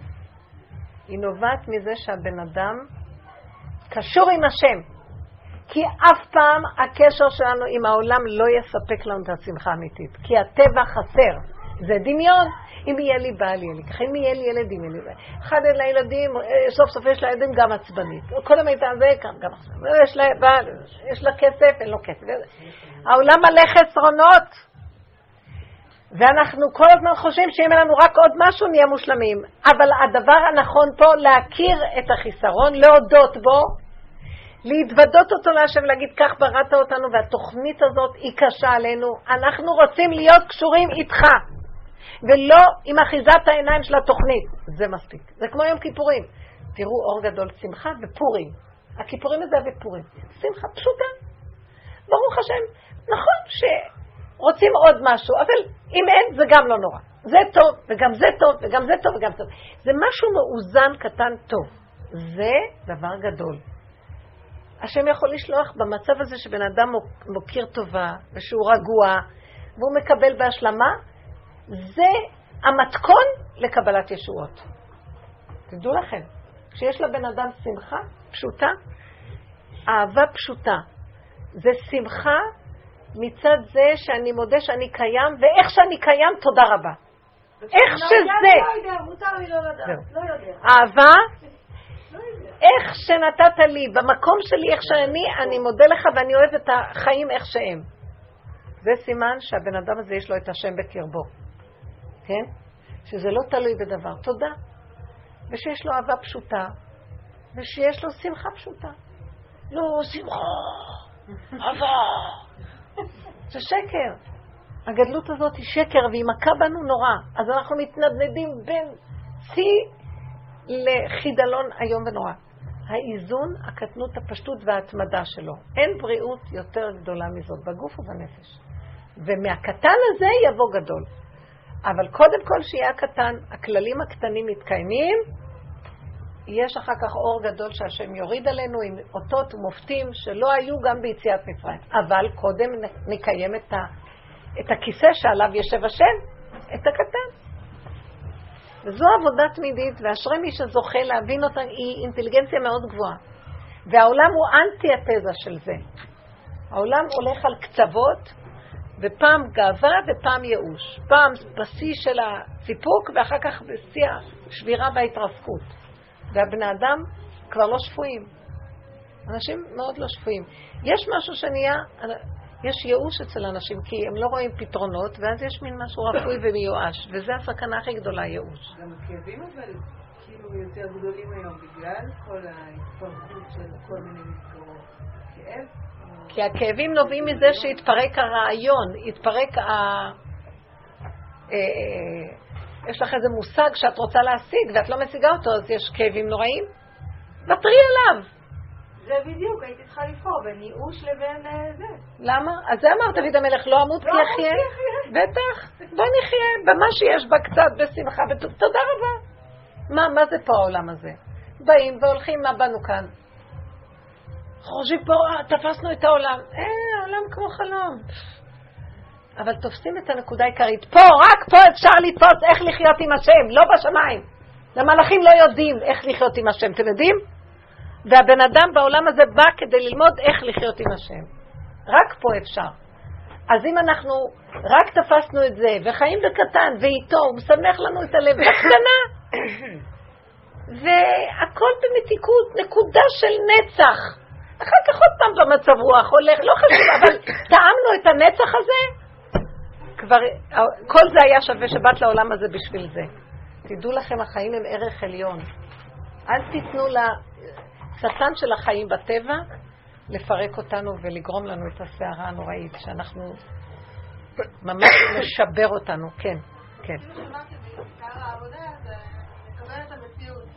היא נובעת מזה שהבן אדם קשור עם השם. כי אף פעם הקשר שלנו עם העולם לא יספק לנו את השמחה האמיתית. כי הטבע חסר. זה דמיון. אם יהיה לי בעל, יהיה לי ככה. אם יהיה לי ילדים, יהיה לי. אחד הילדים, סוף סוף יש לה ילדים גם עצבנית. קודם הייתה זה, גם עכשיו. יש לה בעל, יש לה כסף, אין לו כסף. העולם מלא חסרונות. ואנחנו כל הזמן חושבים שאם אין לנו רק עוד משהו נהיה מושלמים. אבל הדבר הנכון פה להכיר את החיסרון, להודות בו, להתוודות אותו להשם, להגיד כך בראת אותנו והתוכנית הזאת היא קשה עלינו. אנחנו רוצים להיות קשורים איתך ולא עם אחיזת העיניים של התוכנית. זה מספיק. זה כמו יום כיפורים. תראו אור גדול, שמחה ופורים. הכיפורים הזה ופורים. שמחה פשוטה. ברוך השם. נכון ש... רוצים עוד משהו, אבל אם אין, זה גם לא נורא. זה טוב, וגם זה טוב, וגם זה טוב, וגם טוב. זה משהו מאוזן קטן טוב. זה דבר גדול. השם יכול לשלוח במצב הזה שבן אדם מוקיר טובה, ושהוא רגוע, והוא מקבל בהשלמה, זה המתכון לקבלת ישועות. תדעו לכם, כשיש לבן אדם שמחה פשוטה, אהבה פשוטה, זה שמחה, מצד זה שאני מודה שאני קיים, ואיך שאני קיים, תודה רבה. איך שזה... לא יודע, מותר לי לא לדעת, לא יודע. אהבה, איך שנתת לי, במקום שלי איך שאני, אני מודה לך ואני אוהב את החיים איך שהם. זה סימן שהבן אדם הזה יש לו את השם בקרבו. כן? שזה לא תלוי בדבר. תודה. ושיש לו אהבה פשוטה, ושיש לו שמחה פשוטה. לא, שמחה. אהבה. זה שקר. הגדלות הזאת היא שקר והיא מכה בנו נורא. אז אנחנו מתנדנדים בין צי לחידלון היום ונורא. האיזון, הקטנות, הפשטות וההתמדה שלו. אין בריאות יותר גדולה מזאת בגוף ובנפש. ומהקטן הזה יבוא גדול. אבל קודם כל שיהיה הקטן, הכללים הקטנים מתקיימים, יש אחר כך אור גדול שהשם יוריד עלינו עם אותות ומופתים שלא היו גם ביציאת מצרים. אבל קודם נקיים את, ה, את הכיסא שעליו ישב השם, את הקטן. וזו עבודה תמידית, ואשרי מי שזוכה להבין אותה, היא אינטליגנציה מאוד גבוהה. והעולם הוא אנטי-התזה של זה. העולם הולך על קצוות, ופעם גאווה ופעם ייאוש. פעם בשיא של הסיפוק, ואחר כך בשיא השבירה וההתרסקות. והבני אדם כבר לא שפויים. אנשים מאוד לא שפויים. יש משהו שנהיה, יש ייאוש אצל אנשים, כי הם לא רואים פתרונות, ואז יש מין משהו רפוי ומיואש, וזה הסכנה הכי גדולה, ייאוש. גם הכאבים אבל כאילו יותר גדולים היום, בגלל כל ההתפרקות של כל מיני מסגרות. כאב? כי הכאבים נובעים מזה שהתפרק הרעיון, התפרק ה... יש לך איזה מושג שאת רוצה להשיג ואת לא משיגה אותו, אז יש כאבים נוראים. ותרי עליו. זה בדיוק, הייתי צריכה לבחור בין ייאוש לבין זה. למה? אז זה אמר דוד המלך, לא אמות כי יחיה. בטח, בוא נחיה במה שיש בה קצת בשמחה. תודה רבה. מה, מה זה פה העולם הזה? באים והולכים, מה באנו כאן? חושבים פה, תפסנו את העולם. אה, העולם כמו חלום. אבל תופסים את הנקודה העיקרית. פה, רק פה אפשר לתפוס איך לחיות עם השם, לא בשמיים. למלאכים לא יודעים איך לחיות עם השם, אתם יודעים? והבן אדם בעולם הזה בא כדי ללמוד איך לחיות עם השם. רק פה אפשר. אז אם אנחנו רק תפסנו את זה, וחיים בקטן, ואיתו, הוא משמח לנו את הלב בקטנה, והכל במתיקות, נקודה של נצח. אחר כך עוד פעם במצב רוח, הולך, לא חשוב, אבל טעמנו את הנצח הזה, כבר, כל זה היה שווה שבאת לעולם הזה בשביל זה. תדעו לכם, החיים הם ערך עליון. אל תיתנו לשטן של החיים בטבע לפרק אותנו ולגרום לנו את הסערה הנוראית, שאנחנו ממש משבר אותנו. כן, כן. שמעתי בעיקר העבודה זה לקבל את המציאות.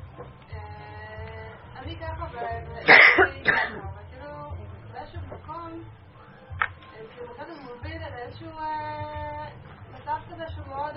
אני ככה וכאילו באיזשהו מקום כאילו קצת מוביל לאיזשהו מצב כזה שהוא מאוד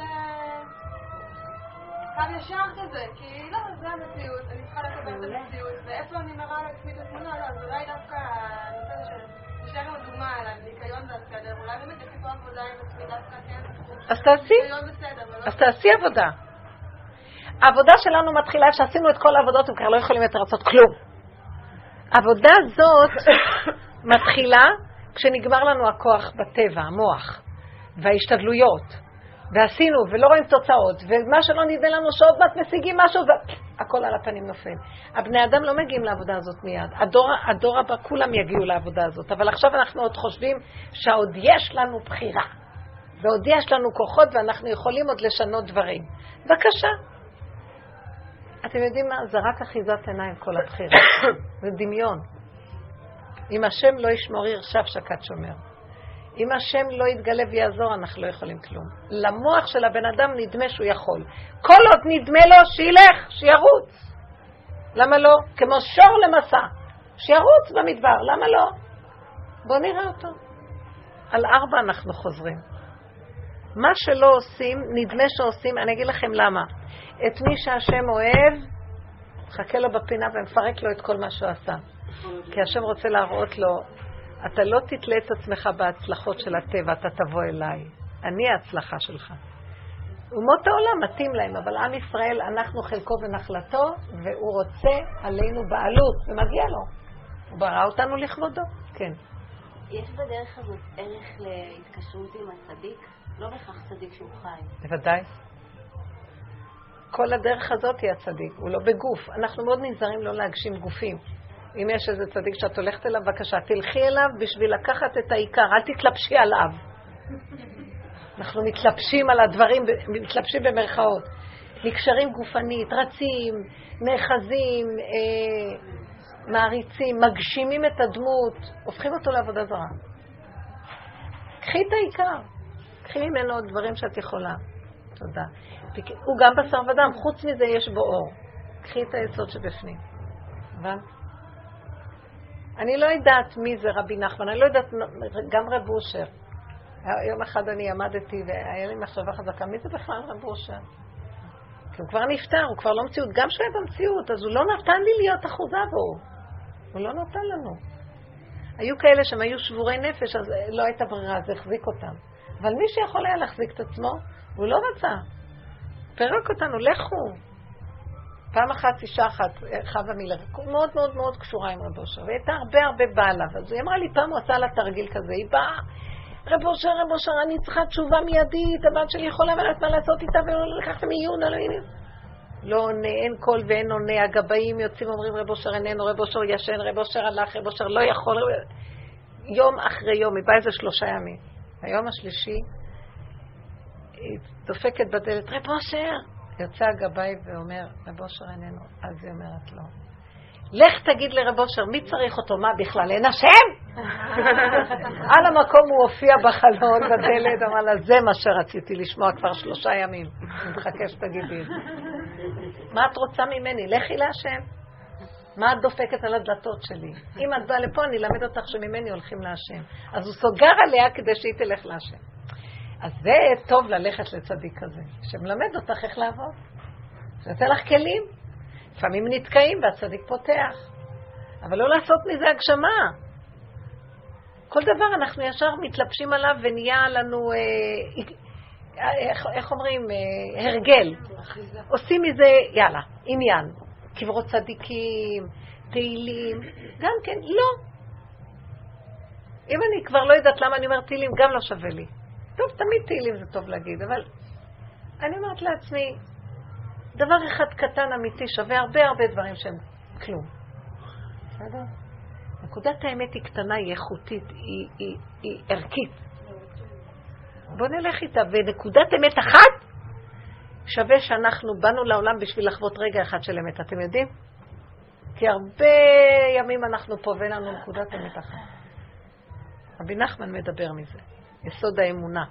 קו ישר כזה, כי לא, זה המציאות, אני צריכה לקבל את המציאות, ואיפה אני מראה לעצמי את התמונה, לא, אז אולי דווקא הנושא הזה שנשאר לנו דוגמה על הדיקיון והסדר, אולי באמת יש לי פה עבודה עם עצמי דווקא, כן? אז תעשי, אז תעשי עבודה. העבודה שלנו מתחילה, שעשינו את כל העבודות, הם כבר לא יכולים יותר לעשות כלום. העבודה הזאת מתחילה כשנגמר לנו הכוח בטבע, המוח, וההשתדלויות. ועשינו, ולא רואים תוצאות, ומה שלא נדמה לנו שעוד מעט משיגים משהו, והכל על הפנים נופל. הבני אדם לא מגיעים לעבודה הזאת מיד. הדור, הדור הבא כולם יגיעו לעבודה הזאת, אבל עכשיו אנחנו עוד חושבים שעוד יש לנו בחירה, ועוד יש לנו כוחות, ואנחנו יכולים עוד לשנות דברים. בבקשה. אתם יודעים מה? זה רק אחיזת עיניים כל הבחירה. זה דמיון. אם השם לא ישמור ירשב שקד שומר. אם השם לא יתגלה ויעזור, אנחנו לא יכולים כלום. למוח של הבן אדם נדמה שהוא יכול. כל עוד נדמה לו שילך, שירוץ. למה לא? כמו שור למסע. שירוץ במדבר, למה לא? בואו נראה אותו. על ארבע אנחנו חוזרים. מה שלא עושים, נדמה שעושים, אני אגיד לכם למה. את מי שהשם אוהב, חכה לו בפינה ומפרק לו את כל מה שהוא עשה. כי השם רוצה להראות לו, אתה לא תתלה את עצמך בהצלחות של הטבע, אתה תבוא אליי. אני ההצלחה שלך. אומות העולם מתאים להם, אבל עם ישראל, אנחנו חלקו ונחלתו, והוא רוצה עלינו בעלות, ומגיע לו. הוא ברא אותנו לכבודו. כן. יש בדרך הזאת ערך להתקשרות עם הצדיק? לא בכך צדיק שהוא חי. בוודאי. כל הדרך הזאת היא הצדיק, הוא לא בגוף. אנחנו מאוד נזהרים לא להגשים גופים. אם יש איזה צדיק שאת הולכת אליו, בבקשה, תלכי אליו בשביל לקחת את העיקר, אל תתלבשי עליו. אנחנו מתלבשים על הדברים, מתלבשים במרכאות. נקשרים גופנית, רצים, נאחזים, אה, מעריצים, מגשימים את הדמות, הופכים אותו לעבודה זרה. קחי את העיקר, קחי ממנו עוד דברים שאת יכולה. תודה. הוא גם בשר ודם, חוץ מזה יש בו אור. קחי את היסוד שבפנים. הבנת? אני לא יודעת מי זה רבי נחמן, אני לא יודעת, גם רב אושר. יום אחד אני עמדתי והיה לי מחשבה חזקה, מי זה בכלל רב אושר? כי הוא כבר נפטר, הוא כבר לא מציאות, גם שהוא היה במציאות, אז הוא לא נתן לי להיות אחוזה בו. הוא לא נתן לנו. היו כאלה שהם היו שבורי נפש, אז לא הייתה ברירה, זה החזיק אותם. אבל מי שיכול היה להחזיק את עצמו, הוא לא רצה. פרק אותנו, לכו. פעם אחת אישה אחת, חווה מילר, מאוד מאוד מאוד קשורה עם רב אושר, והיא הייתה הרבה הרבה בעלה, אז היא אמרה לי, פעם הוא עשה לה תרגיל כזה, היא באה, רב אושר, רב אושר, אני צריכה תשובה מיידית, הבת שלי יכולה ולת מה לעשות איתה, ולא לקחת מיון, לא הנה. לא עונה, אין קול ואין עונה, הגבאים יוצאים אומרים רב אושר איננו, רב אושר ישן, רב אושר הלך, רב אושר לא יכול, יום אחרי יום, היא באה איזה שלושה ימים. היום השלישי, היא דופקת בדלת, רב אושר, יוצא הגבאי ואומר, רב אושר איננו, אז היא אומרת לו, לך תגיד לרב אושר, מי צריך אותו? מה בכלל? אין השם? על המקום הוא הופיע בחלון בדלת, אמר לה, זה מה שרציתי לשמוע כבר שלושה ימים. אני מחכה שתגידי את זה. מה את רוצה ממני? לכי להשם. מה את דופקת על הדלתות שלי? אם את באה לפה, אני אלמד אותך שממני הולכים להשם. אז הוא סוגר עליה כדי שהיא תלך להשם. אז זה טוב ללכת לצדיק כזה, שמלמד אותך איך לעבוד. שנתן לך כלים. לפעמים נתקעים והצדיק פותח. אבל לא לעשות מזה הגשמה. כל דבר אנחנו ישר מתלבשים עליו ונהיה לנו... אה, איך אומרים, הרגל. עושים מזה, יאללה, עניין. קברות צדיקים, תהילים, גם כן, לא. אם אני כבר לא יודעת למה אני אומרת תהילים, גם לא שווה לי. טוב, תמיד תהילים זה טוב להגיד, אבל אני אומרת לעצמי, דבר אחד קטן אמיתי שווה הרבה הרבה דברים שהם כלום. בסדר? נקודת האמת היא קטנה, היא איכותית, היא, היא, היא ערכית. בוא נלך איתה, ונקודת אמת אחת שווה שאנחנו באנו לעולם בשביל לחוות רגע אחד של אמת, אתם יודעים? כי הרבה ימים אנחנו פה ואין לנו נקודת אמת אחת. רבי נחמן מדבר מזה, יסוד האמונה.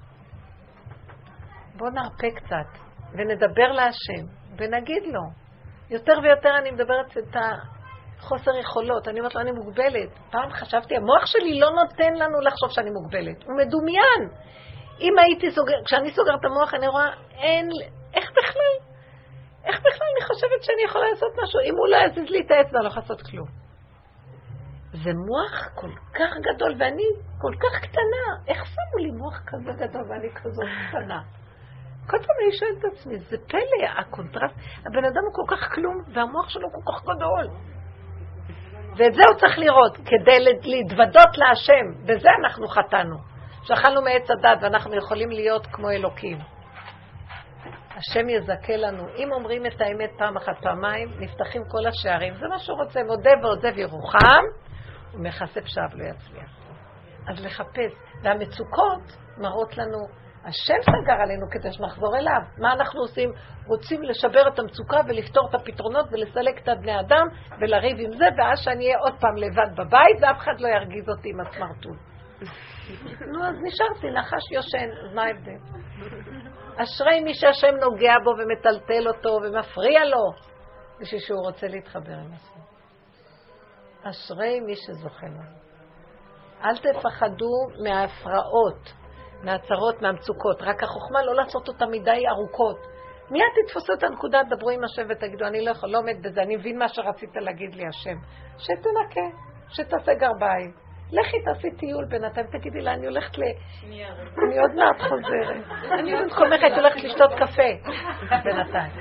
בוא נרפה קצת ונדבר להשם ונגיד לו. יותר ויותר אני מדברת את החוסר יכולות, אני אומרת לו אני מוגבלת. פעם חשבתי, המוח שלי לא נותן לנו לחשוב שאני מוגבלת, הוא מדומיין. אם הייתי סוגר, כשאני סוגר את המוח אני רואה, אין, איך בכלל? איך בכלל אני חושבת שאני יכולה לעשות משהו? אם הוא לא יזיז לי את האצבע, לא יכול לעשות כלום. זה מוח כל כך גדול ואני כל כך קטנה. איך שמו לי מוח כזה גדול ואני כזאת קטנה? כל פעם אני שואלת את עצמי, זה פלא, הקונטרסט. הבן אדם הוא כל כך כלום והמוח שלו כל כך גדול. ואת זה הוא צריך לראות כדי להתוודות להשם. בזה אנחנו חטאנו. שאכלנו מעץ הדת ואנחנו יכולים להיות כמו אלוקים. השם יזכה לנו. אם אומרים את האמת פעם אחת פעמיים, נפתחים כל השערים. זה מה שהוא רוצה, מודה ועוזב ירוחם, ומחשף שב לא יצליח. אז לחפש. והמצוקות מראות לנו, השם סגר עלינו כדי שנחזור אליו. מה אנחנו עושים? רוצים לשבר את המצוקה ולפתור את הפתרונות ולסלק את בני אדם ולריב עם זה, ואז שאני אהיה עוד פעם לבד בבית ואף אחד לא ירגיז אותי עם הסמרטוט. נו, אז נשארתי, נחש יושן, אז מה ההבדל? אשרי מי שהשם נוגע בו ומטלטל אותו ומפריע לו, בשביל שהוא רוצה להתחבר עם השם. אשרי מי שזוכה לו. אל תפחדו מההפרעות, מהצרות, מהמצוקות, רק החוכמה לא לעשות אותה מדי ארוכות. מיד תתפסו את הנקודה, דברו עם השם ותגידו, אני לא יכול, לא עומד בזה, אני מבין מה שרצית להגיד לי השם. שתנקה, שתעשה גרביים. לכי תעשי טיול בינתיים, תגידי לה, אני הולכת ל... אני עוד מעט חוזרת. אני במקומך הייתי הולכת לשתות קפה בינתיים.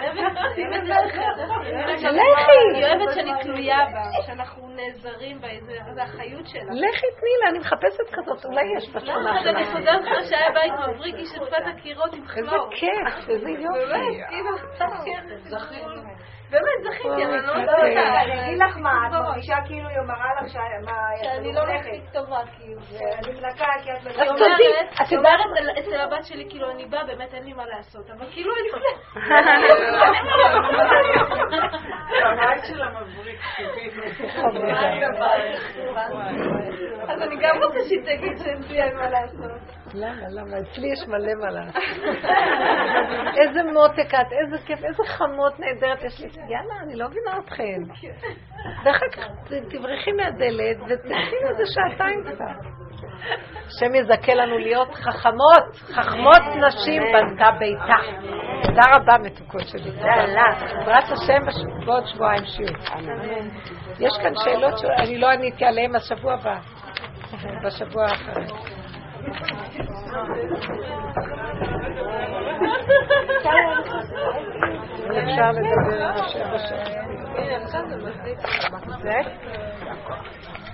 לכי! היא אוהבת שאני תלויה בה, שאנחנו נעזרים בה, זה החיות שלה. לכי תני לה, אני מחפשת כזאת, אולי יש בשכונה שלנו. אני חוזרת לך שהיה בית מבריק, היא שטפה את הקירות עם חלום. איזה כיף, איזה יופי. באמת זכיתי, אבל לא יודעת. אני אגיד לך מה, את מרגישה כאילו היא אמרה לך שאני לא מספיק טובה, כאילו. אני מנקה, כי את מדברת. את יודעת, את אומרת אצל הבת שלי, כאילו אני באה, באמת אין לי מה לעשות, אבל כאילו אני חושבת. הבית שלה מבריק. אז אני גם רוצה שהיא תגיד שאצלי אין מה לעשות. למה, למה? אצלי יש מלא מה לעשות. איזה מותק את, איזה כיף, איזה חמות נהדרת יש לי. יאללה, אני לא מבינה אתכם. ואחר כך תברכי מהדלת ותלכי איזה שעתיים קצת. השם יזכה לנו להיות חכמות, חכמות נשים בנתה ביתה. תודה רבה מתוקות שלי. יאללה, בעזרת השם בעוד שבועיים שיעור. יש כאן שאלות שאני לא עניתי עליהן השבוע הבא. בשבוע האחרון. אפשר לדבר בשבוע. הנה, עכשיו זה מספיק.